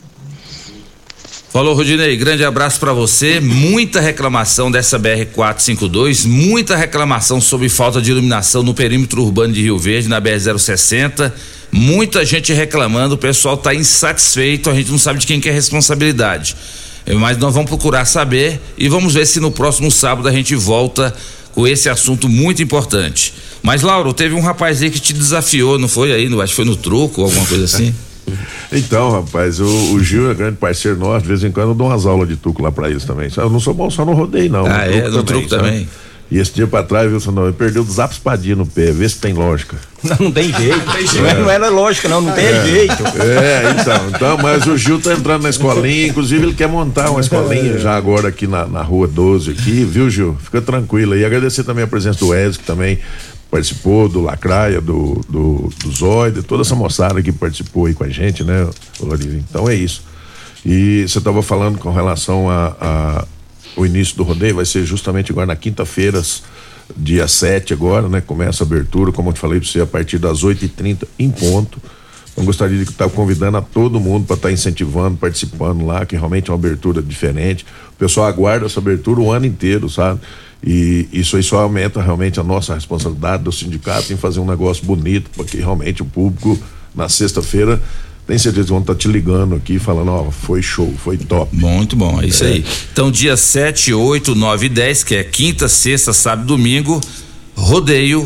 Falou, Rudinei, grande abraço para você. Muita reclamação dessa B R quatrocentos e cinquenta e dois, muita reclamação sobre falta de iluminação no perímetro urbano de Rio Verde, na B R zero sessenta. Muita gente reclamando, o pessoal tá insatisfeito, a gente não sabe de quem que é a responsabilidade. Mas nós vamos procurar saber e vamos ver se no próximo sábado a gente volta com esse assunto muito importante. Mas, Lauro, teve um rapaz aí que te desafiou, não foi aí? Acho que foi no troco ou alguma coisa assim? Então, rapaz, o, o Gil é grande parceiro nosso, de vez em quando eu dou umas aulas de truco lá pra eles também. Eu não sou bom só no rodeio, não. Ah, é? No truco também. E esse dia pra trás, viu, Sandão, ele perdeu dos espadinha no pé, vê se tem lógica. Não, não tem jeito. Não, tem jeito. É. Não era lógica, não, não tem é. jeito. É, então, então, mas o Gil tá entrando na escolinha, inclusive ele quer montar uma escolinha é. já agora aqui na, na rua doze aqui, viu, Gil? Fica tranquilo. E agradecer também a presença do Wesley, que também participou, do Lacraia, do, do, do Zóide, toda essa moçada que participou aí com a gente, né, Loriva? Então é isso. E você estava falando com relação a, a o início do rodeio, vai ser justamente agora na quinta-feira, dia sete agora, né? Começa a abertura, como eu te falei para você, a partir das oito e trinta em ponto. Eu gostaria de estar convidando a todo mundo para estar incentivando, participando lá, que realmente é uma abertura diferente. O pessoal aguarda essa abertura o ano inteiro, sabe? E isso aí só aumenta realmente a nossa responsabilidade do sindicato em fazer um negócio bonito, porque realmente o público na sexta-feira tem certeza que vão estar te ligando aqui falando, ó, foi show, foi top. Muito bom, é isso é. aí. Então, dia sete, oito, nove e dez, que é quinta, sexta, sábado e domingo, rodeio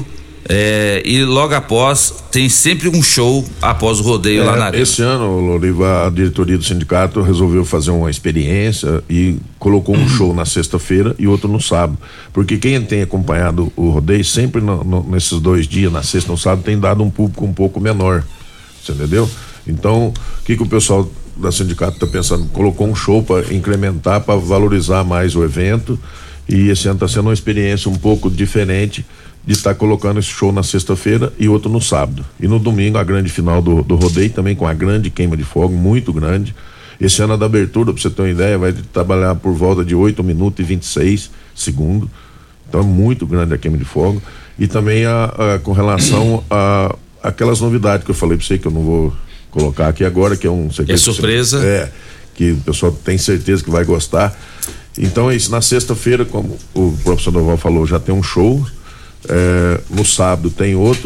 É, e logo após tem sempre um show após o rodeio é, lá na arena. Esse ano, Loriva, a diretoria do sindicato resolveu fazer uma experiência e colocou um show na sexta-feira e outro no sábado, porque quem tem acompanhado o rodeio sempre no, no, nesses dois dias, na sexta e no sábado, tem dado um público um pouco menor, você entendeu? Então, o que que o pessoal da sindicato está pensando? Colocou um show para incrementar, para valorizar mais o evento, e esse ano está sendo uma experiência um pouco diferente de estar colocando esse show na sexta-feira e outro no sábado. E no domingo, a grande final do, do rodeio, também com a grande queima de fogo, muito grande. Esse ano, a da abertura, para você ter uma ideia, vai trabalhar por volta de oito minutos e vinte e seis segundos. Então, é muito grande a queima de fogo. E também a, a, com relação a aquelas novidades que eu falei para você, que eu não vou colocar aqui agora, que é um segredo. É surpresa. Você, é, que o pessoal tem certeza que vai gostar. Então, é isso. Na sexta-feira, como o professor Noval falou, já tem um show. É, no sábado tem outro,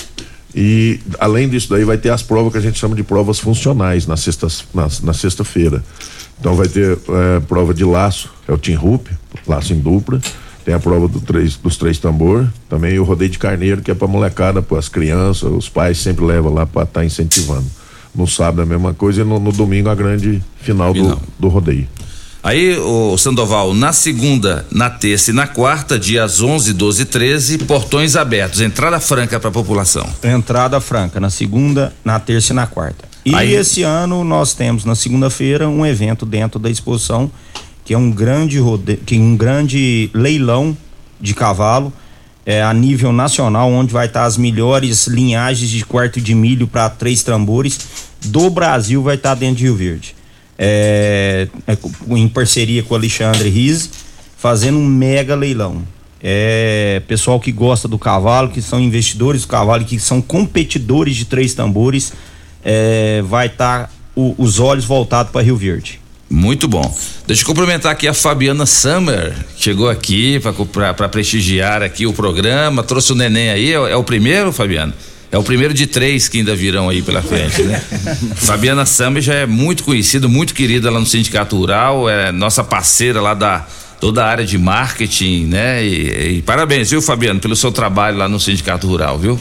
e além disso daí vai ter as provas que a gente chama de provas funcionais na sexta, na, na sexta-feira. Então vai ter é, prova de laço, é o Team Hoop, laço em dupla, tem a prova do três, dos três tambor, também o rodeio de carneiro, que é pra molecada, para as crianças, os pais sempre levam lá para estar tá incentivando. No sábado é a mesma coisa, e no, no domingo a grande final, final. Do, do rodeio. Aí, o Sandoval, na segunda, na terça e na quarta, dias onze, doze e treze, portões abertos, entrada franca para a população. Entrada franca, na segunda, na terça e na quarta. E Aí... esse ano nós temos na segunda-feira um evento dentro da exposição, que é um grande rode... que é um grande leilão de cavalo, é, a nível nacional, onde vai estar as melhores linhagens de quarto de milho para três tambores do Brasil, vai estar dentro de Rio Verde. É, é, em parceria com o Alexandre Riz, fazendo um mega leilão. É, pessoal que gosta do cavalo, que são investidores do cavalo, que são competidores de três tambores, é, vai estar tá os olhos voltados para Rio Verde. Muito bom. Deixa eu cumprimentar aqui a Fabiana Summer, chegou aqui para prestigiar aqui o programa, trouxe o neném aí, é, é o primeiro, Fabiana? É o primeiro de três que ainda virão aí pela frente, né? Fabiana Summer já é muito conhecida, muito querida lá no Sindicato Rural, é nossa parceira lá da toda a área de marketing, né? E, e parabéns, viu, Fabiana, pelo seu trabalho lá no Sindicato Rural, viu?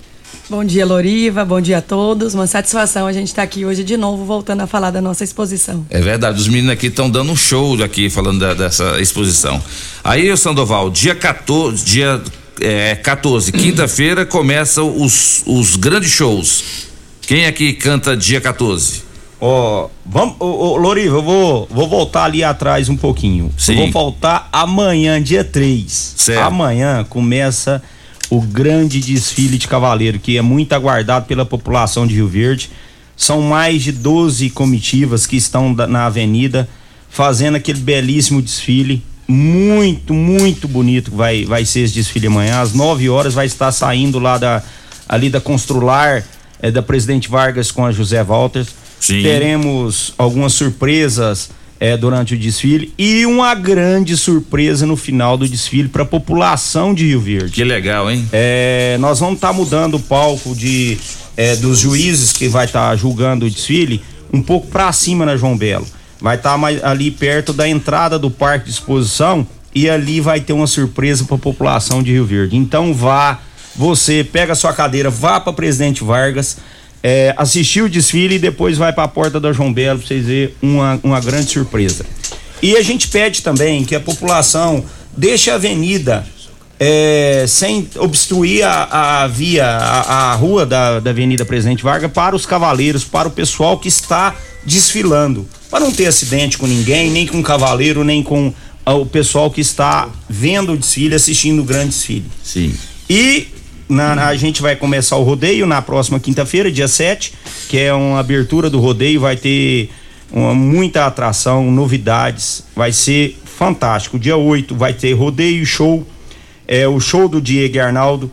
Bom dia, Loriva, bom dia a todos, uma satisfação a gente estar tá aqui hoje de novo, voltando a falar da nossa exposição. É verdade, os meninos aqui estão dando um show aqui, falando da, dessa exposição. Aí, o Sandoval, dia quatorze, dia É, quatorze, quinta-feira, começam os, os grandes shows. Quem é que canta dia quatorze? Ó, oh, vamos, oh, oh, Loriva, eu vou, vou voltar ali atrás um pouquinho. Sim. Eu vou voltar amanhã, dia três. Certo. Amanhã começa o grande desfile de cavaleiro, que é muito aguardado pela população de Rio Verde. São mais de doze comitivas que estão da, na avenida fazendo aquele belíssimo desfile. Muito, muito bonito vai, vai ser esse desfile amanhã. Às nove horas vai estar saindo lá da, ali da Constrular, é, da Presidente Vargas com a José Walters. Sim. Teremos algumas surpresas é, durante o desfile e uma grande surpresa no final do desfile para a população de Rio Verde. Que legal, hein? É, nós vamos estar tá mudando o palco de, é, dos juízes que vai estar tá julgando o desfile um pouco para cima na João Belo. Vai estar tá ali perto da entrada do parque de exposição e ali vai ter uma surpresa para a população de Rio Verde. Então vá, você pega a sua cadeira, vá para Presidente Vargas, é, assistir o desfile e depois vai para a porta da João Belo para vocês verem uma, uma grande surpresa. E a gente pede também que a população deixe a avenida é, sem obstruir a, a via, a, a rua da, da Avenida Presidente Vargas para os cavaleiros, para o pessoal que está desfilando, para não ter acidente com ninguém, nem com o cavaleiro, nem com uh, o pessoal que está vendo o desfile, assistindo o grande desfile. Sim. E na, na, a gente vai começar o rodeio na próxima quinta-feira, dia sete, que é uma abertura do rodeio, vai ter uma, muita atração, novidades, vai ser fantástico. Dia oito vai ter rodeio e show, é, o show do Diego e Arnaldo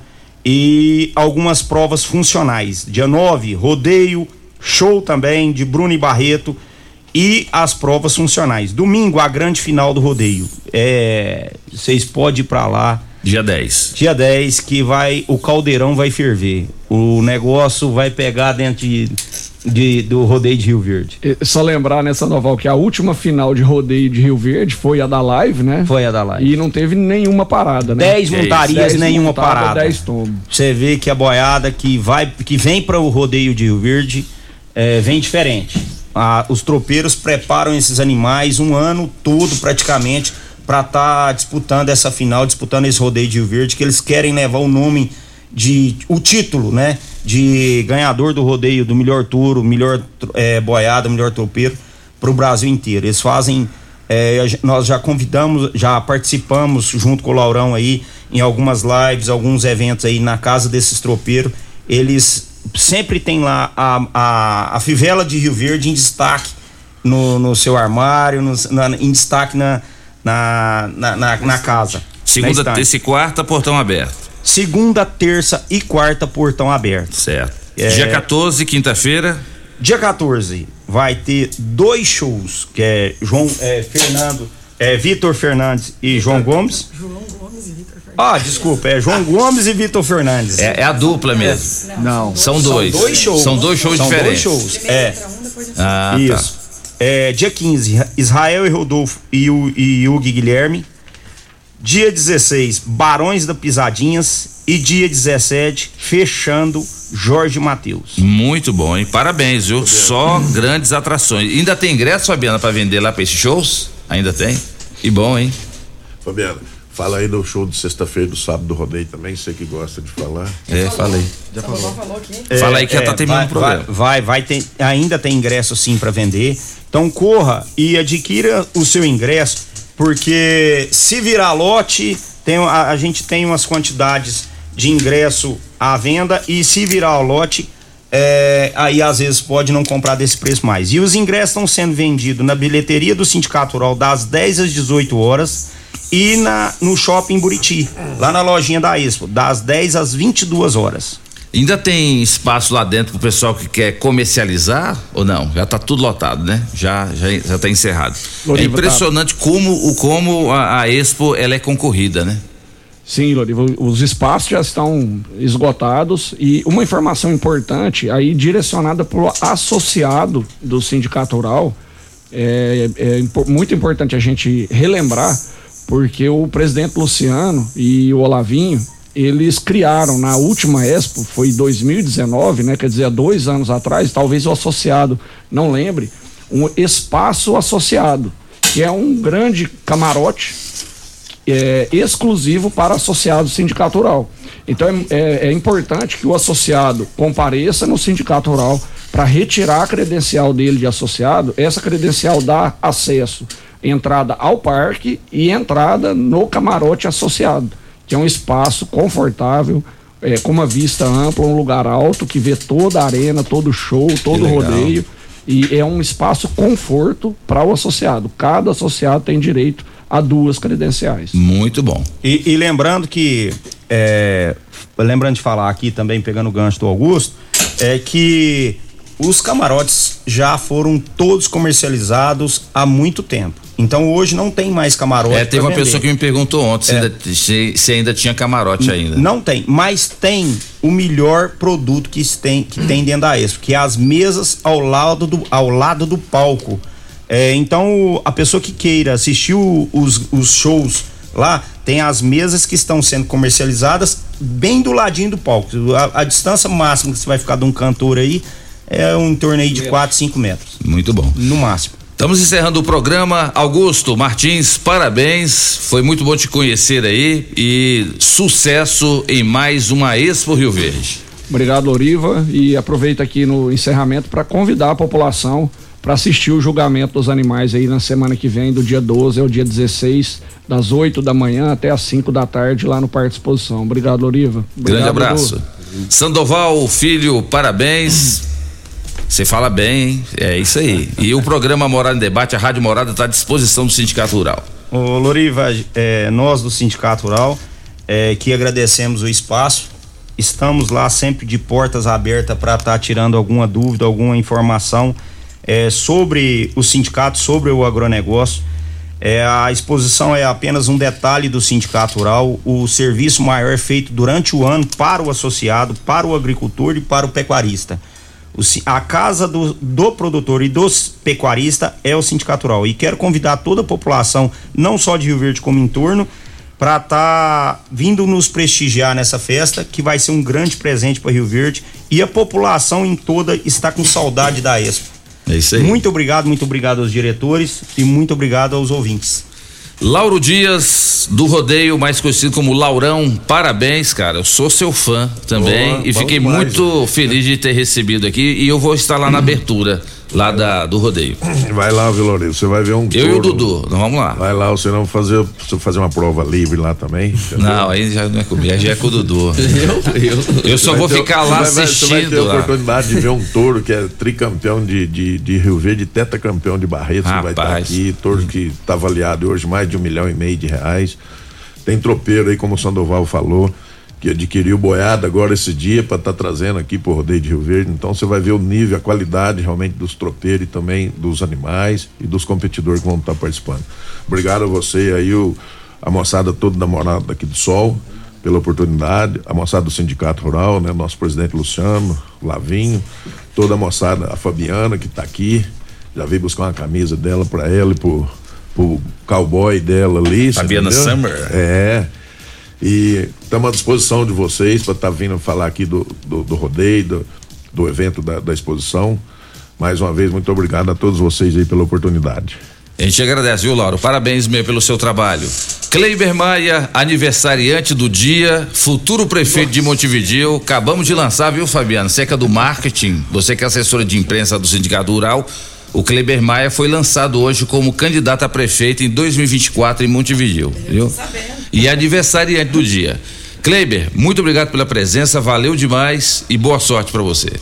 e algumas provas funcionais. Dia nove, rodeio, show também de Bruno e Barreto e as provas funcionais. Domingo, a grande final do rodeio. É, vocês podem ir pra lá. Dia dez. Dia dez, que vai, o caldeirão vai ferver. O negócio vai pegar dentro de de, do rodeio de Rio Verde. E só lembrar, né, Sandoval, que a última final de rodeio de Rio Verde foi a da Live, né? Foi a da Live. E não teve nenhuma parada, né? Dez montarias, dez nenhuma montada, parada. Dez tombos. Você vê que a boiada que vai, que vem para o rodeio de Rio Verde é, vem diferente. Ah, os tropeiros preparam esses animais um ano todo praticamente para estar tá disputando essa final, disputando esse rodeio de Rio Verde, que eles querem levar o nome de o título, né, de ganhador do rodeio, do melhor touro, melhor é, boiada, melhor tropeiro para o Brasil inteiro. Eles fazem, é, nós já convidamos, já participamos junto com o Laurão aí em algumas lives, alguns eventos aí na casa desses tropeiros. Eles sempre tem lá a, a, a fivela de Rio Verde em destaque no, no seu armário, no, na, em destaque na, na, na, na, na casa. Segunda, terça e quarta, portão aberto. Segunda, terça e quarta, portão aberto. Certo. É, dia quatorze, quinta-feira. Dia quatorze vai ter dois shows, que é João é, Fernando, é Vitor Fernandes e Vitor, João Gomes. João Gomes e Vitor Fernandes. Ah, desculpa, é João Gomes e Vitor Fernandes. É, é a dupla mesmo. Não. São dois. São dois shows. São dois shows São diferentes. Dois shows. É. Ah, isso. Tá. É, dia quinze, Israel e Rodolfo e o e Hugo Guilherme. Dia dezesseis, Barões da Pisadinhas. E dia dezessete, fechando Jorge Mateus. Muito bom, hein? Parabéns, viu? Só grandes atrações. Ainda tem ingresso, Fabiana, pra vender lá pra esses shows? Ainda tem? E bom, hein? Fabiana, fala aí do show de sexta-feira e do sábado do rodeio também, você que gosta de falar. É, falei. Já falou. falou aqui. É, fala aí que já tá é, terminando vai, o programa. Vai, vai, vai ter, ainda tem ingresso sim pra vender. Então corra e adquira o seu ingresso, porque se virar lote, tem, a, a gente tem umas quantidades de ingresso à venda e se virar o lote, é, aí às vezes pode não comprar desse preço mais. E os ingressos estão sendo vendidos na bilheteria do Sindicato Rural das dez às dezoito horas e na, no Shopping Buriti, lá na lojinha da Expo, das dez às vinte e duas horas. Ainda tem espaço lá dentro pro pessoal que quer comercializar ou não? Já tá tudo lotado, né? Já já, já tá encerrado. Loriva, é impressionante tá... como, como a, a Expo ela é concorrida, né? Sim, Loriva, os espaços já estão esgotados e uma informação importante aí direcionada para o associado do Sindicato Rural, é, é muito importante a gente relembrar, porque o presidente Luciano e o Olavinho, eles criaram na última Expo, foi em dois mil e dezenove, né? Quer dizer, há dois anos atrás, talvez o associado não lembre, um espaço associado, que é um grande camarote É, exclusivo para associado do Sindicato Rural. Então é, é, é importante que o associado compareça no Sindicato Rural para retirar a credencial dele de associado. Essa credencial dá acesso, entrada ao parque e entrada no camarote associado, que é um espaço confortável, é, com uma vista ampla, um lugar alto que vê toda a arena, todo o show, todo o rodeio, e é um espaço conforto para o associado. Cada associado tem direito a duas credenciais. Muito bom. E, e lembrando que, é, lembrando de falar aqui também, pegando o gancho do Augusto, é que os camarotes já foram todos comercializados há muito tempo. Então hoje não tem mais camarote. É, teve uma vender. pessoa que me perguntou ontem se, É. ainda, se, se ainda tinha camarote ainda. Não tem, mas tem o melhor produto que tem, que tem dentro da Expo, que é as mesas ao lado do, ao lado do palco. É, então a pessoa que queira assistir o, os, os shows lá, tem as mesas que estão sendo comercializadas bem do ladinho do palco. A, a distância máxima que você vai ficar de um cantor aí é um em torno aí de quatro, cinco metros. Muito bom. No máximo. Estamos encerrando o programa. Augusto Martins, parabéns. Foi muito bom te conhecer aí e sucesso em mais uma Expo Rio Verde. Obrigado, Loriva, e aproveito aqui no encerramento para convidar a população para assistir o julgamento dos animais aí na semana que vem, do dia doze ao dia dezesseis, das oito da manhã até as cinco da tarde, lá no Parque de Exposição. Obrigado, Loriva. Obrigado, grande abraço. Edu. Sandoval, filho, parabéns. Você fala bem, hein? É isso aí. E o programa Morada em Debate, a Rádio Morada, está à disposição do Sindicato Rural. Ô, Loriva, é, nós do Sindicato Rural, é, que agradecemos o espaço, estamos lá sempre de portas abertas para estar tá tirando alguma dúvida, alguma informação é, sobre o sindicato, sobre o agronegócio. É, a exposição é apenas um detalhe do Sindicato Rural. O serviço maior é feito durante o ano para o associado, para o agricultor e para o pecuarista. A casa do, do produtor e dos pecuaristas é o Sindicato Rural. E quero convidar toda a população, não só de Rio Verde como em torno, para estar tá vindo nos prestigiar nessa festa, que vai ser um grande presente para Rio Verde. E a população em toda está com saudade da Expo. É isso aí. Muito obrigado, muito obrigado aos diretores e muito obrigado aos ouvintes. Lauro Dias, do Rodeio, mais conhecido como Laurão, parabéns, cara. Eu sou seu fã também. Boa, e fiquei demais, muito feliz de ter recebido aqui. E eu vou estar lá na abertura, lá da, do Rodeio. Vai lá, viu, Loureiro? Você vai ver um. Eu touro. E o Dudu, então vamos lá. Vai lá, você não fazer, fazer uma prova livre lá também. Entendeu? Não, aí já não é comigo, já é com o Dudu. eu, eu, eu só vou ter, ficar lá vai, assistindo. Você vai ter a oportunidade de ver um touro que é tricampeão de, de, de Rio Verde, tetacampeão de Barretos, que vai estar aqui. Touro que está avaliado hoje mais de um milhão e meio de reais. Tem tropeiro aí, como o Sandoval falou, que adquiriu boiada agora esse dia para estar tá trazendo aqui pro Rodeio de Rio Verde. Então você vai ver o nível, a qualidade realmente dos tropeiros e também dos animais e dos competidores que vão estar tá participando. Obrigado a você aí, o, a moçada toda da Morada aqui do Sol, pela oportunidade, a moçada do Sindicato Rural, né? Nosso presidente Luciano, Lavinho, toda a moçada, a Fabiana que está aqui, já veio buscar uma camisa dela para ela e pro, pro cowboy dela ali. Fabiana Summer. É. E estamos à disposição de vocês para estar tá vindo falar aqui do, do, do rodeio, do, do evento da, da exposição. Mais uma vez, muito obrigado a todos vocês aí pela oportunidade. A gente agradece, viu, Lauro? Parabéns mesmo pelo seu trabalho. Kleiber Maia, aniversariante do dia, futuro prefeito Nossa. de Montevidéu. Acabamos de lançar, viu, Fabiano? Você que é do marketing, você que é assessora de imprensa do Sindicato Rural. O Kleiber Maia foi lançado hoje como candidato a prefeito em dois mil e vinte e quatro em Montevidéu, viu? E é aniversariante do dia. Kleiber, muito obrigado pela presença, valeu demais e boa sorte para você.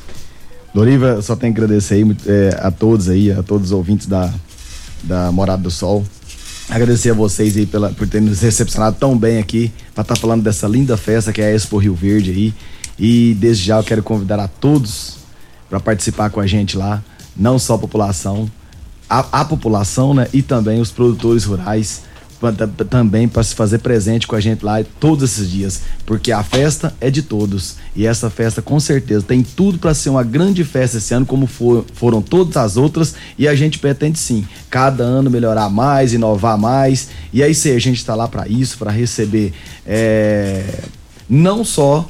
Loriva, só tenho que agradecer aí é, a todos aí, a todos os ouvintes da, da Morada do Sol. Agradecer a vocês aí pela, por terem nos recepcionado tão bem aqui, para estar tá falando dessa linda festa que é a Expo Rio Verde aí. E desde já eu quero convidar a todos para participar com a gente lá. Não só a população, a, a população, né? E também os produtores rurais, pra, também para se fazer presente com a gente lá todos esses dias, porque a festa é de todos e essa festa com certeza tem tudo para ser uma grande festa esse ano, como for, foram todas as outras, e a gente pretende sim, cada ano melhorar mais, inovar mais, e aí sim, a gente está lá para isso, para receber é, não só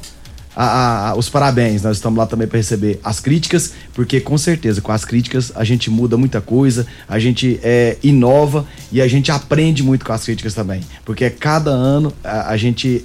A, a, os parabéns, nós estamos lá também para receber as críticas, porque com certeza com as críticas a gente muda muita coisa, a gente é, inova e a gente aprende muito com as críticas também, porque cada ano a, a gente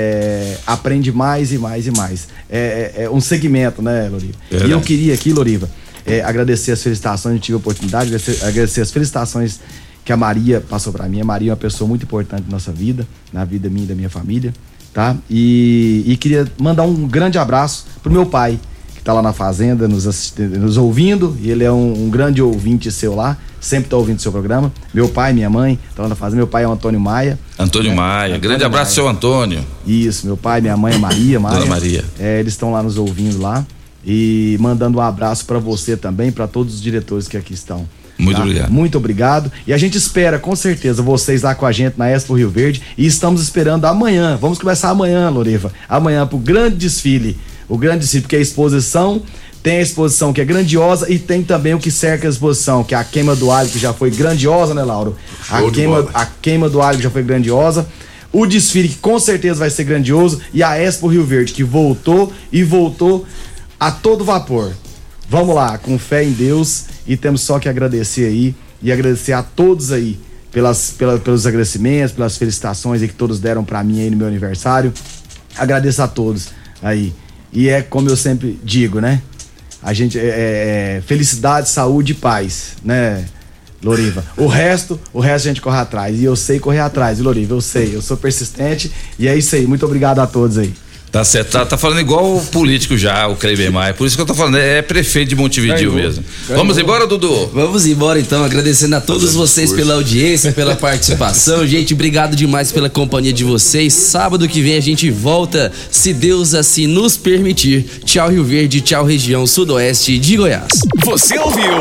é, aprende mais e mais e mais, é, é, é um segmento, né, Loriva? É, e eu queria aqui, Loriva, é, agradecer as felicitações, a gente tive a oportunidade de agradecer, agradecer as felicitações que a Maria passou para mim. A Maria é uma pessoa muito importante na nossa vida, na vida minha e da minha família. Tá? E, e queria mandar um grande abraço pro meu pai, que tá lá na fazenda, nos, assistindo, nos ouvindo, e ele é um, um grande ouvinte seu lá, sempre tá ouvindo o seu programa. Meu pai, minha mãe, tá lá na fazenda. Meu pai é o Antônio Maia. Antônio né? Maia, Antônio grande abraço, Maia. Seu Antônio. Isso, meu pai, minha mãe é Maria, Maia. Dona Maria. É, eles estão lá nos ouvindo lá, e mandando um abraço para você também, para todos os diretores que aqui estão. Muito tá? obrigado. Muito obrigado. E a gente espera, com certeza, vocês lá com a gente na Expo Rio Verde. E estamos esperando amanhã. Vamos começar amanhã, Loriva. Amanhã pro grande desfile. O grande desfile, porque a exposição, tem a exposição que é grandiosa e tem também o que cerca a exposição, que é a queima do alho, que já foi grandiosa, né, Lauro? A queima, a queima do alho que já foi grandiosa. O desfile, que com certeza vai ser grandioso. E a Expo Rio Verde, que voltou e voltou a todo vapor. Vamos lá, com fé em Deus, e temos só que agradecer aí, e agradecer a todos aí, pelas, pela, pelos agradecimentos, pelas felicitações aí que todos deram pra mim aí no meu aniversário. Agradeço a todos aí, e é como eu sempre digo, né, a gente, é, é felicidade, saúde e paz, né, Loriva? O resto, o resto a gente corre atrás, e eu sei correr atrás, Loriva, eu sei, eu sou persistente, e é isso aí, muito obrigado a todos aí. Tá certo, tá, tá falando igual o político já, o Kleiber Maia, por isso que eu tô falando, é prefeito de Montevidéu mesmo. Vamos embora, Dudu? Vamos embora então, agradecendo a todos vocês pela audiência, pela participação. Gente, obrigado demais pela companhia de vocês. Sábado que vem a gente volta, se Deus assim nos permitir. Tchau Rio Verde, tchau região sudoeste de Goiás. Você ouviu